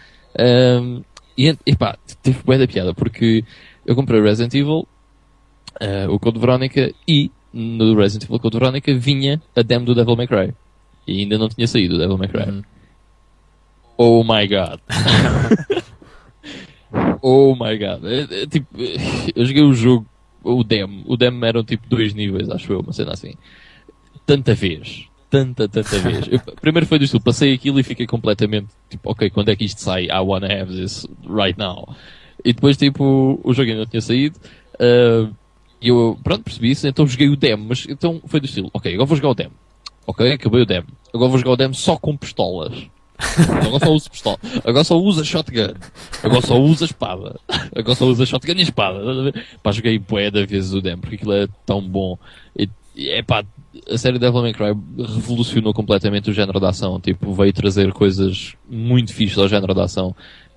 E pá, teve bué da piada porque eu comprei o Resident Evil, o Code Veronica, e no Resident Evil Code Veronica vinha a demo do Devil May Cry. E ainda não tinha saído o Devil May Cry. Oh my god. Oh my god. Tipo, eu joguei o jogo, o demo eram tipo 2 níveis, acho eu, uma cena assim. Tanta vez. Tanta vez. Primeiro foi do estilo, passei aquilo e fiquei completamente tipo, ok, quando é que isto sai? I wanna have this right now. E depois tipo, o jogo ainda não tinha saído. E eu, pronto, percebi isso, então joguei o demo, mas então foi do estilo, ok, agora vou jogar o demo. Ok, acabei o demo. Agora vou jogar o demo só com pistolas. Agora só uso pistola. Agora só usa shotgun. Agora só usa espada. Agora só usa shotgun e espada. Pá, joguei bué da vezes o demo, porque aquilo é tão bom. E pá, a série Devil May Cry revolucionou completamente o género da ação. Tipo, veio trazer coisas muito fixas ao género da ação.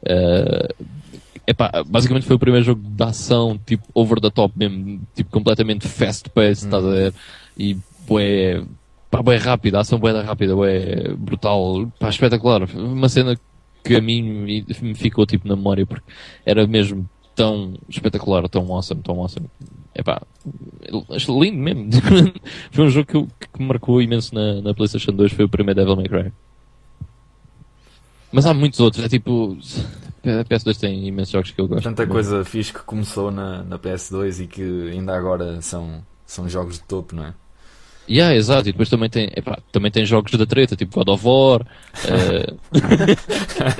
Epá, basicamente foi o primeiro jogo de ação, tipo, over the top mesmo, tipo, completamente fast-paced, estás a ver? E, bué, pá, bué rápida, a ação bué da rápida, bué brutal, pá, espetacular. Uma cena que a mim me ficou, tipo, na memória, porque era mesmo tão espetacular, tão awesome. Epá, lindo mesmo. Foi um jogo que me marcou imenso na PlayStation 2, foi o primeiro Devil May Cry. Mas há muitos outros, é tipo... A PS2 tem imensos jogos que eu gosto. Tanta coisa fixe que começou na PS2 e que ainda agora são jogos de topo, não é? Exato, e depois também tem jogos da treta, tipo God of War.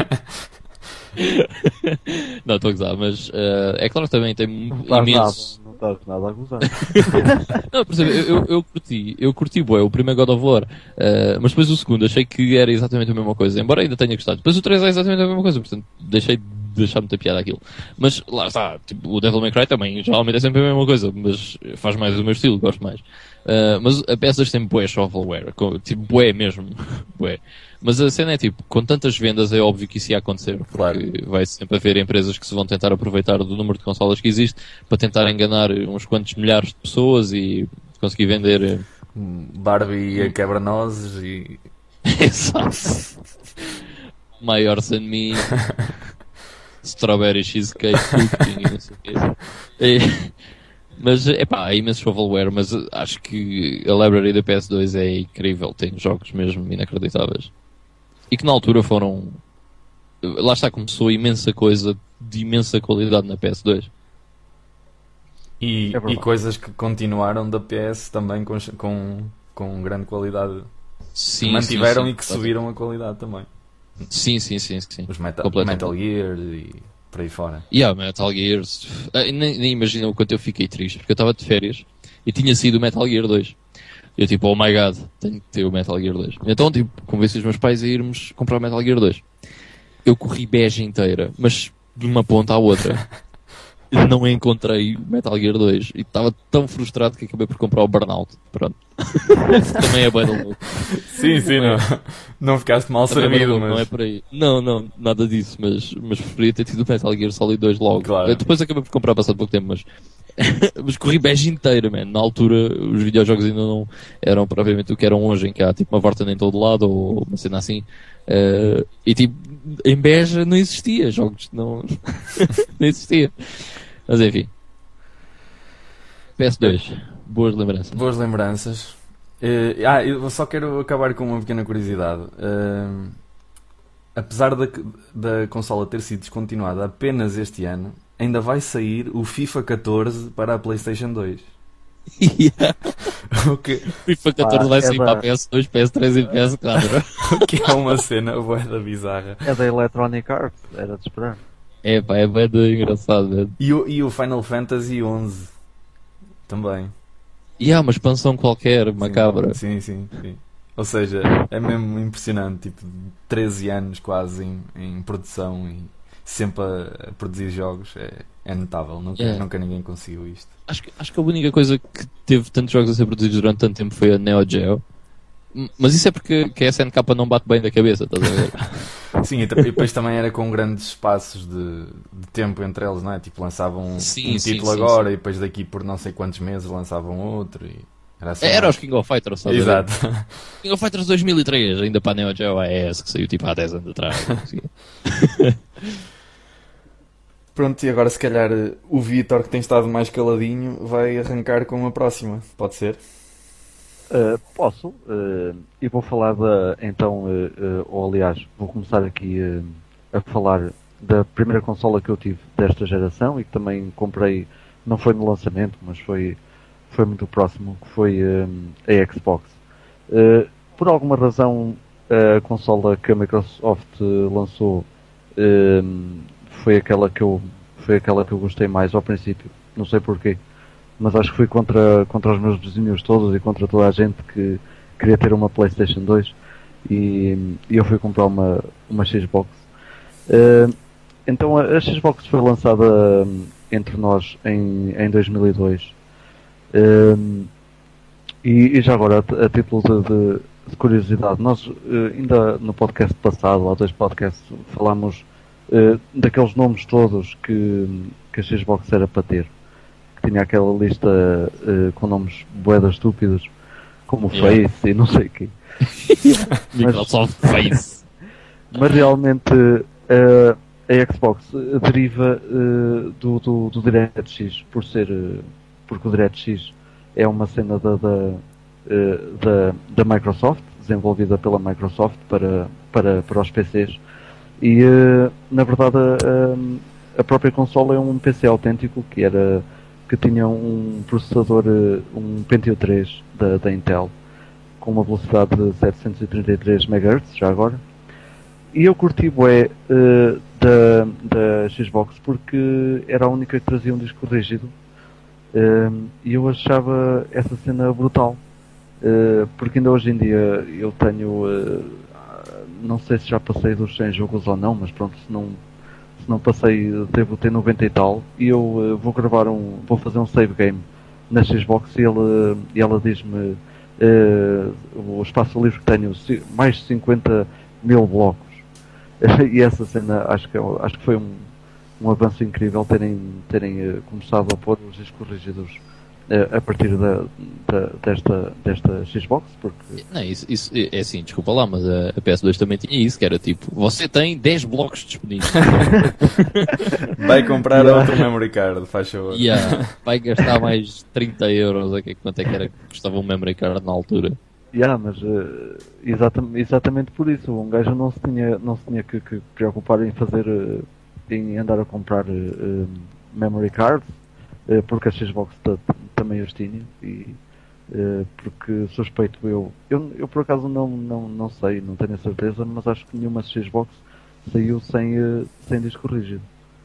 Não, estou a gozar, mas é claro que também tem imenso. Não, nada a gozar. Não, por exemplo, eu curti bué, o primeiro God of War, mas depois o segundo achei que era exatamente a mesma coisa, embora ainda tenha gostado. Depois o 3 é exatamente a mesma coisa, portanto deixei de deixar muita piada aquilo. Mas lá está, tipo, o Devil May Cry também, geralmente é sempre a mesma coisa, mas faz mais o meu estilo, gosto mais. Mas a peças tem bué shovelware, tipo bué mesmo, bué. Mas a cena é tipo, com tantas vendas é óbvio que isso ia acontecer, porque Claro. vai sempre haver empresas que se vão tentar aproveitar do número de consolas que existe para tentar enganar uns quantos milhares de pessoas e conseguir vender. Barbie a quebra-nozes e... Exato. Maior than me. Strawberry cheesecake cooking e não sei o quê. Mas, há imenso shovelware, mas acho que a library da PS2 é incrível, tem jogos mesmo inacreditáveis. E que na altura foram... Lá está, começou imensa coisa de imensa qualidade na PS2. E, É verdade. e coisas que continuaram da PS também com grande qualidade. Sim, Que mantiveram sim, e que subiram a qualidade também. Sim. Os Metal Completamente. Gear e por aí fora. Metal Gears. Nem imagina o quanto eu fiquei triste, porque eu estava de férias e tinha sido o Metal Gear 2. Eu tipo, oh my god, tenho que ter o Metal Gear 2. Então, tipo, convenci os meus pais a irmos comprar o Metal Gear 2. Eu corri Beja inteira, mas de uma ponta à outra. Não encontrei o Metal Gear 2 e estava tão frustrado que acabei por comprar o Burnout. Pronto. Também é bem da louco. Sim, não ficaste mal Também é bué da servido, louco, mas... não é por aí. Não, nada disso, mas preferia ter tido o Metal Gear Solid 2 logo. Claro. Depois acabei por comprar passado pouco tempo, mas corri Beja inteira, man. Na altura os videojogos ainda não eram propriamente o que eram hoje, em que há tipo uma Vorten em todo lado ou uma cena assim. E tipo, em Beja não existia jogos, não existia. Mas enfim. PS2, boas lembranças. Boas lembranças. Eu só quero acabar com uma pequena curiosidade. Apesar da consola ter sido descontinuada apenas este ano, ainda vai sair o FIFA 14 para a PlayStation 2. O que, FIFA 14 vai é sair para a PS2, PS3 e PS4. o que é uma cena bué da bizarra. É da Electronic Arts, era de esperar. É bem engraçado, velho. E o Final Fantasy XI também. E há uma expansão qualquer, macabra. Sim. Ou seja, é mesmo impressionante. Tipo, 13 anos quase em produção e sempre a produzir jogos. É notável. Nunca ninguém conseguiu isto. Acho que a única coisa que teve tantos jogos a ser produzidos durante tanto tempo foi a Neo Geo. Mas isso é porque a SNK não bate bem da cabeça, estás a ver? Sim, e depois também era com grandes espaços de tempo entre eles, não é? Tipo, lançavam um título agora e depois daqui por não sei quantos meses lançavam outro. E era assim, era os King of Fighters, estás a ver? Exato. King of Fighters 2003, ainda para a Neo Geo AES, que saiu tipo há 10 anos atrás. Pronto, e agora se calhar o Vitor, que tem estado mais caladinho, vai arrancar com a próxima. Pode ser? Posso. E vou falar ou aliás, vou começar aqui a falar da primeira consola que eu tive desta geração e que também comprei, não foi no lançamento, mas foi muito próximo, que foi a Xbox. Por alguma razão, a consola que a Microsoft lançou foi aquela que eu gostei mais ao princípio, não sei porquê. Mas acho que fui contra os meus vizinhos todos e contra toda a gente que queria ter uma PlayStation 2 e eu fui comprar uma Xbox. Então a Xbox foi lançada entre nós em 2002 e já agora a título de curiosidade, nós ainda no podcast passado, há 2 podcasts, falámos daqueles nomes todos que a Xbox era para ter. Tinha aquela lista com nomes buedas estúpidos, como Face e não sei o quê. Microsoft Face. Mas realmente a Xbox deriva do DirectX, porque o DirectX é uma cena da Microsoft, desenvolvida pela Microsoft para os PCs. E na verdade a própria consola é um PC autêntico que tinha um processador, um Pentium 3 da Intel, com uma velocidade de 733 MHz, já agora. E eu curti bué da Xbox porque era a única que trazia um disco rígido E eu achava essa cena brutal. Porque ainda hoje em dia eu tenho, não sei se já passei dos 100 jogos ou não, mas pronto, se não passei, devo ter 90 e tal, e eu vou fazer um save game na Xbox e ela diz-me o espaço livre que tenho, mais de 50 mil blocos. E essa cena acho que foi um avanço incrível terem começado a pôr os discos corrigidos a partir desta Xbox, porque... Não, isso é assim, desculpa lá, mas a PS2 também tinha isso, que era tipo, você tem 10 blocos disponíveis. Vai comprar outro memory card, faz favor. Vai gastar mais 30 euros, quanto é que era que custava um memory card na altura. Mas exatamente por isso, um gajo não se tinha que preocupar em em andar a comprar memory cards, porque a Xbox também os tinha, e porque suspeito eu por acaso não sei, não tenho a certeza, mas acho que nenhuma Xbox saiu sem disco rígido.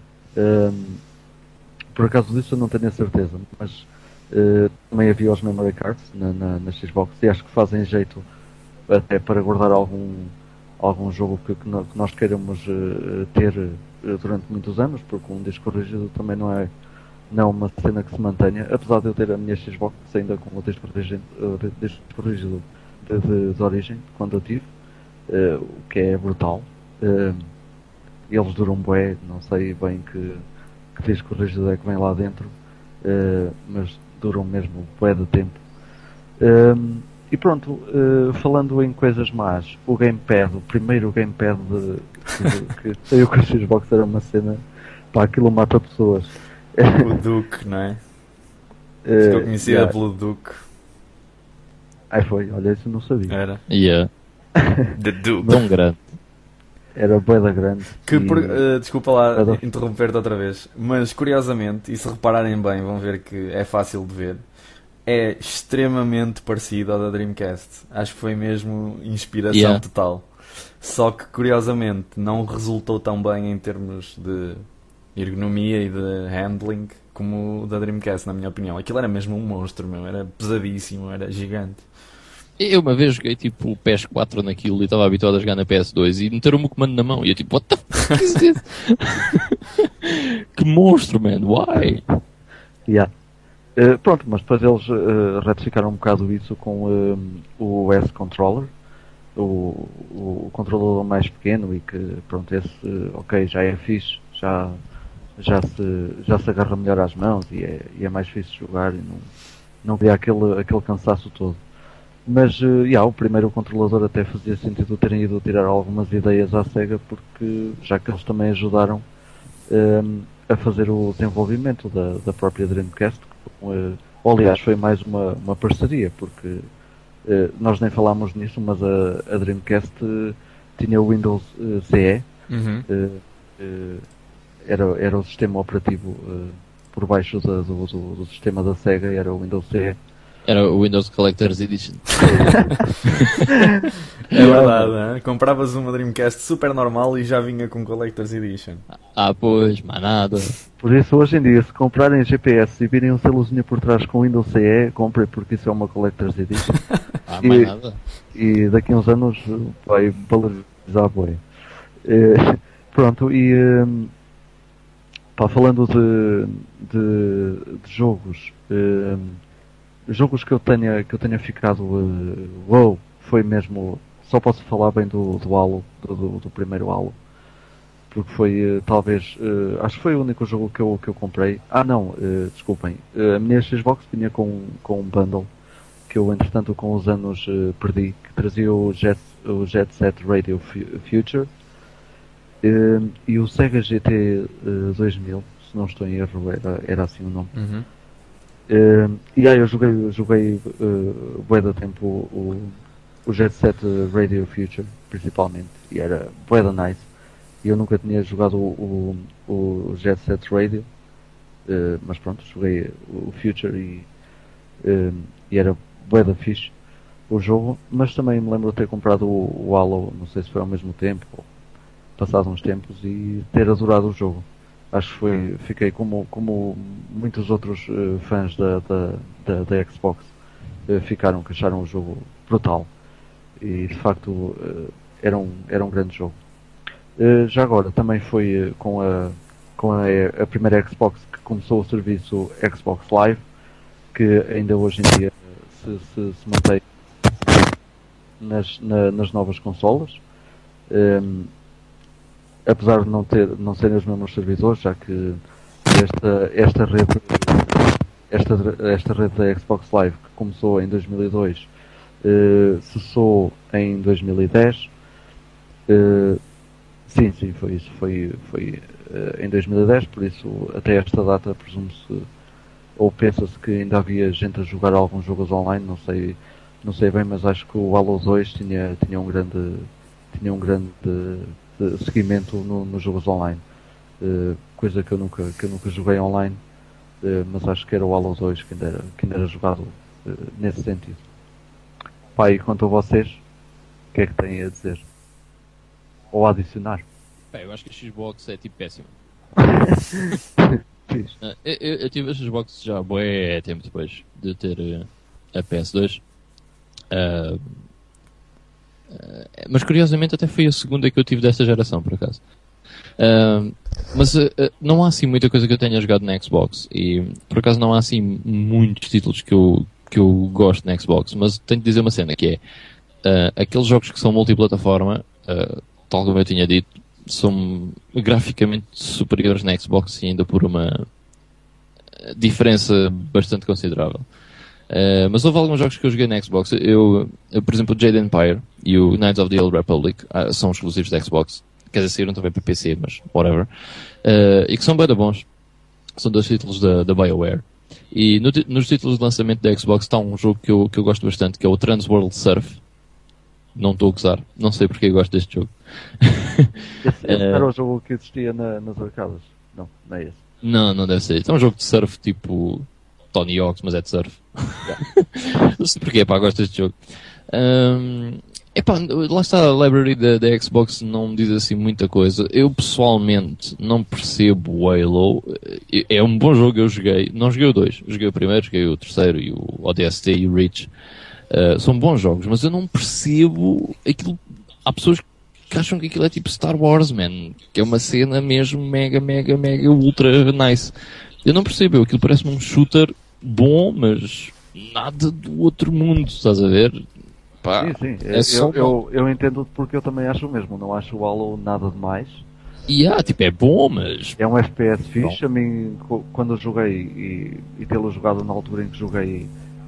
Por acaso disso eu não tenho a certeza, mas também havia os memory cards na Xbox, e acho que fazem jeito até para guardar algum jogo que nós queiramos ter durante muitos anos, porque um disco rígido também não é uma cena que se mantenha, apesar de eu ter a minha Xbox ainda com o disco rígido de origem, quando eu tive, o que é brutal. Eles duram bué, não sei bem que disco rígido é que vem lá dentro, mas duram mesmo bué de tempo. E pronto, falando em coisas más, o gamepad, o primeiro gamepad que saiu com a Xbox era uma cena, aquilo mata pessoas. O Duke, não é? Ficou conhecida pelo Duke. Foi, olha, isso eu não sabia. Era. The Duke. Tão grande. Era bué da grande. Desculpa lá interromper-te outra vez, mas curiosamente, e se repararem bem, vão ver que é fácil de ver, é extremamente parecido ao da Dreamcast. Acho que foi mesmo inspiração total. Só que curiosamente não resultou tão bem em termos de ergonomia e de handling como o da Dreamcast, na minha opinião. Aquilo era mesmo um monstro, era pesadíssimo, era gigante. Eu uma vez joguei tipo o PS4 naquilo e estava habituado a jogar na PS2 e meteram-me o comando na mão e eu tipo, what the fuck is this? Que monstro, man, why? Pronto, mas depois eles retificaram um bocado isso com o S-Controller, o controlador mais pequeno, e que pronto, esse já é fixe, já se agarra melhor às mãos e é mais fixe de jogar e não cria aquele cansaço todo. Mas o primeiro controlador até fazia sentido terem ido tirar algumas ideias à SEGA, porque já que eles também ajudaram a fazer o desenvolvimento da própria Dreamcast, aliás foi mais uma parceria, porque nós nem falámos nisso, mas a Dreamcast tinha o Windows CE. Era o sistema operativo por baixo do sistema da SEGA, era o Windows CE. Era o Windows Collector's Edition. É verdade, né? Compravas uma Dreamcast super normal e já vinha com Collector's Edition. Pois, mais nada. Por isso, hoje em dia, se comprarem GPS e virem um selozinho por trás com Windows CE, comprem, porque isso é uma Collector's Edition. Mais nada. E daqui a uns anos vai valorizar bem. Pronto, falando de jogos, jogos que eu tenha ficado foi mesmo, só posso falar bem do Halo, do primeiro Halo, porque foi talvez, acho que foi o único jogo que eu comprei. Desculpem, a minha Xbox vinha com um bundle que eu entretanto com os anos perdi, que trazia o Jet Set Radio Future e o Sega GT 2000, se não estou em erro, era assim o nome. Eu joguei bué da tempo o Jet Set Radio Future, principalmente, e era bué da nice. E eu nunca tinha jogado o Jet Set Radio, mas pronto, joguei o Future e era bué da fixe o jogo, mas também me lembro de ter comprado o Halo, não sei se foi ao mesmo tempo ou passado uns tempos, e ter adorado o jogo. Acho que fiquei como muitos outros fãs da Xbox ficaram, que acharam o jogo brutal. E de facto era um grande jogo. Já agora também foi com a primeira Xbox que começou o serviço Xbox Live, que ainda hoje em dia se mantém nas novas consolas. Apesar de não serem os mesmos servidores, já que esta rede da Xbox Live, que começou em 2002, cessou em 2010. Sim, foi isso. Foi em 2010, por isso até esta data presume-se, ou pensa-se que ainda havia gente a jogar alguns jogos online, não sei bem, mas acho que o Halo 2 tinha um grande seguimento nos jogos online. Coisa que eu nunca joguei online, mas acho que era o Halo 2 que ainda era jogado nesse sentido. Pá, e quanto a vocês, o que é que têm a dizer? Ou a adicionar? Eu acho que a Xbox é tipo péssima. Fiz. Eu tive a Xbox já bué tempo depois de ter a PS2. Mas curiosamente até foi a segunda que eu tive desta geração, por acaso. Mas não há assim muita coisa que eu tenha jogado na Xbox. E por acaso não há assim muitos títulos que eu gosto na Xbox. Mas tenho de dizer uma cena que é aqueles jogos que são multiplataforma, tal como eu tinha dito, são graficamente superiores na Xbox e ainda por uma diferença bastante considerável. Mas houve alguns jogos que eu joguei na Xbox. Eu, por exemplo, o Jade Empire e o Knights of the Old Republic são exclusivos da Xbox. Quer dizer, saíram também para PC, mas whatever. E que são bem bons. São dois títulos da BioWare. E nos títulos de lançamento da Xbox está um jogo que eu gosto bastante, que é o Transworld Surf. Não estou a gozar. Não sei porque eu gosto deste jogo. Esse era o jogo que existia nas arcadas? Não é esse. Não deve ser. É um jogo de surf tipo Tony Hawk's, mas é de surf. Não sei porquê, gosto deste jogo. Lá está, a library da Xbox não me diz assim muita coisa. Eu pessoalmente não percebo o Halo. É um bom jogo, eu joguei. Não joguei o 2, joguei o primeiro, joguei o terceiro e o ODST e o Reach. São bons jogos, mas eu não percebo aquilo. Há pessoas que acham que aquilo é tipo Star Wars, man, que é uma cena mesmo mega ultra nice. Eu não percebo, aquilo parece-me um shooter bom, mas nada do outro mundo, estás a ver? Pá, sim. É Eu entendo porque eu também acho o mesmo. Não acho o Halo nada demais. É bom, mas... É um FPS fixe. A mim, quando eu joguei e tê-lo jogado na altura em que joguei,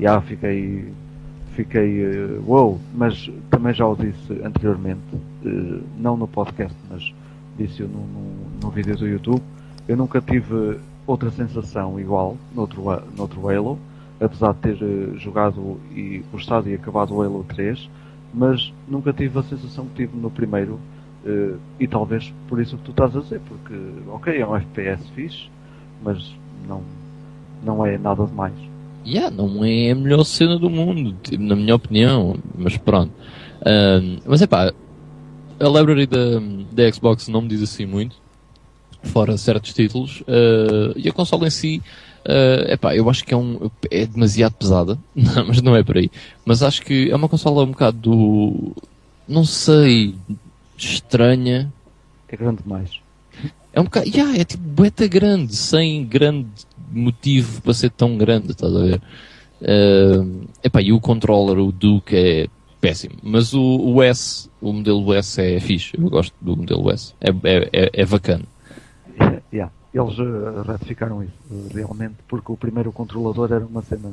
fiquei wow, mas também já o disse anteriormente, não no podcast, mas disse-o num vídeo do YouTube. Eu nunca tive outra sensação igual noutro Halo, apesar de ter jogado e gostado e acabado o Halo 3, mas nunca tive a sensação que tive no primeiro, e talvez por isso que tu estás a dizer, porque ok, é um FPS fixe, mas não é nada demais. Não é a melhor cena do mundo, na minha opinião, mas pronto. Mas a library da Xbox não me diz assim muito, fora certos títulos, e a consola em si, eu acho que é demasiado pesada, não, mas não é por aí. Mas acho que é uma consola um bocado não sei, estranha. É grande demais. É um bocado, é tipo beta grande, sem grande motivo para ser tão grande, estás a ver? E o controller, o Duke, é péssimo. Mas o S, o modelo S é fixe. Eu gosto do modelo S. É bacana. Eles ratificaram isso, realmente, porque o primeiro controlador era uma cena...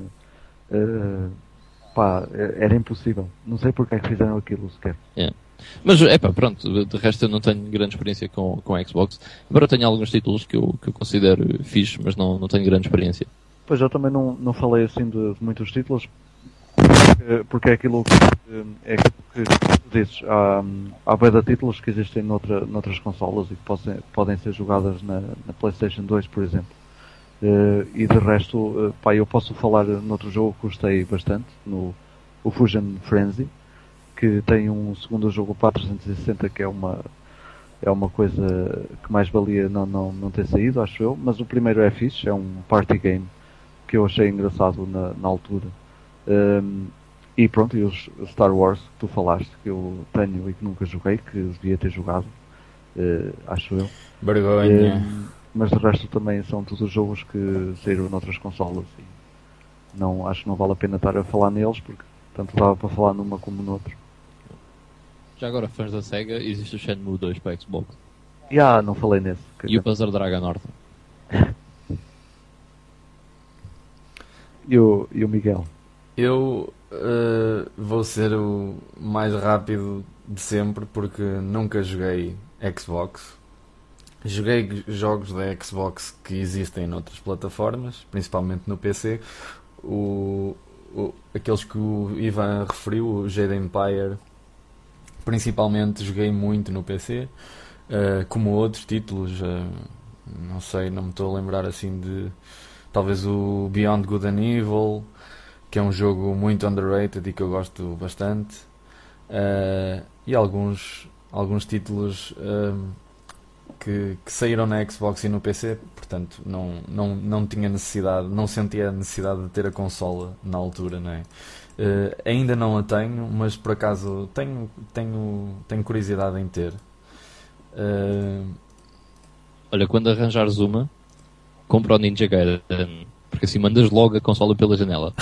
era impossível. Não sei porque é que fizeram aquilo sequer. Mas, pronto, de resto eu não tenho grande experiência com a Xbox. Embora tenha alguns títulos que eu considero fixe, mas não tenho grande experiência. Pois, eu também não falei assim de muitos títulos, porque é aquilo que tu dizes. Há bué de títulos que existem noutras consolas e que podem ser jogadas na PlayStation 2, por exemplo. E de resto, eu posso falar noutro jogo que gostei bastante, o Fusion Frenzy, que tem um segundo jogo para 360 que é uma é uma coisa que mais valia não ter saído, acho eu. Mas o primeiro é fixe, é um party game que eu achei engraçado na altura. E pronto, e os Star Wars que tu falaste, que eu tenho e que nunca joguei, que devia ter jogado, acho eu. Vergonha. Mas de resto também são todos jogos que saíram noutras consolas e não, acho que não vale a pena estar a falar neles porque tanto dava para falar numa como noutra. Já agora, fãs da SEGA, existe o Shenmue 2 para Xbox. Não falei nesse. E o Panzer Dragon Orta. E o Miguel? Eu vou ser o mais rápido de sempre porque nunca joguei Xbox. Joguei jogos da Xbox que existem noutras plataformas, principalmente no PC. Aqueles que o Ivan referiu, o Jade Empire, principalmente joguei muito no PC, como outros títulos, não sei, não me estou a lembrar assim de talvez o Beyond Good and Evil, que é um jogo muito underrated e que eu gosto bastante, e alguns títulos que saíram na Xbox e no PC, portanto não tinha necessidade, não sentia a necessidade de ter a consola na altura, não é? Ainda não a tenho, mas por acaso tenho curiosidade em ter. Olha, quando arranjares uma, compra o Ninja Gaiden, porque assim mandas logo a consola pela janela.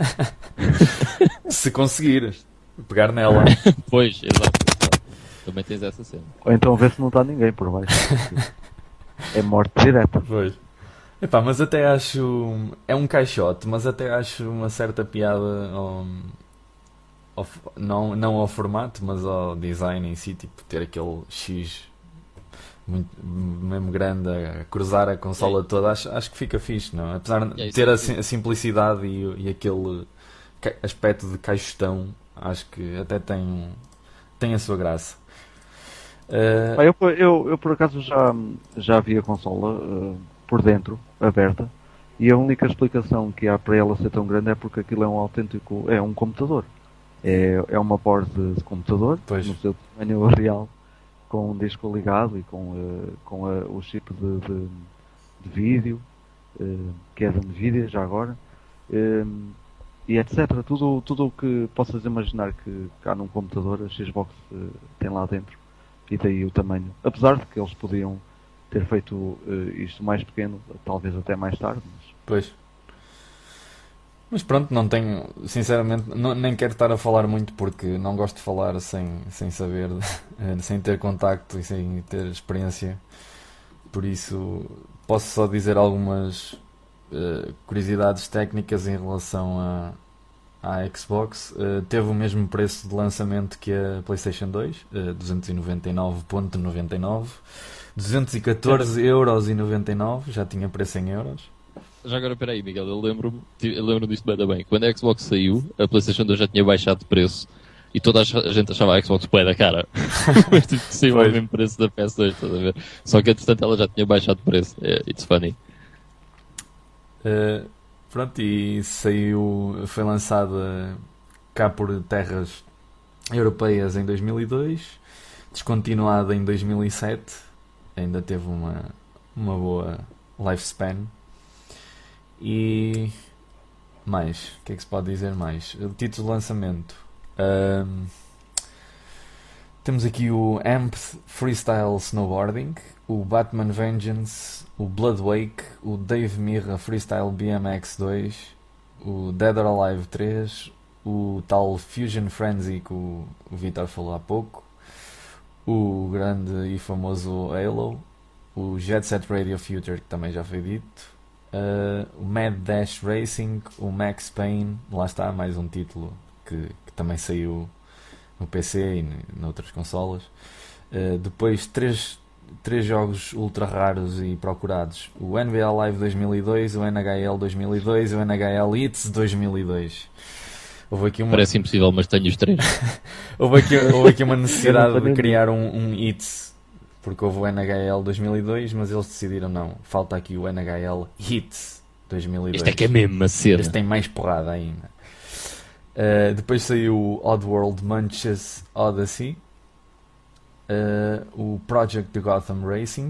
Se conseguires pegar nela. Pois, exato. Também tens essa cena. Ou então vê se não está ninguém por baixo. É morte direta. Pois. Epá, mas até acho... É um caixote, mas até acho uma certa piada não ao formato, mas ao design em si, tipo, ter aquele X muito, mesmo grande a cruzar a consola toda, acho que fica fixe, não? Apesar de ter a simplicidade e aquele aspecto de caixotão, acho que até tem a sua graça. Eu por acaso já vi a consola por dentro, aberta, e a única explicação que há para ela ser tão grande é porque aquilo é um computador. É uma board de computador, pois, no seu tamanho real, com um disco ligado e com o chip de vídeo, que é da Nvidia já agora, e etc. Tudo o que possas imaginar que há num computador, a Xbox tem lá dentro. E daí o tamanho. Apesar de que eles podiam ter feito isto mais pequeno, talvez até mais tarde. Pois. Mas pronto, não tenho, sinceramente, nem quero estar a falar muito porque não gosto de falar sem saber, sem ter contacto e sem ter experiência. Por isso, posso só dizer algumas curiosidades técnicas em relação à Xbox. Teve o mesmo preço de lançamento que a PlayStation 2, 299,99, 214,99€, já tinha preço em euros. Já agora, peraí, Miguel, eu lembro disto bem. Quando a Xbox saiu, a PlayStation 2 já tinha baixado de preço e toda a gente achava a Xbox bué da cara. Mas tipo, saiu ao mesmo preço da PS2, estás a ver? Só que, entretanto, ela já tinha baixado de preço. It's funny. Pronto, e foi lançada cá por terras europeias em 2002, descontinuada em 2007, ainda teve uma boa lifespan. E mais, o que é que se pode dizer mais? O título de lançamento, temos aqui o AMP Freestyle Snowboarding, o Batman Vengeance, o Blood Wake, o Dave Mirra Freestyle BMX 2, o Dead or Alive 3, o tal Fusion Frenzy que o Vitor falou há pouco, o grande e famoso Halo, o Jet Set Radio Future, que também já foi dito, o Mad Dash Racing, o Max Payne, lá está, mais um título que também saiu no PC e noutras consolas. Depois três jogos ultra raros e procurados: o NBA Live 2002, o NHL 2002 e o NHL Hits 2002. Parece impossível, mas tenho os três. houve aqui uma necessidade de criar um Hits, porque houve o NHL 2002, mas eles decidiram não, falta aqui o NHL Hits 2002. Este é que é mesmo a cena. Este tem mais porrada ainda. Depois saiu o Oddworld Munches Odyssey, o Project Gotham Racing,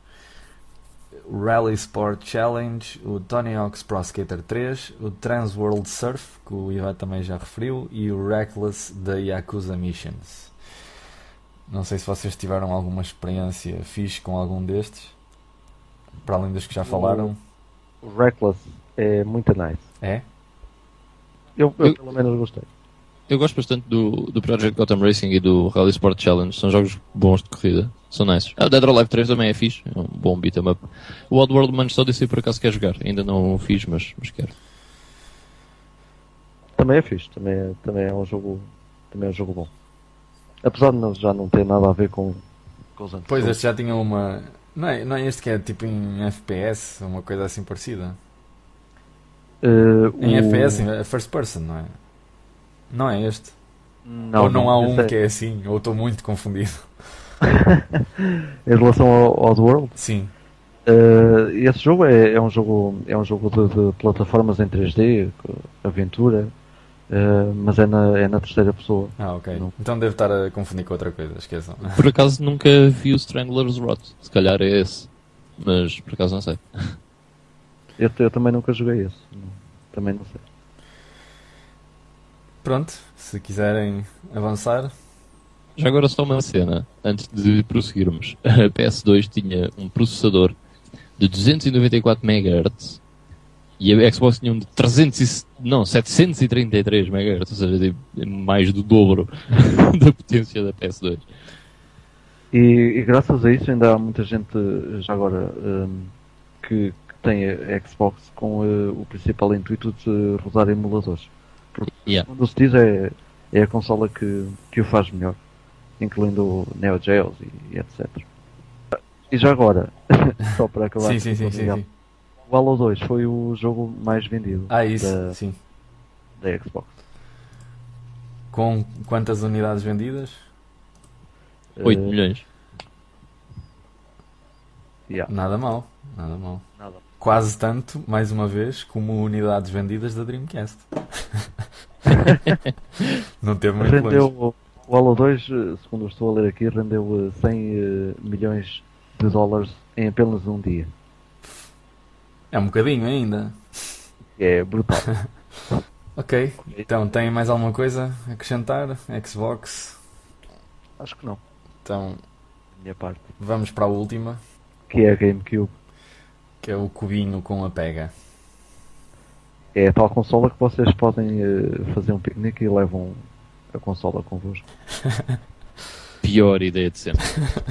o Rally Sport Challenge, o Tony Hawk's Pro Skater 3, o Trans World Surf, que o Ivan também já referiu, e o Reckless da Yakuza Missions. Não sei se vocês tiveram alguma experiência fixe com algum destes, para além dos que já falaram. O Reckless é muito nice. É? Eu pelo menos gostei. Eu gosto bastante do Project Gotham Racing e do Rally Sport Challenge. São jogos bons de corrida. São nice. O Dead or Alive 3 também é fixe. É um bom beat'em up. O Oddworld Man's Odyssey por acaso quer jogar. Ainda não o fiz, mas quero. Também é fixe. Também é um jogo bom. Apesar de já não ter nada a ver com os anteriores. Pois, este já tinha uma... Não é este que é tipo em FPS, uma coisa assim parecida? Em FPS, em first person, não é? Não é este? Não, ou não há um é... que é assim, ou estou muito confundido. Em relação ao Oddworld? Sim. Esse jogo é um jogo de plataformas em 3D, aventura, mas é na terceira pessoa. Ah, ok. Não. Então devo estar a confundir com outra coisa, esqueçam. Por acaso nunca vi o Strangler's Rot. Se calhar é esse. Mas por acaso não sei. Eu também nunca joguei esse. Também não sei. Pronto, se quiserem avançar. Já agora só uma cena, antes de prosseguirmos. A PS2 tinha um processador de 294 MHz e a Xbox tinha um de 733 MHz, ou seja, mais do dobro da potência da PS2. E graças a isso ainda há muita gente já agora que tem a Xbox com o principal intuito de rodar emuladores. Porque, segundo se diz, é a consola que o faz melhor, incluindo o Neo Geo e etc. E já agora, só para acabar, sim. o Halo 2 foi o jogo mais vendido sim. da Xbox. Com quantas unidades vendidas? 8 milhões. Yeah. Nada mal. Nada. Quase tanto, mais uma vez, como unidades vendidas da Dreamcast. Não teve muito longe. O Halo 2, segundo estou a ler aqui, rendeu 100 milhões de dólares em apenas um dia. É um bocadinho ainda. É brutal. Ok, então tem mais alguma coisa a acrescentar? Xbox? Acho que não, Então da minha parte. vamos para a última, Que é a GameCube. que é o cubinho com a pega. É a tal consola que vocês podem fazer um piquenique e levam a consola convosco. Pior ideia de sempre.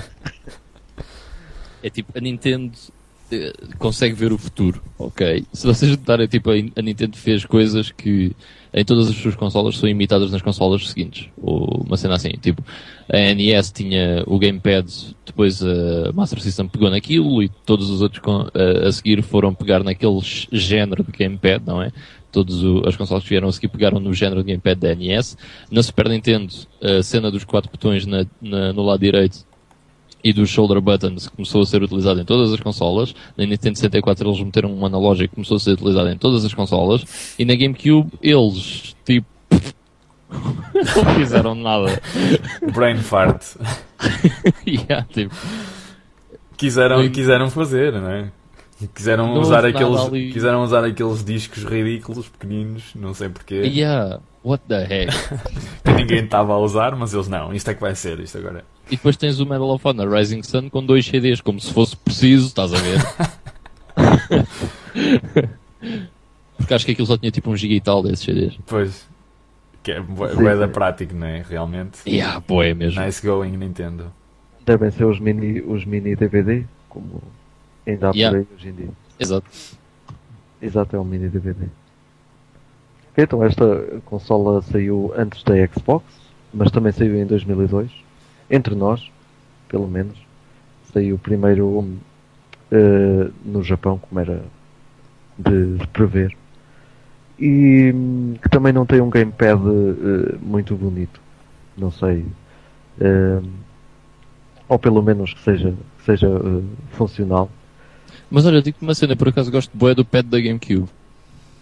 É tipo, a Nintendo consegue ver o futuro, ok? Se vocês notarem, tipo, a Nintendo fez coisas que em todas as suas consolas são imitadas nas consolas seguintes. Ou uma cena assim, tipo, a NES tinha o Gamepad, depois a Master System pegou naquilo e todos os outros a seguir foram pegar naquele género de Gamepad, não é? Todas as consolas que vieram a seguir pegaram no género de Gamepad da NES. Na Super Nintendo, a cena dos 4 botões no lado direito e dos shoulder buttons começou a ser utilizado em todas as consolas. Na Nintendo 64 eles meteram um analógico que começou a ser utilizado em todas as consolas. E na GameCube eles, tipo, não fizeram nada. Brain fart. Yeah, tipo, Quiseram fazer, não é? Quiseram Não usar houve nada ali. quiseram usar aqueles discos ridículos, pequeninos, não sei porquê. yeah, what the heck? Que ninguém estava a usar, mas eles não, isto é que vai ser, isto agora. E depois tens o Medal of Honor Rising Sun com 2 CDs, como se fosse preciso, estás a ver? Porque acho que aquilo só tinha tipo 1 GB e tal desses CDs. Pois, que é bué Sim. da prático, não é? Realmente. Yeah, pô, é mesmo. Nice going, Nintendo. Devem ser os mini DVD, como ainda há Yeah. por aí hoje em dia. Exato. Exato, é um mini DVD. Ok, então esta consola saiu antes da Xbox, mas também saiu em 2002. Entre nós, pelo menos. Saiu primeiro no Japão, como era de prever. E que também não tem um gamepad muito bonito. Não sei. Ou pelo menos que seja funcional. Mas olha, digo-te uma cena, por acaso gosto bué do pad da GameCube.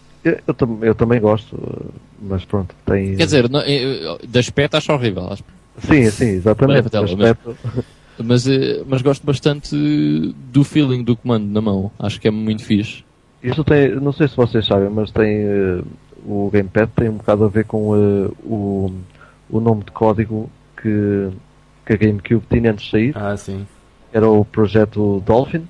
Eu também gosto, mas pronto, tem... Quer dizer, de aspecto acho horrível. Sim, exatamente. Bem, mas gosto bastante do feeling do comando na mão. Acho que é muito fixe. Isto tem, não sei se vocês sabem, mas tem o Gamepad tem um bocado a ver com o nome de código que a GameCube tinha antes de sair. Ah, sim. Era o projeto Dolphin.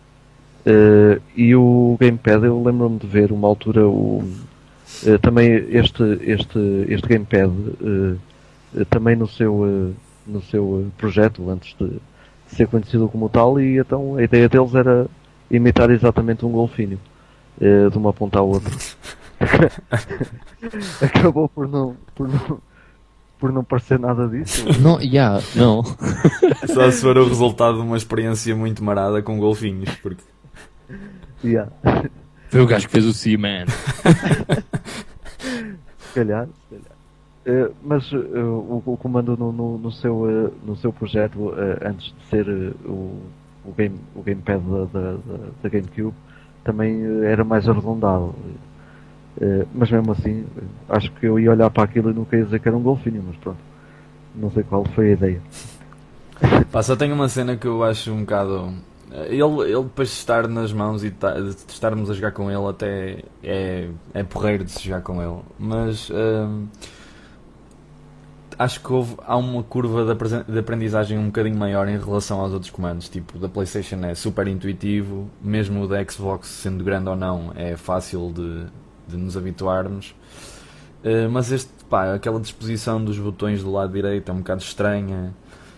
E o Gamepad, eu lembro-me de ver uma altura também este Gamepad também no seu projeto antes de ser conhecido como tal, e então a ideia deles era imitar exatamente um golfinho de uma ponta à outra. Acabou por não parecer nada disso. Não. Só se for o resultado de uma experiência muito marada com golfinhos, porque... Yeah. Foi o gajo que fez o Seaman. Se calhar. Mas o comando no seu projeto, antes de ser o Gamepad da GameCube, também era mais arredondado. Mas mesmo assim, acho que eu ia olhar para aquilo e nunca ia dizer que era um golfinho, mas pronto. Não sei qual foi a ideia. Pá, só tem uma cena que eu acho um bocado... Ele depois de estar nas mãos e de estarmos a jogar com ele, até é porreiro de se jogar com ele. Mas acho que há uma curva de aprendizagem um bocadinho maior em relação aos outros comandos. Tipo, da PlayStation é super intuitivo, mesmo o da Xbox, sendo grande ou não, é fácil de nos habituarmos. Mas aquela disposição dos botões do lado direito é um bocado estranha.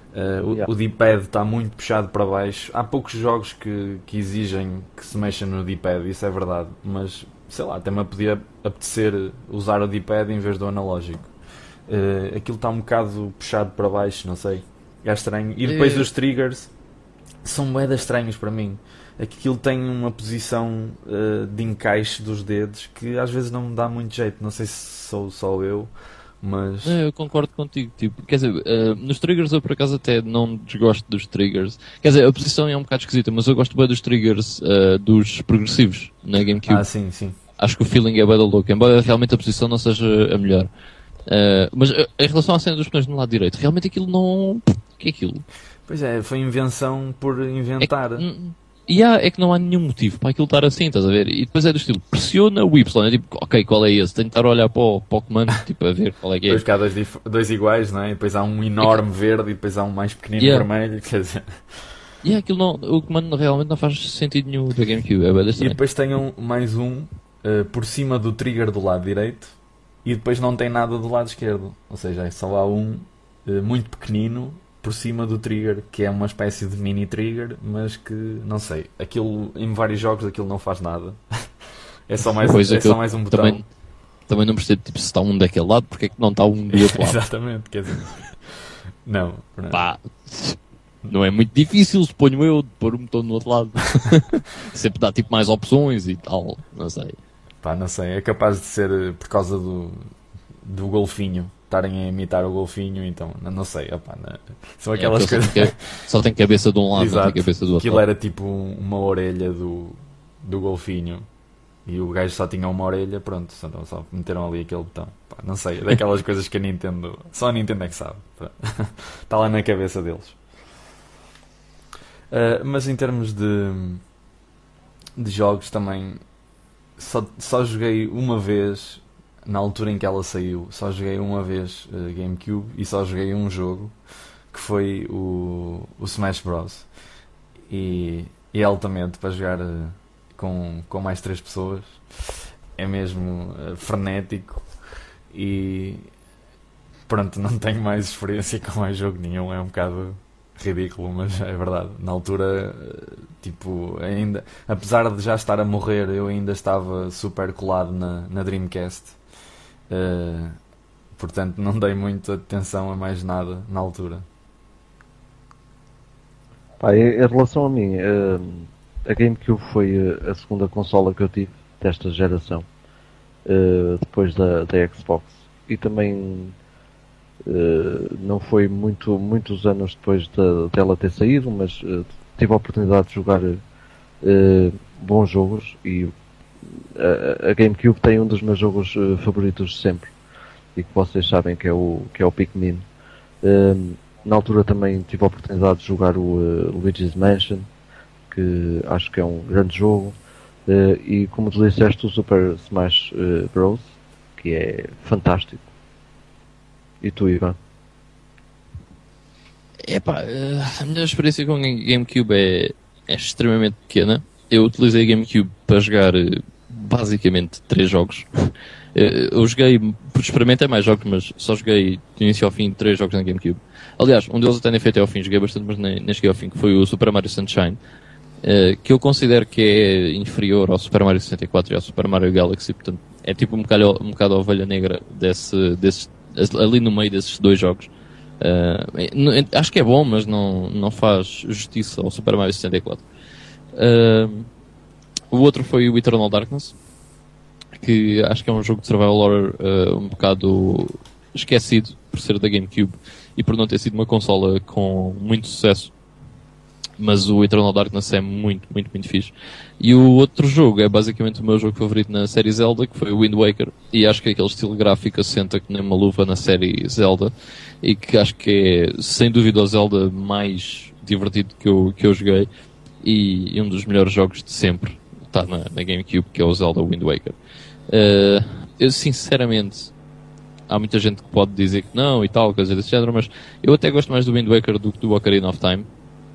O D-pad está muito puxado para baixo. Há poucos jogos que exigem que se mexa no D-pad, isso é verdade, mas sei lá, até me podia apetecer usar o D-pad em vez do analógico. Aquilo está um bocado puxado para baixo, não sei, é estranho. E depois os triggers são moedas estranhas para mim. Aquilo tem uma posição de encaixe dos dedos que às vezes não me dá muito jeito. Não sei se sou só eu, mas... Eu concordo contigo, tipo, quer dizer, nos triggers eu por acaso até não desgosto dos triggers. Quer dizer, a posição é um bocado esquisita, mas eu gosto bem dos triggers dos progressivos na GameCube. Ah, sim. Acho que o feeling é bem da louca, embora realmente a posição não seja a melhor. Mas em relação à cena dos botões no lado direito, realmente aquilo não... O que é aquilo? Pois é, foi invenção por inventar. É que não há nenhum motivo para aquilo estar assim, estás a ver? E depois é do estilo, pressiona o Y, é tipo, ok, qual é esse? Tenho que estar a olhar para o comando, tipo, a ver qual é que é. Depois cá dois iguais, não é? E depois há um enorme verde e depois há um mais pequenino vermelho, quer dizer... aquilo não, o comando realmente não faz sentido nenhum da GameCube, é bem estranho. E depois tem mais um por cima do trigger do lado direito e depois não tem nada do lado esquerdo. Ou seja, só há um muito pequenino por cima do trigger, que é uma espécie de mini trigger, mas que, não sei, aquilo, em vários jogos aquilo não faz nada. É só mais um botão. Também não percebo, tipo, se está um daquele lado, porque é que não está um do outro lado? Exatamente, quer dizer... Não. Pá, não é muito difícil, suponho eu, de pôr um botão no outro lado. Sempre dá, tipo, mais opções e tal, não sei. Pá, não sei, é capaz de ser por causa do golfinho. Estarem a imitar o golfinho, então não sei, são aquelas coisas só tem cabeça de um lado. Exato. Não tem cabeça do outro. Aquilo era tipo uma orelha do golfinho e o gajo só tinha uma orelha, pronto, então só meteram ali aquele botão. Pá, não sei, é daquelas coisas que a Nintendo, só a Nintendo é que sabe. Está lá na cabeça deles. Mas em termos de jogos também só joguei uma vez. Na altura em que ela saiu, só joguei uma vez GameCube e só joguei um jogo, que foi o Smash Bros. E é altamente para jogar com mais 3 pessoas. É mesmo frenético e pronto, não tenho mais experiência com mais jogo nenhum, é um bocado ridículo, mas é verdade. Na altura, tipo, ainda, apesar de já estar a morrer, eu ainda estava super colado na Dreamcast. Portanto não dei muita atenção a mais nada na altura. Em relação a mim, a GameCube foi a segunda consola que eu tive desta geração, depois da Xbox, e também não foi muitos anos depois dela ter saído, mas tive a oportunidade de jogar bons jogos, e a GameCube tem um dos meus jogos favoritos de sempre, e que vocês sabem que é o Pikmin. Na altura também tive a oportunidade de jogar o Luigi's Mansion, que acho que é um grande jogo. E como tu disseste, o Super Smash Bros, que é fantástico. E tu, Ivan? Epá, a minha experiência com GameCube é extremamente pequena. Eu utilizei GameCube para jogar basicamente 3 jogos. Eu joguei, experimentei mais jogos, mas só joguei de início ao fim 3 jogos na GameCube. Aliás, um deles até nem foi até ao fim, joguei bastante, mas nem cheguei ao fim, que foi o Super Mario Sunshine, que eu considero que é inferior ao Super Mario 64 e ao Super Mario Galaxy, portanto é tipo um bocado a ovelha negra ali no meio desses 2 jogos. Acho que é bom, mas não faz justiça ao Super Mario 64. O outro foi o Eternal Darkness, que acho que é um jogo de survival horror um bocado esquecido por ser da GameCube e por não ter sido uma consola com muito sucesso, mas o Eternal Darkness é muito, muito, muito fixe. E o outro jogo é basicamente o meu jogo favorito na série Zelda, que foi o Wind Waker, e acho que é aquele estilo gráfico assenta que nem uma luva na série Zelda, e que acho que é sem dúvida o Zelda mais divertido que eu joguei, e um dos melhores jogos de sempre está na GameCube, que é o Zelda Wind Waker. Eu sinceramente, há muita gente que pode dizer que não e tal, coisa desse género, mas eu até gosto mais do Wind Waker do que do Ocarina of Time.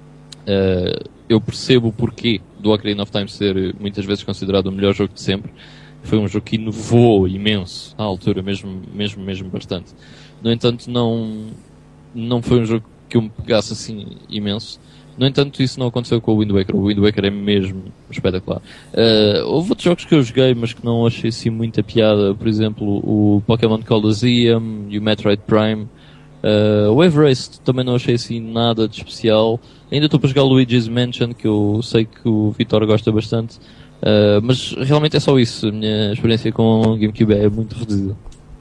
Eu percebo o porquê do Ocarina of Time ser muitas vezes considerado o melhor jogo de sempre. Foi um jogo que inovou imenso à altura, mesmo bastante. No entanto, não foi um jogo que eu me pegasse assim imenso. No entanto, isso não aconteceu com o Wind Waker. O Wind Waker é mesmo espetacular. Houve outros jogos que eu joguei, mas que não achei assim muita piada. Por exemplo, o Pokémon Colosseum e o Metroid Prime. O Wave Race também não achei assim nada de especial. Ainda estou para jogar o Luigi's Mansion, que eu sei que o Vitor gosta bastante. Mas realmente é só isso. A minha experiência com o GameCube é muito reduzida.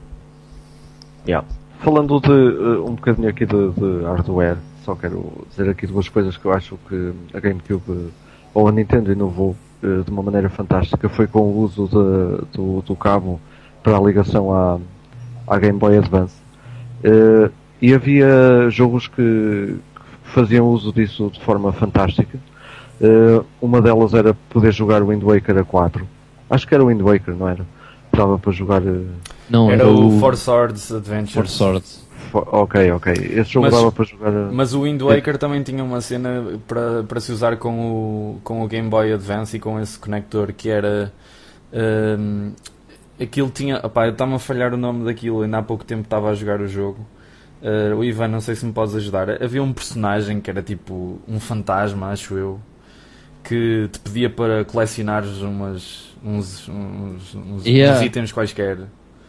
Yeah. Falando de um bocadinho aqui de hardware, só quero dizer aqui 2 coisas que eu acho que a GameCube ou a Nintendo inovou de uma maneira fantástica. Foi com o uso do cabo para a ligação à Game Boy Advance. E havia jogos que faziam uso disso de forma fantástica. Uma delas era poder jogar o Wind Waker a 4. Acho que era o Wind Waker, não era? Dava para jogar... Não, era o Four Swords Adventure. Four Swords. Ok. Esse jogo dava para jogar... Mas o Wind Waker também tinha uma cena para se usar com o Game Boy Advance e com esse conector, que era... aquilo tinha... Opá, eu estava a falhar o nome daquilo, ainda há pouco tempo estava a jogar o jogo. O Ivan, não sei se me podes ajudar. Havia um personagem que era tipo um fantasma, acho eu, que te pedia para colecionares uns itens quaisquer.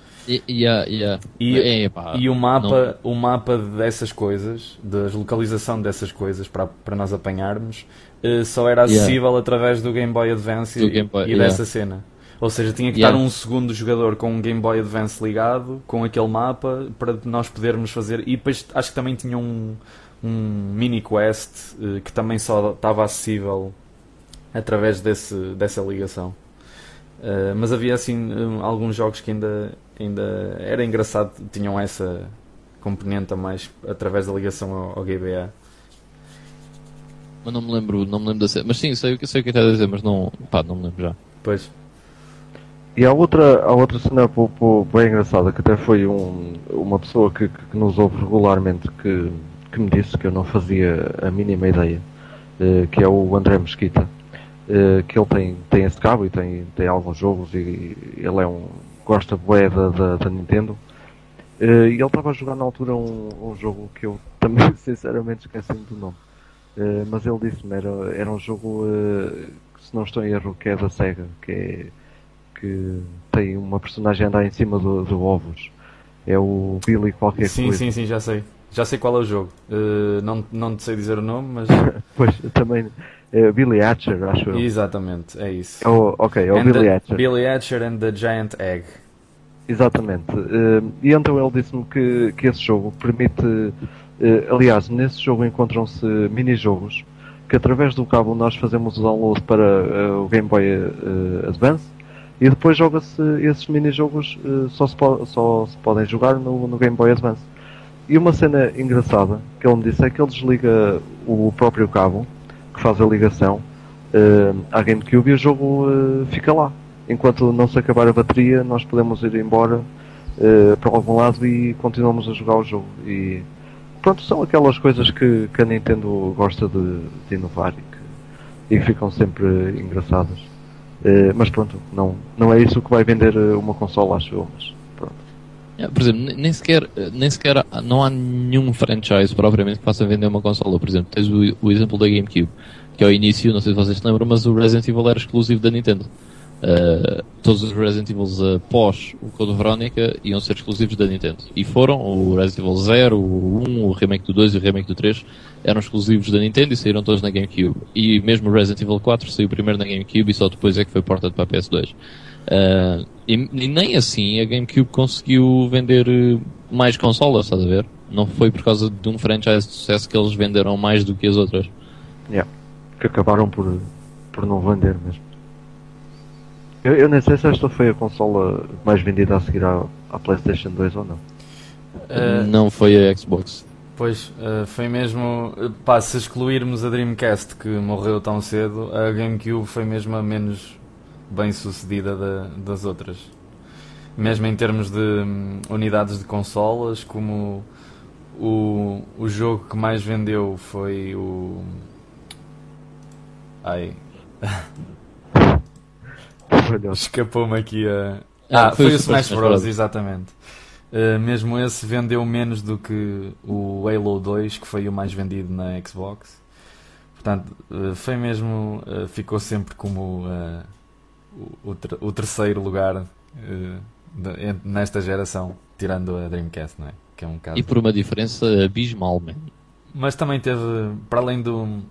E o mapa dessas coisas, da localização dessas coisas para nós apanharmos, só era acessível através do Game Boy Advance e dessa cena. Ou seja, tinha que estar um segundo jogador com um Game Boy Advance ligado, com aquele mapa, para nós podermos fazer. E depois acho que também tinha um mini quest que também só estava acessível através dessa ligação. Mas havia assim alguns jogos que ainda era engraçado, tinham essa componente a mais através da ligação ao GBA. Mas não me lembro da cena. Mas sim, sei o que está a dizer, mas não me lembro já. Pois. E há outra cena bem engraçada, que até foi uma pessoa que nos ouve regularmente que me disse, que eu não fazia a mínima ideia, que é o André Mesquita, que ele tem esse cabo e tem alguns jogos, e ele gosta bué da Nintendo, e ele estava a jogar na altura um jogo que eu também sinceramente esqueci-me do nome, mas ele disse-me, era um jogo, se não estou em erro, que é da Sega, que tem uma personagem a andar em cima do ovos. É o Billy qualquer coisa. Sim, já sei. Já sei qual é o jogo. Não te sei dizer o nome, mas... Pois, também... É Billy Hatcher, acho eu. Exatamente, é isso. Ok, é o Billy Hatcher. Billy Hatcher and the Giant Egg. Exatamente. E então ele disse-me que esse jogo permite... aliás, nesse jogo encontram-se mini-jogos que através do cabo nós fazemos o download para o Game Boy Advance. E depois joga-se esses mini-jogos, só se podem jogar no Game Boy Advance. E uma cena engraçada que ele me disse é que ele desliga o próprio cabo que faz a ligação à GameCube e o jogo fica lá. Enquanto não se acabar a bateria, nós podemos ir embora para algum lado e continuamos a jogar o jogo. E pronto, são aquelas coisas que a Nintendo gosta de inovar e que ficam sempre engraçadas. Mas pronto, não é isso que vai vender uma consola, acho eu. Mas pronto. Por exemplo, nem sequer não há nenhum franchise propriamente que faça vender uma consola. Por exemplo, tens o exemplo da GameCube, que ao início, não sei se vocês se lembram, mas o Resident Evil era exclusivo da Nintendo. Todos os Resident Evil após o Code Veronica iam ser exclusivos da Nintendo. E foram, o Resident Evil 0, o 1, o remake do 2 e o remake do 3 eram exclusivos da Nintendo e saíram todos na GameCube. E mesmo o Resident Evil 4 saiu primeiro na GameCube e só depois é que foi portado para a PS2. E nem assim a GameCube conseguiu vender mais consolas, estás a ver? Não foi por causa de um franchise de sucesso que eles venderam mais do que as outras. Que acabaram por não vender mesmo. Eu nem sei se esta foi a consola mais vendida a seguir à PlayStation 2 ou não. Não foi a Xbox. Pois, foi mesmo... se excluirmos a Dreamcast, que morreu tão cedo, a GameCube foi mesmo a menos bem sucedida das outras. Mesmo em termos de unidades de consolas, como o jogo que mais vendeu foi o... Escapou-me aqui a... foi o Smash Bros, exatamente. Mesmo esse vendeu menos do que o Halo 2, que foi o mais vendido na Xbox. Portanto, foi mesmo... ficou sempre como o terceiro lugar nesta geração, tirando a Dreamcast, não é? Que é um caso. E por uma diferença abismal, man. Mas também teve, para além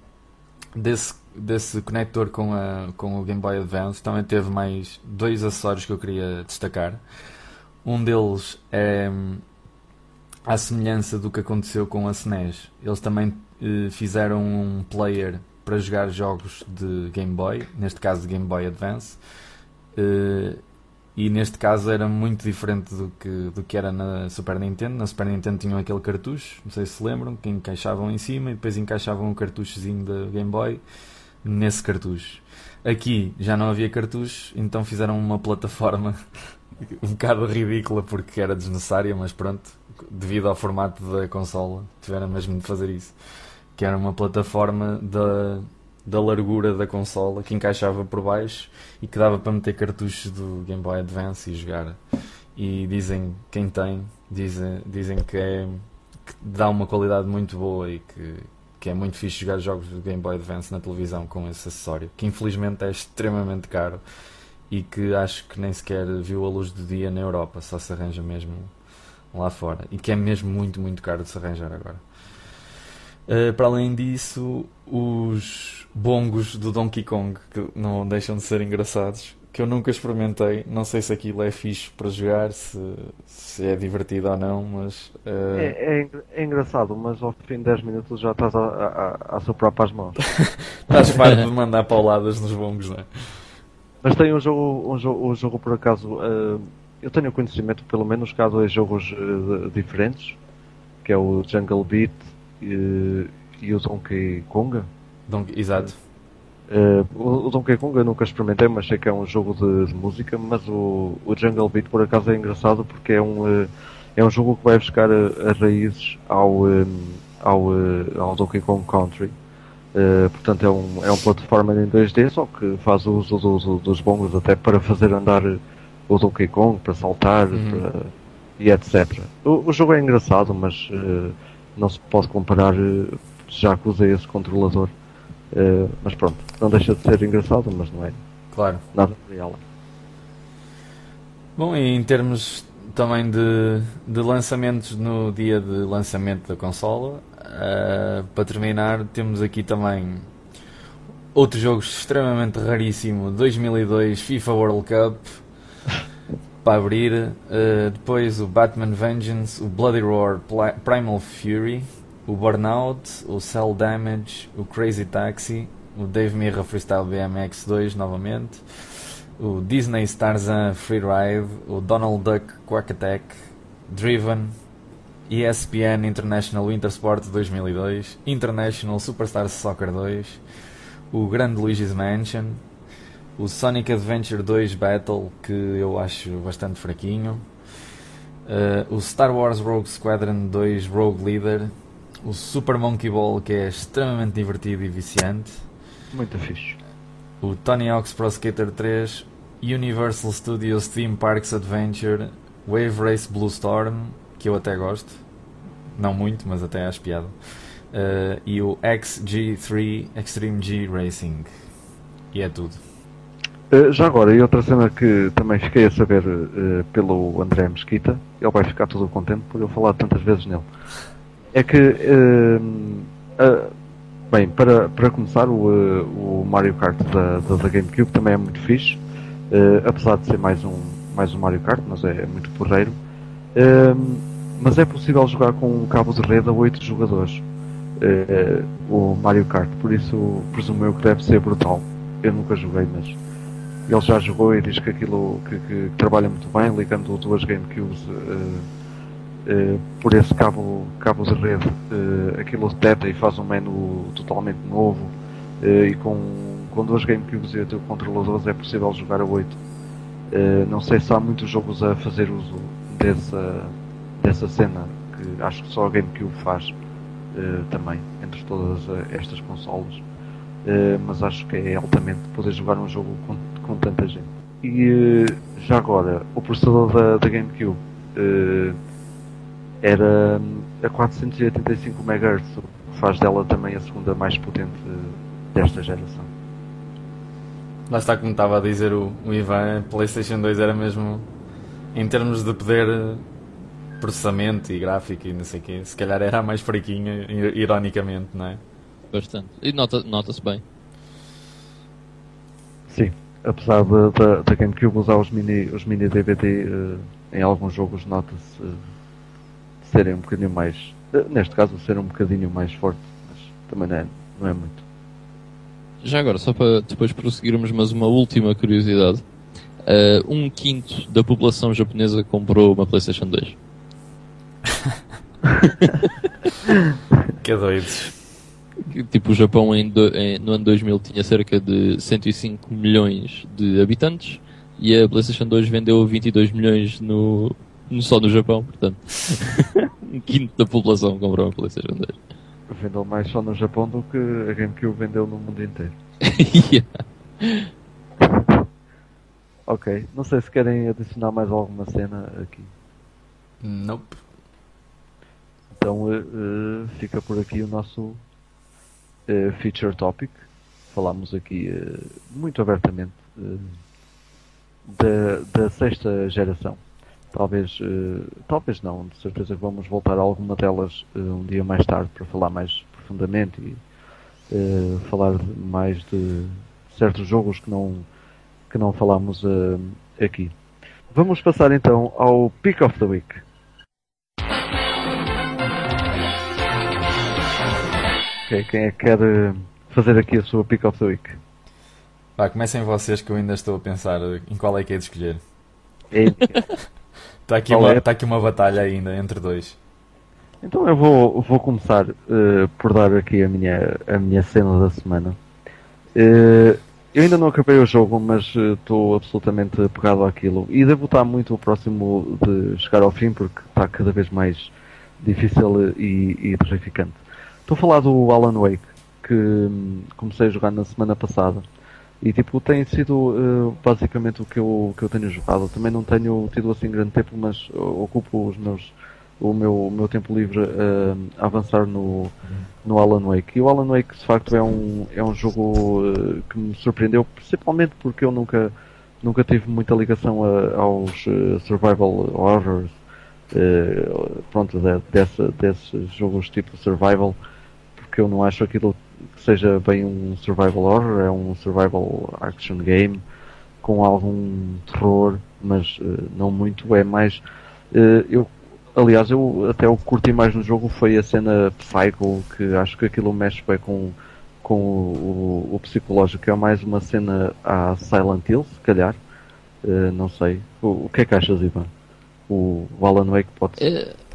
desse conector com o Game Boy Advance, também teve mais dois acessórios que eu queria destacar. Um deles é à semelhança do que aconteceu com a SNES. Eles também fizeram um player para jogar jogos de Game Boy, neste caso de Game Boy Advance, e neste caso era muito diferente do que era na Super Nintendo. Na Super Nintendo tinham aquele cartucho, não sei se lembram, que encaixavam em cima e depois encaixavam o cartuchozinho da Game Boy nesse cartucho. Aqui já não havia cartucho, então fizeram uma plataforma um bocado ridícula porque era desnecessária, mas pronto, devido ao formato da consola tiveram mesmo de fazer isso, que era uma plataforma da largura da consola que encaixava por baixo e que dava para meter cartuchos do Game Boy Advance e jogar. E dizem, quem tem, dizem que dá uma qualidade muito boa e que é muito fixe jogar jogos do Game Boy Advance na televisão com esse acessório, que infelizmente é extremamente caro e que acho que nem sequer viu a luz do dia na Europa, só se arranja mesmo lá fora, e que é mesmo muito, muito caro de se arranjar agora. Para além disso, os bongos do Donkey Kong, que não deixam de ser engraçados, que eu nunca experimentei, não sei se aquilo é fixe para jogar, se é divertido ou não, mas... É engraçado, mas ao fim de 10 minutos já estás a soprar para as mãos. Estás farto de mandar pauladas nos bongos, não é? Mas tem um jogo por acaso, eu tenho conhecimento, pelo menos, que há dois jogos diferentes, que é o Jungle Beat e o Donkey Kong. Exato. O Donkey Kong eu nunca experimentei, mas sei que é um jogo de música, mas o Jungle Beat por acaso é engraçado porque é um jogo que vai buscar as raízes ao Donkey Kong Country. Portanto é um plataforma em 2D, só que faz o uso dos bongos até para fazer andar o Donkey Kong, para saltar e etc. O jogo é engraçado, mas não se pode comparar, já que usei esse controlador. Mas pronto, não deixa de ser engraçado, mas não é claro, nada real. Bom, e em termos também de lançamentos no dia de lançamento da consola, para terminar, temos aqui também outro jogo extremamente raríssimo, 2002 FIFA World Cup, para abrir. Depois o Batman Vengeance, o Bloody Roar Primal Fury, o Burnout, o Cell Damage, o Crazy Taxi, o Dave Mirra Freestyle BMX 2 novamente, o Disney Tarzan Free Ride, o Donald Duck Quack Attack, Driven, ESPN International Winter Sport 2002, International Superstar Soccer 2, o Grand Luigi's Mansion, o Sonic Adventure 2 Battle, que eu acho bastante fraquinho, o Star Wars Rogue Squadron 2 Rogue Leader, o Super Monkey Ball, que é extremamente divertido e viciante, Muito fixe. o Tony Hawk's Pro Skater 3, Universal Studios Theme Parks Adventure, Wave Race Blue Storm, que eu até gosto, não muito, mas até acho piada, e o XG3 Extreme G Racing, e é tudo. Já agora, e outra cena que também fiquei a saber pelo André Mesquita, ele vai ficar todo contente por eu falar tantas vezes nele, é que, bem, para começar, o Mario Kart da GameCube também é muito fixe, apesar de ser mais um Mario Kart, mas é muito porreiro. Mas é possível jogar com um cabo de rede a 8 jogadores, o Mario Kart, por isso presumo eu que deve ser brutal. Eu nunca joguei, mas ele já jogou e diz que aquilo que trabalha muito bem, ligando duas GameCubes por esse cabo de rede, aquilo detecta e faz um menu totalmente novo, e com duas GameCubes e 8 controladores é possível jogar a 8. Não sei se há muitos jogos a fazer uso dessa cena, que acho que só a GameCube faz também, entre todas estas consolas, mas acho que é altamente poder jogar um jogo com tanta gente. E já agora, o processador da GameCube era a 485 MHz, o que faz dela também a segunda mais potente desta geração. Lá está, como estava a dizer o Ivan, a PlayStation 2 era mesmo, em termos de poder, processamento e gráfico e não sei o quê, se calhar era a mais fraquinha, ironicamente, não é? Bastante. E nota-se bem. Sim, apesar da GameCube usar os mini DVD, em alguns jogos nota-se serem um bocadinho mais, neste caso serem um bocadinho mais fortes, mas também não é muito. Já agora, só para depois prosseguirmos, mas uma última curiosidade. 1/5 da população japonesa comprou uma PlayStation 2. Que doidos. Tipo, o Japão no ano 2000 tinha cerca de 105 milhões de habitantes e a PlayStation 2 vendeu 22 milhões só no Japão, portanto 1/5 da população comprou uma PlayStation 2. Vendeu mais só no Japão do que a GameCube vendeu no mundo inteiro. Yeah. Ok, não sei se querem adicionar mais alguma cena aqui. Nope. Então fica por aqui o nosso feature topic. Falámos aqui muito abertamente da sexta geração. Talvez não, de certeza que vamos voltar a alguma delas um dia mais tarde para falar mais profundamente e falar mais de certos jogos que não falámos aqui. Vamos passar então ao Pick of the Week. Okay, quem é que quer fazer aqui a sua Pick of the Week? Comecem vocês, que eu ainda estou a pensar em qual é que é de escolher. Está aqui uma batalha ainda entre dois. Então eu vou começar por dar aqui a minha cena da semana. Eu ainda não acabei o jogo, mas estou absolutamente apegado àquilo e devo estar muito próximo de chegar ao fim porque está cada vez mais difícil e terrificante. Estou a falar do Alan Wake, que comecei a jogar na semana passada. E tipo, tem sido basicamente o que eu tenho jogado. Também não tenho tido assim grande tempo, mas ocupo o meu tempo livre a avançar no Alan Wake. E o Alan Wake de facto é um jogo que me surpreendeu, principalmente porque eu nunca tive muita ligação aos survival horrors, pronto, desses jogos tipo survival, porque eu não acho aquilo que seja bem um survival horror. É um survival action game com algum terror, mas não muito. É mais aliás, eu até o que curti mais no jogo foi a cena Psycho, que acho que aquilo mexe bem com o psicológico. É mais uma cena à Silent Hill, se calhar. Não sei. O que é que achas, Ivan? O Alan Wake pode ser?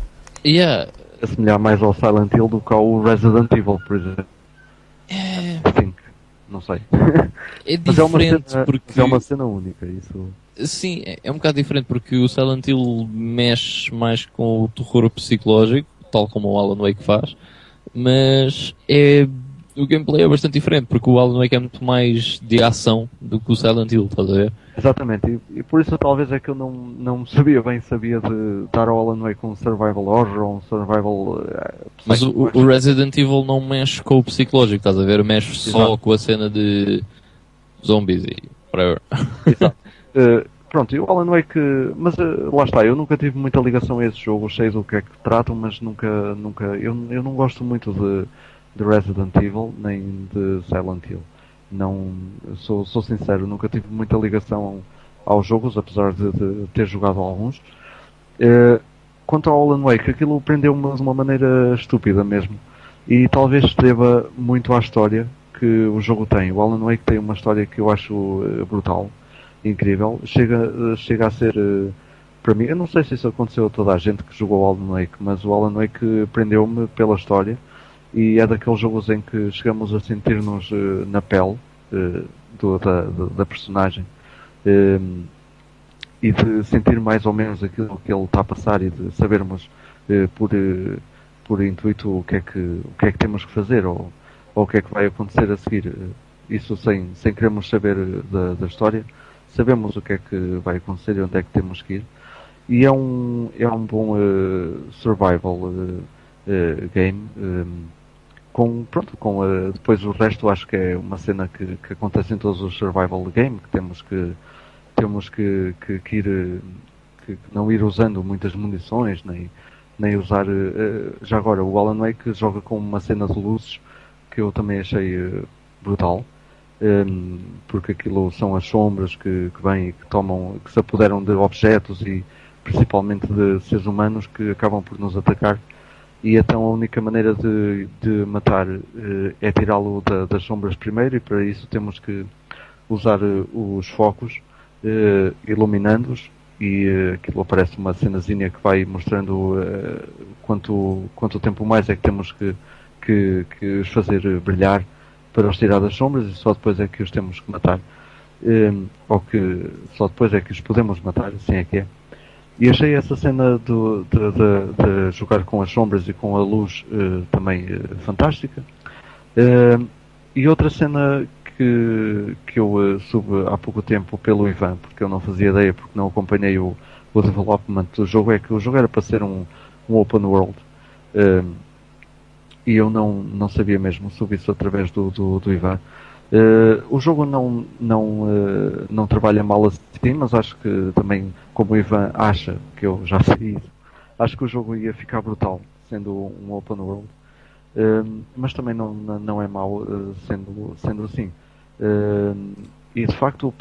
Yeah. Assemelhar mais ao Silent Hill do que ao Resident Evil, por exemplo. Sim, não sei. É Mas diferente porque... é uma cena única, isso. Sim, é um bocado diferente porque o Silent Hill mexe mais com o terror psicológico, tal como o Alan Wake faz, mas o gameplay é bastante diferente, porque o Alan Wake é muito mais de ação do que o Silent Hill, estás a ver? Exatamente, e por isso talvez é que eu não sabia de dar ao Alan Wake um survival horror ou um survival... Mas o Resident Evil não mexe com o psicológico, estás a ver? Mexe só Exato. com a cena de zombies e whatever. Exato. Pronto, e o Alan Wake, mas lá está, eu nunca tive muita ligação a esse jogo, sei do que é que tratam, mas eu não gosto muito de Resident Evil, nem de Silent Hill. Não, sou sincero, nunca tive muita ligação aos jogos, apesar de ter jogado alguns. Quanto ao Alan Wake, aquilo prendeu-me de uma maneira estúpida mesmo. E talvez se deva muito à história que o jogo tem. O Alan Wake tem uma história que eu acho brutal, incrível. Chega a ser, para mim, eu não sei se isso aconteceu a toda a gente que jogou o Alan Wake, mas o Alan Wake prendeu-me pela história. E é daqueles jogos em que chegamos a sentir-nos na pele da personagem e de sentir mais ou menos aquilo que ele está a passar e de sabermos por intuito o que é que temos que fazer ou o que é que vai acontecer a seguir. Isso sem querermos saber da história, sabemos o que é que vai acontecer e onde é que temos que ir. E é um bom survival game. Depois o resto acho que é uma cena que acontece em todos os survival game, que temos que ir que não ir usando muitas munições, nem usar já agora o Alan Wake joga com uma cena de luzes que eu também achei brutal, porque aquilo são as sombras que vêm e que se apoderam de objetos e principalmente de seres humanos que acabam por nos atacar. E então a única maneira de matar é tirá-lo das sombras primeiro, e para isso temos que usar os focos, iluminando-os, e aquilo aparece uma cenazinha que vai mostrando quanto tempo mais é que temos que os fazer brilhar para os tirar das sombras, e só depois é que os temos que matar. Ou que só depois é que os podemos matar, assim é que é. E achei essa cena de jogar com as sombras e com a luz também fantástica. E outra cena que eu soube há pouco tempo pelo Ivan, porque eu não fazia ideia, porque não acompanhei o development do jogo, é que o jogo era para ser um open world. E eu não sabia mesmo, soube isso através do Ivan. O jogo não trabalha mal assim, mas acho que também, como o Ivan acha, que eu já sei isso, acho que o jogo ia ficar brutal, sendo um open world. Mas também não é mau sendo assim. E de facto,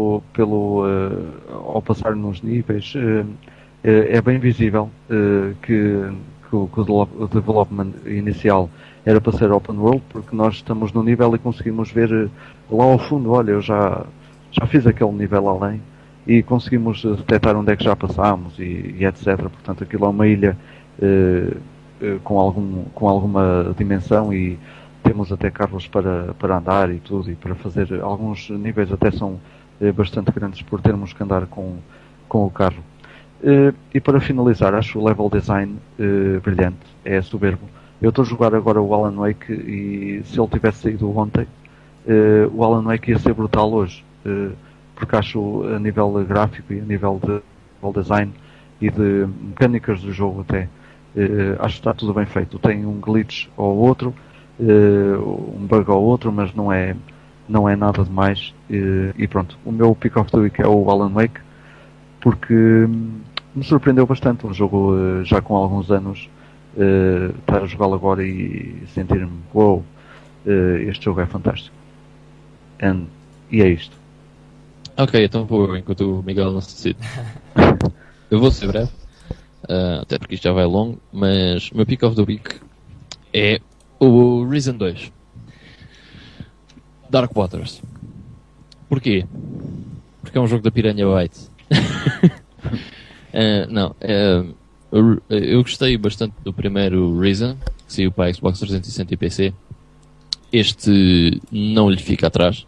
ao passar nos níveis, é bem visível que o development inicial era para ser open world, porque nós estamos no nível e conseguimos ver lá ao fundo, olha, eu já fiz aquele nível além, e conseguimos detectar onde é que já passámos e etc. Portanto, aquilo é uma ilha com alguma dimensão, e temos até carros para andar e tudo, e para fazer alguns níveis até são bastante grandes por termos que andar com o carro. E para finalizar, acho o level design brilhante, é soberbo. Eu estou a jogar agora o Alan Wake, e se ele tivesse saído ontem, o Alan Wake ia ser brutal hoje, porque acho a nível gráfico e a nível de level design e de mecânicas do jogo até, acho que está tudo bem feito. Tem um glitch ou outro, um bug ou outro, mas não é nada demais. E pronto, o meu pick of the week é o Alan Wake, porque me surpreendeu bastante. Um jogo já com alguns anos, estar a jogá-lo agora e sentir-me, wow, este jogo é fantástico. E é isto. Ok, então vou, enquanto o Miguel não se decide. Eu vou ser breve, até porque isto já vai longo, mas o meu pick of the week é o Risen 2. Dark Waters. Porquê? Porque é um jogo da Piranha Bytes. Não, Eu gostei bastante do primeiro Reason, que saiu para Xbox 360 e PC. Este não lhe fica atrás.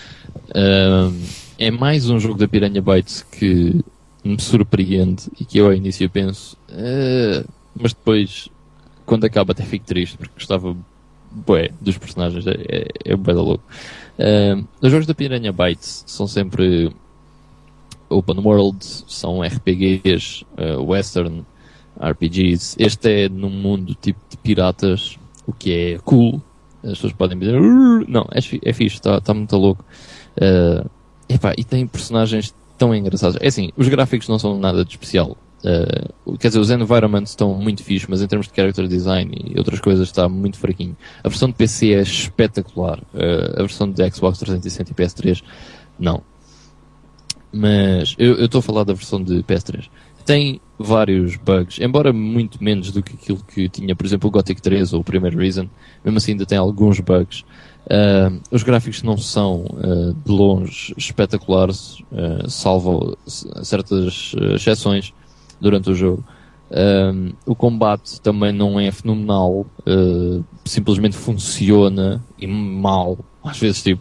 É mais um jogo da Piranha Bytes que me surpreende e que eu ao início penso, mas depois, quando acaba, até fico triste porque gostava bué dos personagens. É bué da louco. Os jogos da Piranha Bytes são sempre open world, são RPGs, western RPGs. Este é num mundo tipo de piratas, o que é cool. As pessoas podem dizer, não, é fixe, está muito louco. E tem personagens tão engraçados. É assim, os gráficos não são nada de especial. Quer dizer, os environments estão muito fixos, mas em termos de character design e outras coisas está muito fraquinho. A versão de PC é espetacular. A versão de Xbox 360 e PS3, não. Mas eu estou a falar da versão de PS3. Tem vários bugs, embora muito menos do que aquilo que tinha, por exemplo, o Gothic 3 ou o primeiro Reason. Mesmo assim ainda tem alguns bugs. Os gráficos não são de longe espetaculares, salvo certas exceções durante o jogo. O combate também não é fenomenal, simplesmente funciona e mal, às vezes tipo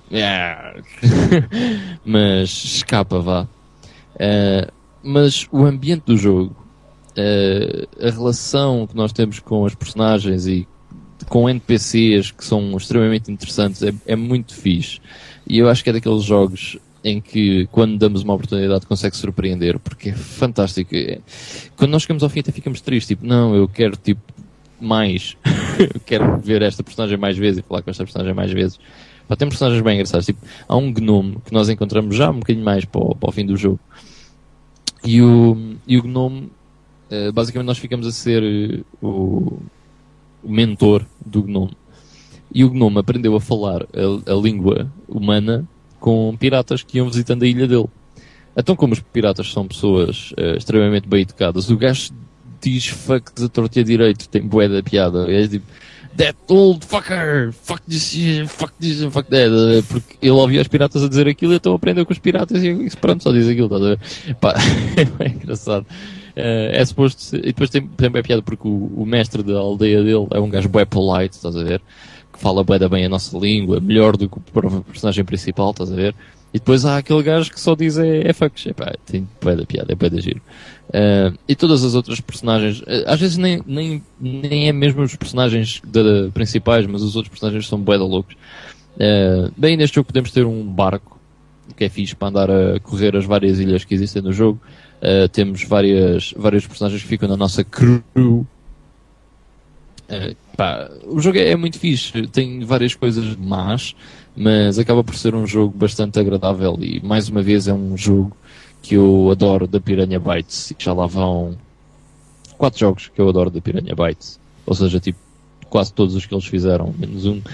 mas escapa, vá. Mas o ambiente do jogo, a relação que nós temos com as personagens e com NPCs que são extremamente interessantes é muito fixe. E eu acho que é daqueles jogos em que, quando damos uma oportunidade, consegue surpreender, porque é fantástico. Quando nós chegamos ao fim até ficamos tristes, tipo, não, eu quero tipo mais. Eu quero ver esta personagem mais vezes e falar com esta personagem mais vezes. Tem personagens bem engraçados, tipo, há um gnome que nós encontramos já um bocadinho mais para o fim do jogo. E o gnome, basicamente nós ficamos a ser o mentor do gnome. E o gnome aprendeu a falar a língua humana com piratas que iam visitando a ilha dele. Então, como os piratas são pessoas extremamente bem educadas, o gajo diz fuck de torto e a direito, tem bué da piada. É tipo, that old fucker, fuck this shit, fuck this, fuck that. Porque ele ouvia os piratas a dizer aquilo e então aprendeu com os piratas e pronto, só diz aquilo, estás a ver? Pá, é engraçado. É suposto, e depois tem bem piada porque o mestre da aldeia dele é um gajo bué polite, estás a ver? Que fala bué da bem a nossa língua, melhor do que o próprio personagem principal, estás a ver? E depois há aquele gajo que só diz fucks. Epá, tem bué da piada, é bué da giro. E todas as outras personagens, às vezes nem é mesmo os personagens principais, mas os outros personagens são bué da loucos. Bem, neste jogo podemos ter um barco, que é fixe para andar a correr as várias ilhas que existem no jogo. Temos vários personagens que ficam na nossa crew. O jogo é muito fixe, tem várias coisas más, mas acaba por ser um jogo bastante agradável e mais uma vez é um jogo que eu adoro da Piranha Bytes e já lá vão 4 jogos que eu adoro da Piranha Bytes, ou seja, tipo quase todos os que eles fizeram, menos um.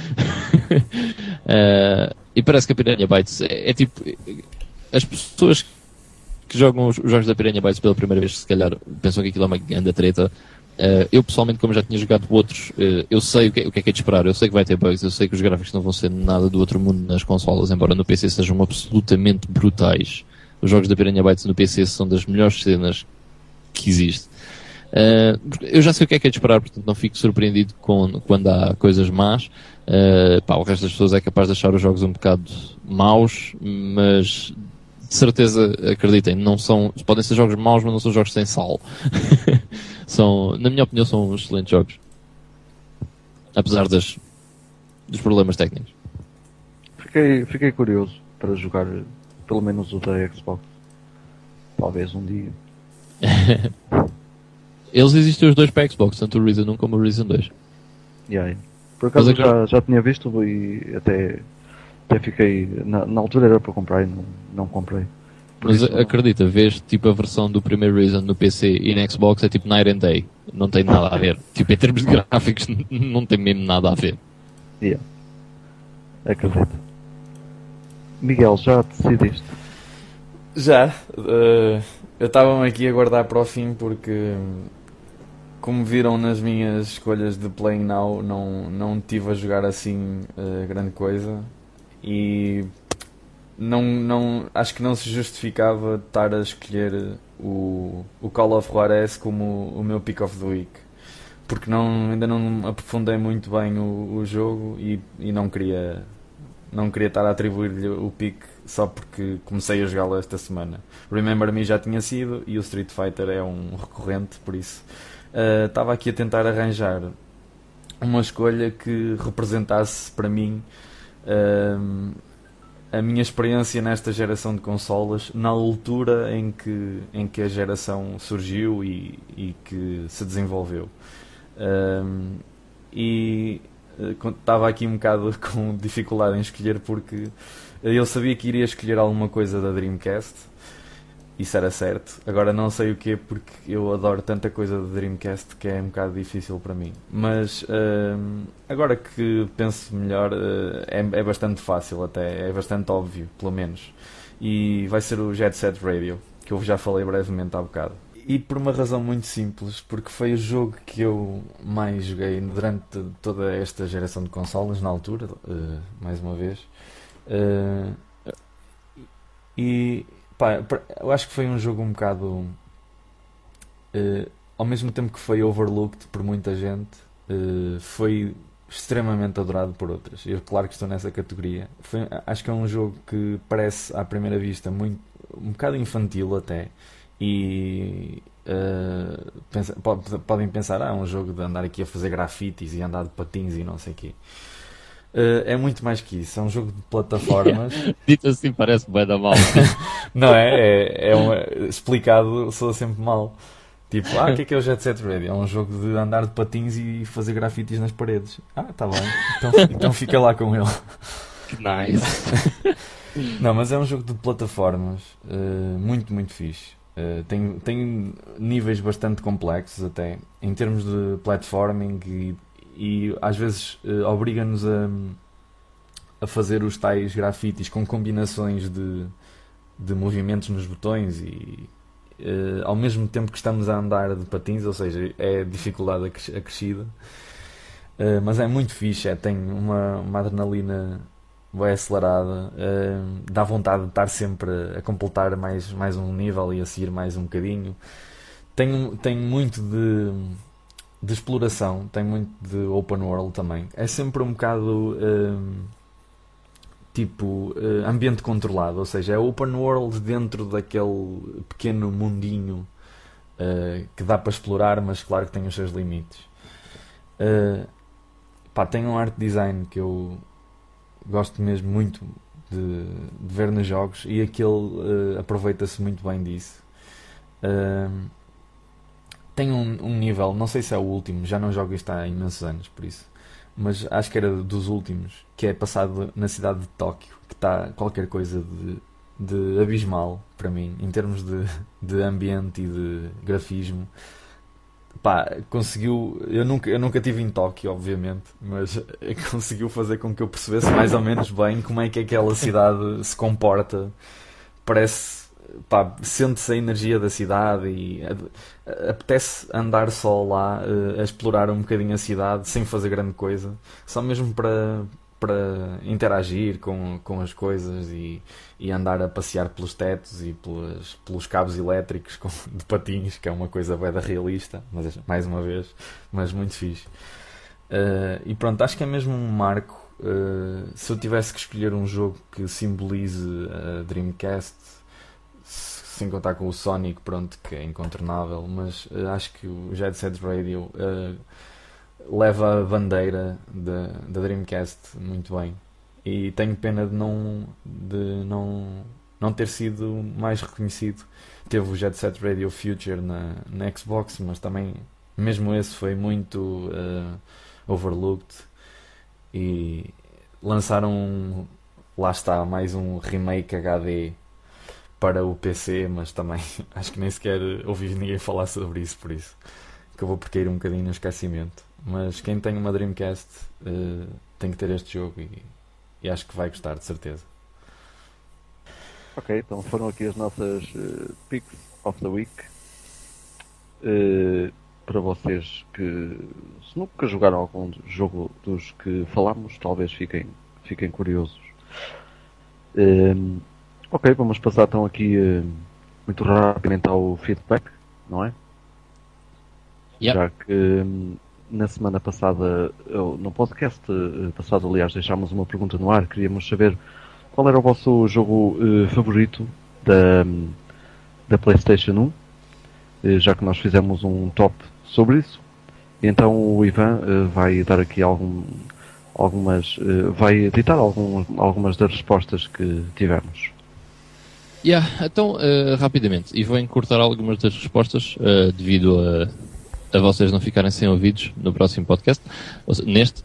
E parece que a Piranha Bytes é tipo, as pessoas que jogam os jogos da Piranha Bytes pela primeira vez se calhar pensam que aquilo é uma grande treta. Eu pessoalmente, como já tinha jogado outros, eu sei o que é de esperar, eu sei que vai ter bugs, eu sei que os gráficos não vão ser nada do outro mundo nas consolas, embora no PC sejam absolutamente brutais. Os jogos da Piranha Bytes no PC são das melhores cenas que existe. Eu já sei o que é de esperar, portanto não fico surpreendido quando há coisas más. O resto das pessoas é capaz de achar os jogos um bocado maus, mas de certeza, acreditem, podem ser jogos maus, mas não são jogos sem sal. Na minha opinião, são excelentes jogos. Apesar dos problemas técnicos. Fiquei curioso para jogar pelo menos o da Xbox. Talvez um dia. Eles existem os dois para Xbox, tanto o Reason 1 como o Reason 2. Por acaso já tinha visto e até fiquei. Na altura era para comprar e não comprei. Mas acredita, vês tipo a versão do primeiro Reason no PC e na Xbox é tipo Night and Day. Não tem nada a ver. Tipo, em termos de gráficos não tem mesmo nada a ver. Acredito. Miguel, já decidiste? Já. Eu estava-me aqui a guardar para o fim porque, como viram nas minhas escolhas de Playing Now, não tive a jogar assim grande coisa e não acho que não se justificava estar a escolher o Call of Juarez como o meu Pick of the Week, porque ainda não aprofundei muito bem o jogo e não queria estar a atribuir-lhe o pick só porque comecei a jogá-lo esta semana. Remember Me já tinha sido e o Street Fighter é um recorrente, por isso estava aqui a tentar arranjar uma escolha que representasse para mim a minha experiência nesta geração de consolas na altura em que a geração surgiu e que se desenvolveu. E estava aqui um bocado com dificuldade em escolher, porque eu sabia que iria escolher alguma coisa da Dreamcast, isso era certo. Agora não sei o quê, porque eu adoro tanta coisa da Dreamcast que é um bocado difícil para mim. Mas agora que penso melhor, é bastante fácil até, é bastante óbvio, pelo menos. E vai ser o Jet Set Radio, que eu já falei brevemente há bocado. E por uma razão muito simples, porque foi o jogo que eu mais joguei durante toda esta geração de consolas, na altura, mais uma vez. E pá, eu acho que foi um jogo um bocado, ao mesmo tempo que foi overlooked por muita gente, foi extremamente adorado por outras. Eu, claro que estou nessa categoria. Acho que é um jogo que parece à primeira vista um bocado infantil até. E podem pensar, é um jogo de andar aqui a fazer grafites e andar de patins e não sei o quê. É muito mais que isso, é um jogo de plataformas. Dito assim parece bem da mal. Não explicado, sou sempre mal. Tipo, o que é o Jet Set Radio? É um jogo de andar de patins e fazer grafites nas paredes. Tá bem, então fica lá com ele. Que nice. Não, mas é um jogo de plataformas muito, muito fixe. Tem níveis bastante complexos até, em termos de platforming e às vezes obriga-nos a fazer os tais grafites com combinações de movimentos nos botões e ao mesmo tempo que estamos a andar de patins, ou seja, é dificuldade acrescida, mas é muito fixe, tem uma adrenalina bem acelerada, dá vontade de estar sempre a completar mais um nível e a seguir mais um bocadinho. Tem muito de exploração, tem muito de open world também. É sempre um bocado ambiente controlado, ou seja, é open world dentro daquele pequeno mundinho que dá para explorar, mas claro que tem os seus limites. Tem um art design que eu gosto mesmo muito de ver nos jogos e aquele aproveita-se muito bem disso. Tem um nível, não sei se é o último, já não jogo isto há imensos anos, por isso, mas acho que era dos últimos, que é passado na cidade de Tóquio, que está qualquer coisa de abismal para mim, em termos de ambiente e de grafismo. Conseguiu, eu nunca estive em Tóquio, obviamente, mas conseguiu fazer com que eu percebesse mais ou menos bem como é que aquela cidade se comporta. Parece, sente-se a energia da cidade e apetece andar só lá a explorar um bocadinho a cidade sem fazer grande coisa, só mesmo para interagir com as coisas e andar a passear pelos tetos e pelos cabos elétricos de patins, que é uma coisa bem realista, mas mais uma vez, mas muito fixe. E pronto, acho que é mesmo um marco. Se eu tivesse que escolher um jogo que simbolize a Dreamcast, sem contar com o Sonic, pronto, que é incontornável, mas acho que o Jet Set Radio leva a bandeira da Dreamcast muito bem. E tenho pena de não ter sido mais reconhecido. Teve o Jet Set Radio Future na Xbox, mas também mesmo esse foi muito overlooked. E lançaram, lá está, mais um remake HD para o PC, mas também acho que nem sequer ouvi ninguém falar sobre isso, por isso acabou por cair um bocadinho no esquecimento. Mas quem tem uma Dreamcast tem que ter este jogo e acho que vai gostar, de certeza. Ok, então foram aqui as nossas Picks of the Week. Para vocês que se nunca jogaram algum jogo dos que falámos, talvez fiquem curiosos. Ok, vamos passar então aqui muito rapidamente ao feedback, não é? Yeah. Já que na semana passada, no podcast passado, aliás, deixámos uma pergunta no ar. Queríamos saber qual era o vosso jogo favorito da PlayStation 1, já que nós fizemos um top sobre isso. E então o Ivan vai dar aqui vai ditar algumas das respostas que tivemos. Então, rapidamente, e vou encurtar algumas das respostas devido a vocês não ficarem sem ouvidos no próximo podcast, ou seja, neste.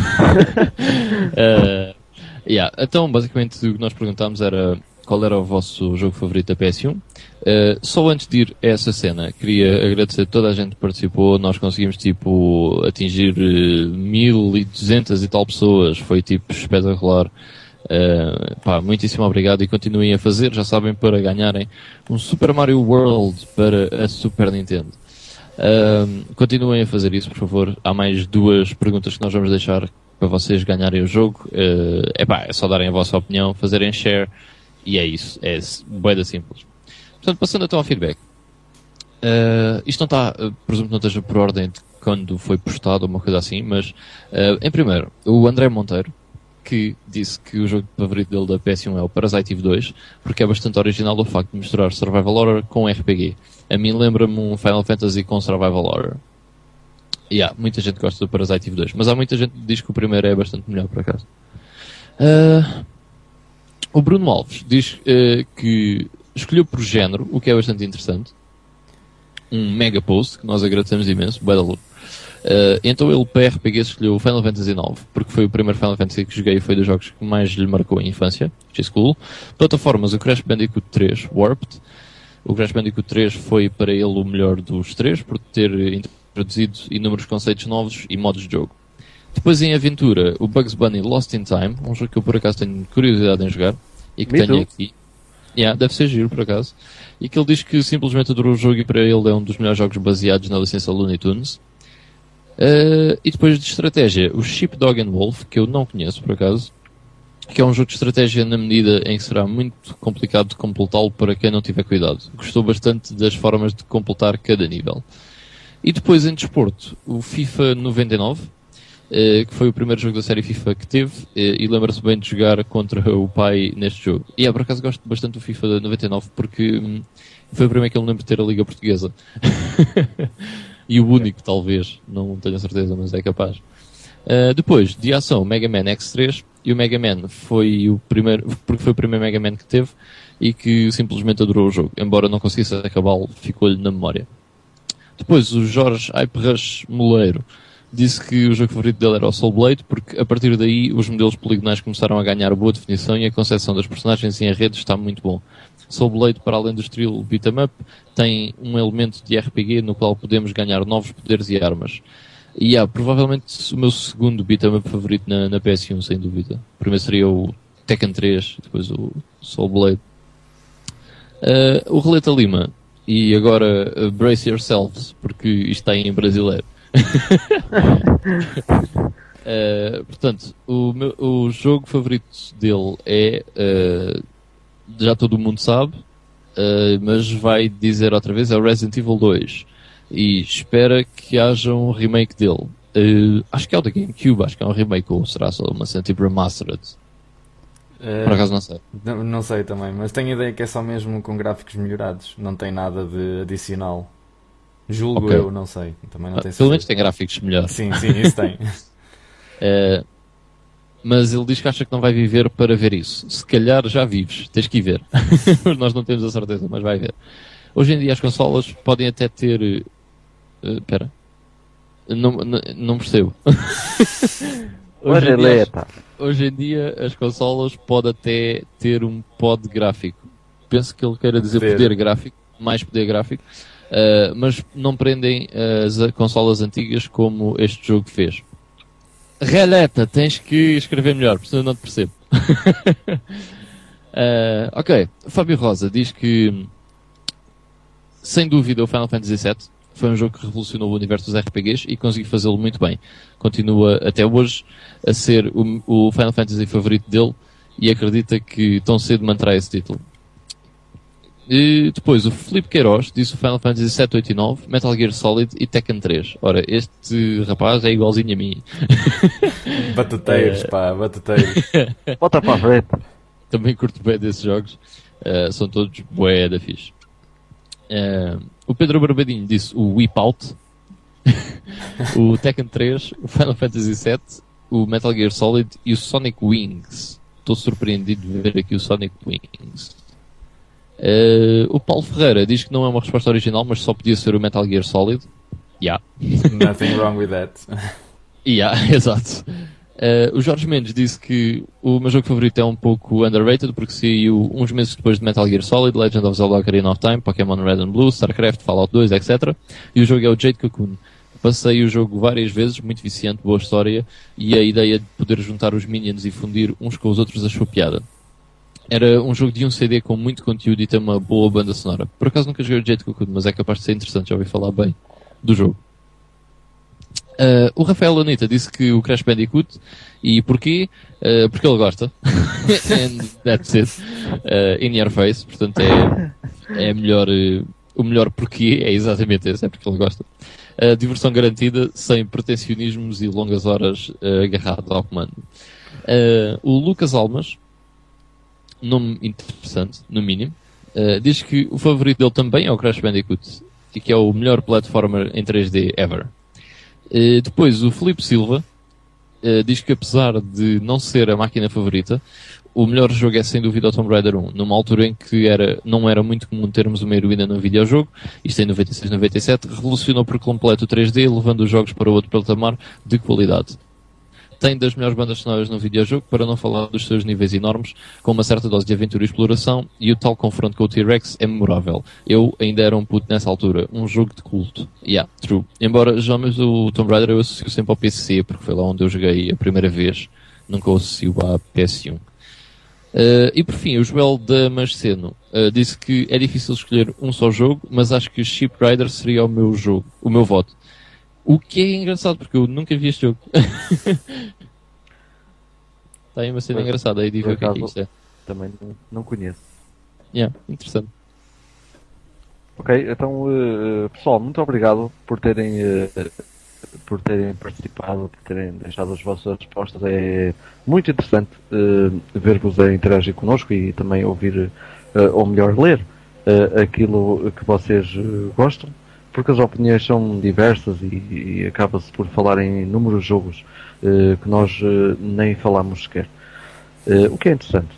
Então, basicamente, o que nós perguntámos era qual era o vosso jogo favorito da PS1. Só antes de ir a essa cena, queria agradecer a toda a gente que participou. Nós conseguimos, atingir 1200 e tal pessoas. Foi, espetacular. Muitíssimo obrigado e continuem a fazer, já sabem, para ganharem um Super Mario World para a Super Nintendo. Continuem a fazer isso, por favor. Há mais 2 perguntas que nós vamos deixar para vocês ganharem o jogo. É só darem a vossa opinião, fazerem share e é isso. É bué da simples. Portanto, passando então ao feedback. Isto não está, presumo que não esteja por ordem de quando foi postado ou uma coisa assim, mas em primeiro, o André Monteiro, que disse que o jogo favorito dele da PS1 é o Parasite Eve 2, porque é bastante original o facto de misturar Survival Horror com RPG. A mim lembra-me um Final Fantasy com Survival Horror. Muita gente gosta do Parasite Eve 2, mas há muita gente que diz que o primeiro é bastante melhor, por acaso. O Bruno Alves diz que escolheu por género, o que é bastante interessante. Um mega post, que nós agradecemos imenso, bué da louco. Então ele para RPG escolheu o Final Fantasy IX, porque foi o primeiro Final Fantasy que joguei e foi dos jogos que mais lhe marcou a infância, which is cool. Plataformas, o Crash Bandicoot 3 Warped. O Crash Bandicoot 3 foi para ele o melhor dos 3, por ter introduzido inúmeros conceitos novos e modos de jogo. Depois em aventura, o Bugs Bunny Lost in Time, um jogo que eu por acaso tenho curiosidade em jogar, e que tenho aqui. Deve ser giro, por acaso. E que ele diz que simplesmente adorou o jogo e para ele é um dos melhores jogos baseados na licença Looney Tunes. E depois de estratégia, o Sheepdog and Wolf, que eu não conheço por acaso, que é um jogo de estratégia na medida em que será muito complicado de completá-lo para quem não tiver cuidado. Gostou bastante das formas de completar cada nível. E depois em desporto, o FIFA 99, que foi o primeiro jogo da série FIFA que teve, e lembra-se bem de jogar contra o pai neste jogo. E por acaso gosto bastante do FIFA 99 porque foi o primeiro que eu me lembro de ter a Liga Portuguesa. E o único, talvez, não tenho a certeza, mas é capaz. Depois, de ação, Mega Man X3, e o Mega Man foi o primeiro, porque foi o primeiro Mega Man que teve, e que simplesmente adorou o jogo. Embora não conseguisse acabá-lo, ficou-lhe na memória. Depois, o Jorge Hype Rush Moleiro disse que o jogo favorito dele era o Soul Blade, porque a partir daí os modelos poligonais começaram a ganhar boa definição e a concepção das personagens em rede está muito bom. Soul Blade, para além do estilo beat'em up, tem um elemento de RPG no qual podemos ganhar novos poderes e armas. E provavelmente o meu segundo beat'em up favorito na PS1, sem dúvida. O primeiro seria o Tekken 3, depois o Soul Blade. O Releta Lima, e agora brace yourselves, porque isto está em brasileiro. Portanto, o jogo favorito dele é... já todo mundo sabe, mas vai dizer outra vez, é o Resident Evil 2 e espera que haja um remake dele. Acho que é o da GameCube, acho que é um remake, ou será só uma cena tipo remastered? Por acaso não sei. Não sei também, mas tenho a ideia que é só mesmo com gráficos melhorados, não tem nada de adicional. Julgo eu, não sei. Também não tenho pelo menos tem gráficos melhores. Sim, isso tem. Mas ele diz que acha que não vai viver para ver isso. Se calhar já vives, tens que ir ver. Nós não temos a certeza, mas vai ver. Hoje em dia as consolas podem até ter... Espera. Não percebo. Hoje em dia as consolas podem até ter um pod gráfico. Penso que ele queira dizer poder gráfico, mais poder gráfico. Mas não prendem as consolas antigas como este jogo fez. Releta, tens que escrever melhor, porque eu não te percebo. Ok, Fábio Rosa diz que sem dúvida o Final Fantasy VII foi um jogo que revolucionou o universo dos RPGs e conseguiu fazê-lo muito bem. Continua até hoje a ser o Final Fantasy favorito dele e acredita que tão cedo manterá esse título. E depois o Filipe Queiroz disse o Final Fantasy 7, 8 e 9, Metal Gear Solid e Tekken 3. Ora, este rapaz é igualzinho a mim. Batateiros, pá, batateiros. Bota para a frente. Também curto bem desses jogos. São todos bué da fixe. O Pedro Barbadinho disse o Whip Out, o Tekken 3, o Final Fantasy 7, o Metal Gear Solid e o Sonic Wings. Estou surpreendido de ver aqui o Sonic Wings. O Paulo Ferreira diz que não é uma resposta original, mas só podia ser o Metal Gear Solid. Nothing wrong with that. Exato. O Jorge Mendes disse que o meu jogo favorito é um pouco underrated porque saiu uns meses depois de Metal Gear Solid, Legend of Zelda Ocarina of Time, Pokémon Red and Blue, StarCraft, Fallout 2, etc. E o jogo é o Jade Cocoon. Passei o jogo várias vezes, muito viciante, boa história, e a ideia de poder juntar os minions e fundir uns com os outros achou piada. Era um jogo de um CD com muito conteúdo e tem uma boa banda sonora. Por acaso nunca joguei o Jade Cocoon, mas é capaz de ser interessante, já ouvi falar bem do jogo. O Rafael Anita disse que o Crash Bandicoot, e porquê? Porque ele gosta. And that's it. In your face, portanto é melhor, o melhor porquê é exatamente esse, é porque ele gosta. Diversão garantida, sem pretensionismos e longas horas agarrado ao comando. O Lucas Almas, nome interessante, no mínimo, diz que o favorito dele também é o Crash Bandicoot e que é o melhor platformer em 3D ever. Depois o Filipe Silva diz que apesar de não ser a máquina favorita, o melhor jogo é sem dúvida o Tomb Raider 1, numa altura em que não era muito comum termos uma heroína no videojogo, isto em 96, 97, revolucionou por completo o 3D, levando os jogos para outro patamar de qualidade. Tem das melhores bandas sonoras no videojogo, para não falar dos seus níveis enormes, com uma certa dose de aventura e exploração, e o tal confronto com o T-Rex é memorável. Eu ainda era um puto nessa altura, um jogo de culto. True. Embora já mesmo o Tomb Raider eu associo sempre ao PC, porque foi lá onde eu joguei a primeira vez, nunca o associo à PS1. E por fim, o Joel Damasceno disse que é difícil escolher um só jogo, mas acho que Ship Rider seria o meu voto. O que é engraçado, porque eu nunca vi este jogo. Está aí uma cena engraçada, aí de ver o que é que isto é. Também não conheço. Interessante. Ok, então, pessoal, muito obrigado por terem participado, por terem deixado as vossas respostas. É muito interessante ver-vos a interagir connosco e também ouvir, ou melhor, ler aquilo que vocês gostam, porque as opiniões são diversas e acaba-se por falar em inúmeros jogos que nós nem falamos sequer. O que é interessante.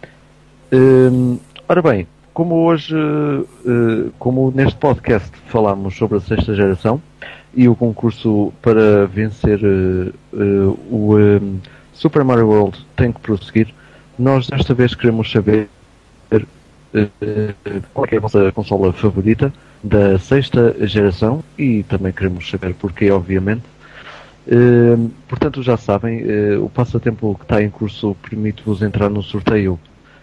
Ora bem, como hoje, como neste podcast falámos sobre a sexta geração e o concurso para vencer o Super Mario World tem que prosseguir, nós desta vez queremos saber qual é a vossa consola favorita da sexta geração e também queremos saber porquê, obviamente. Portanto, já sabem, o passatempo que está em curso permite-vos entrar no sorteio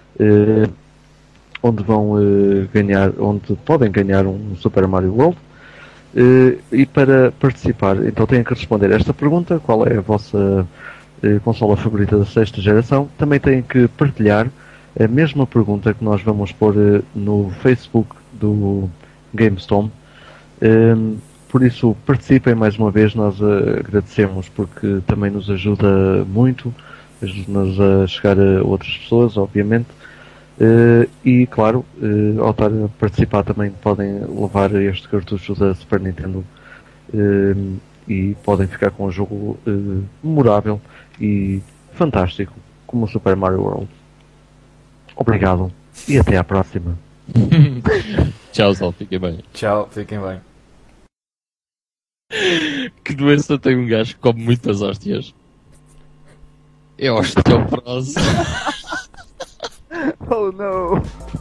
onde podem ganhar um Super Mario World. E para participar, então têm que responder esta pergunta: qual é a vossa consola favorita da sexta geração? Também têm que partilhar a mesma pergunta que nós vamos pôr no Facebook do GameStorm. Por isso, participem mais uma vez, nós agradecemos porque também nos ajuda muito, ajuda-nos a chegar a outras pessoas, obviamente. E claro, ao estar a participar também podem levar este cartucho da Super Nintendo e podem ficar com um jogo memorável e fantástico como o Super Mario World. Obrigado e até à próxima. Tchau, Sal, fiquem bem. Tchau, fiquem bem. Que doença tem um gajo que come muitas hóstias? É osteoporose. Oh no!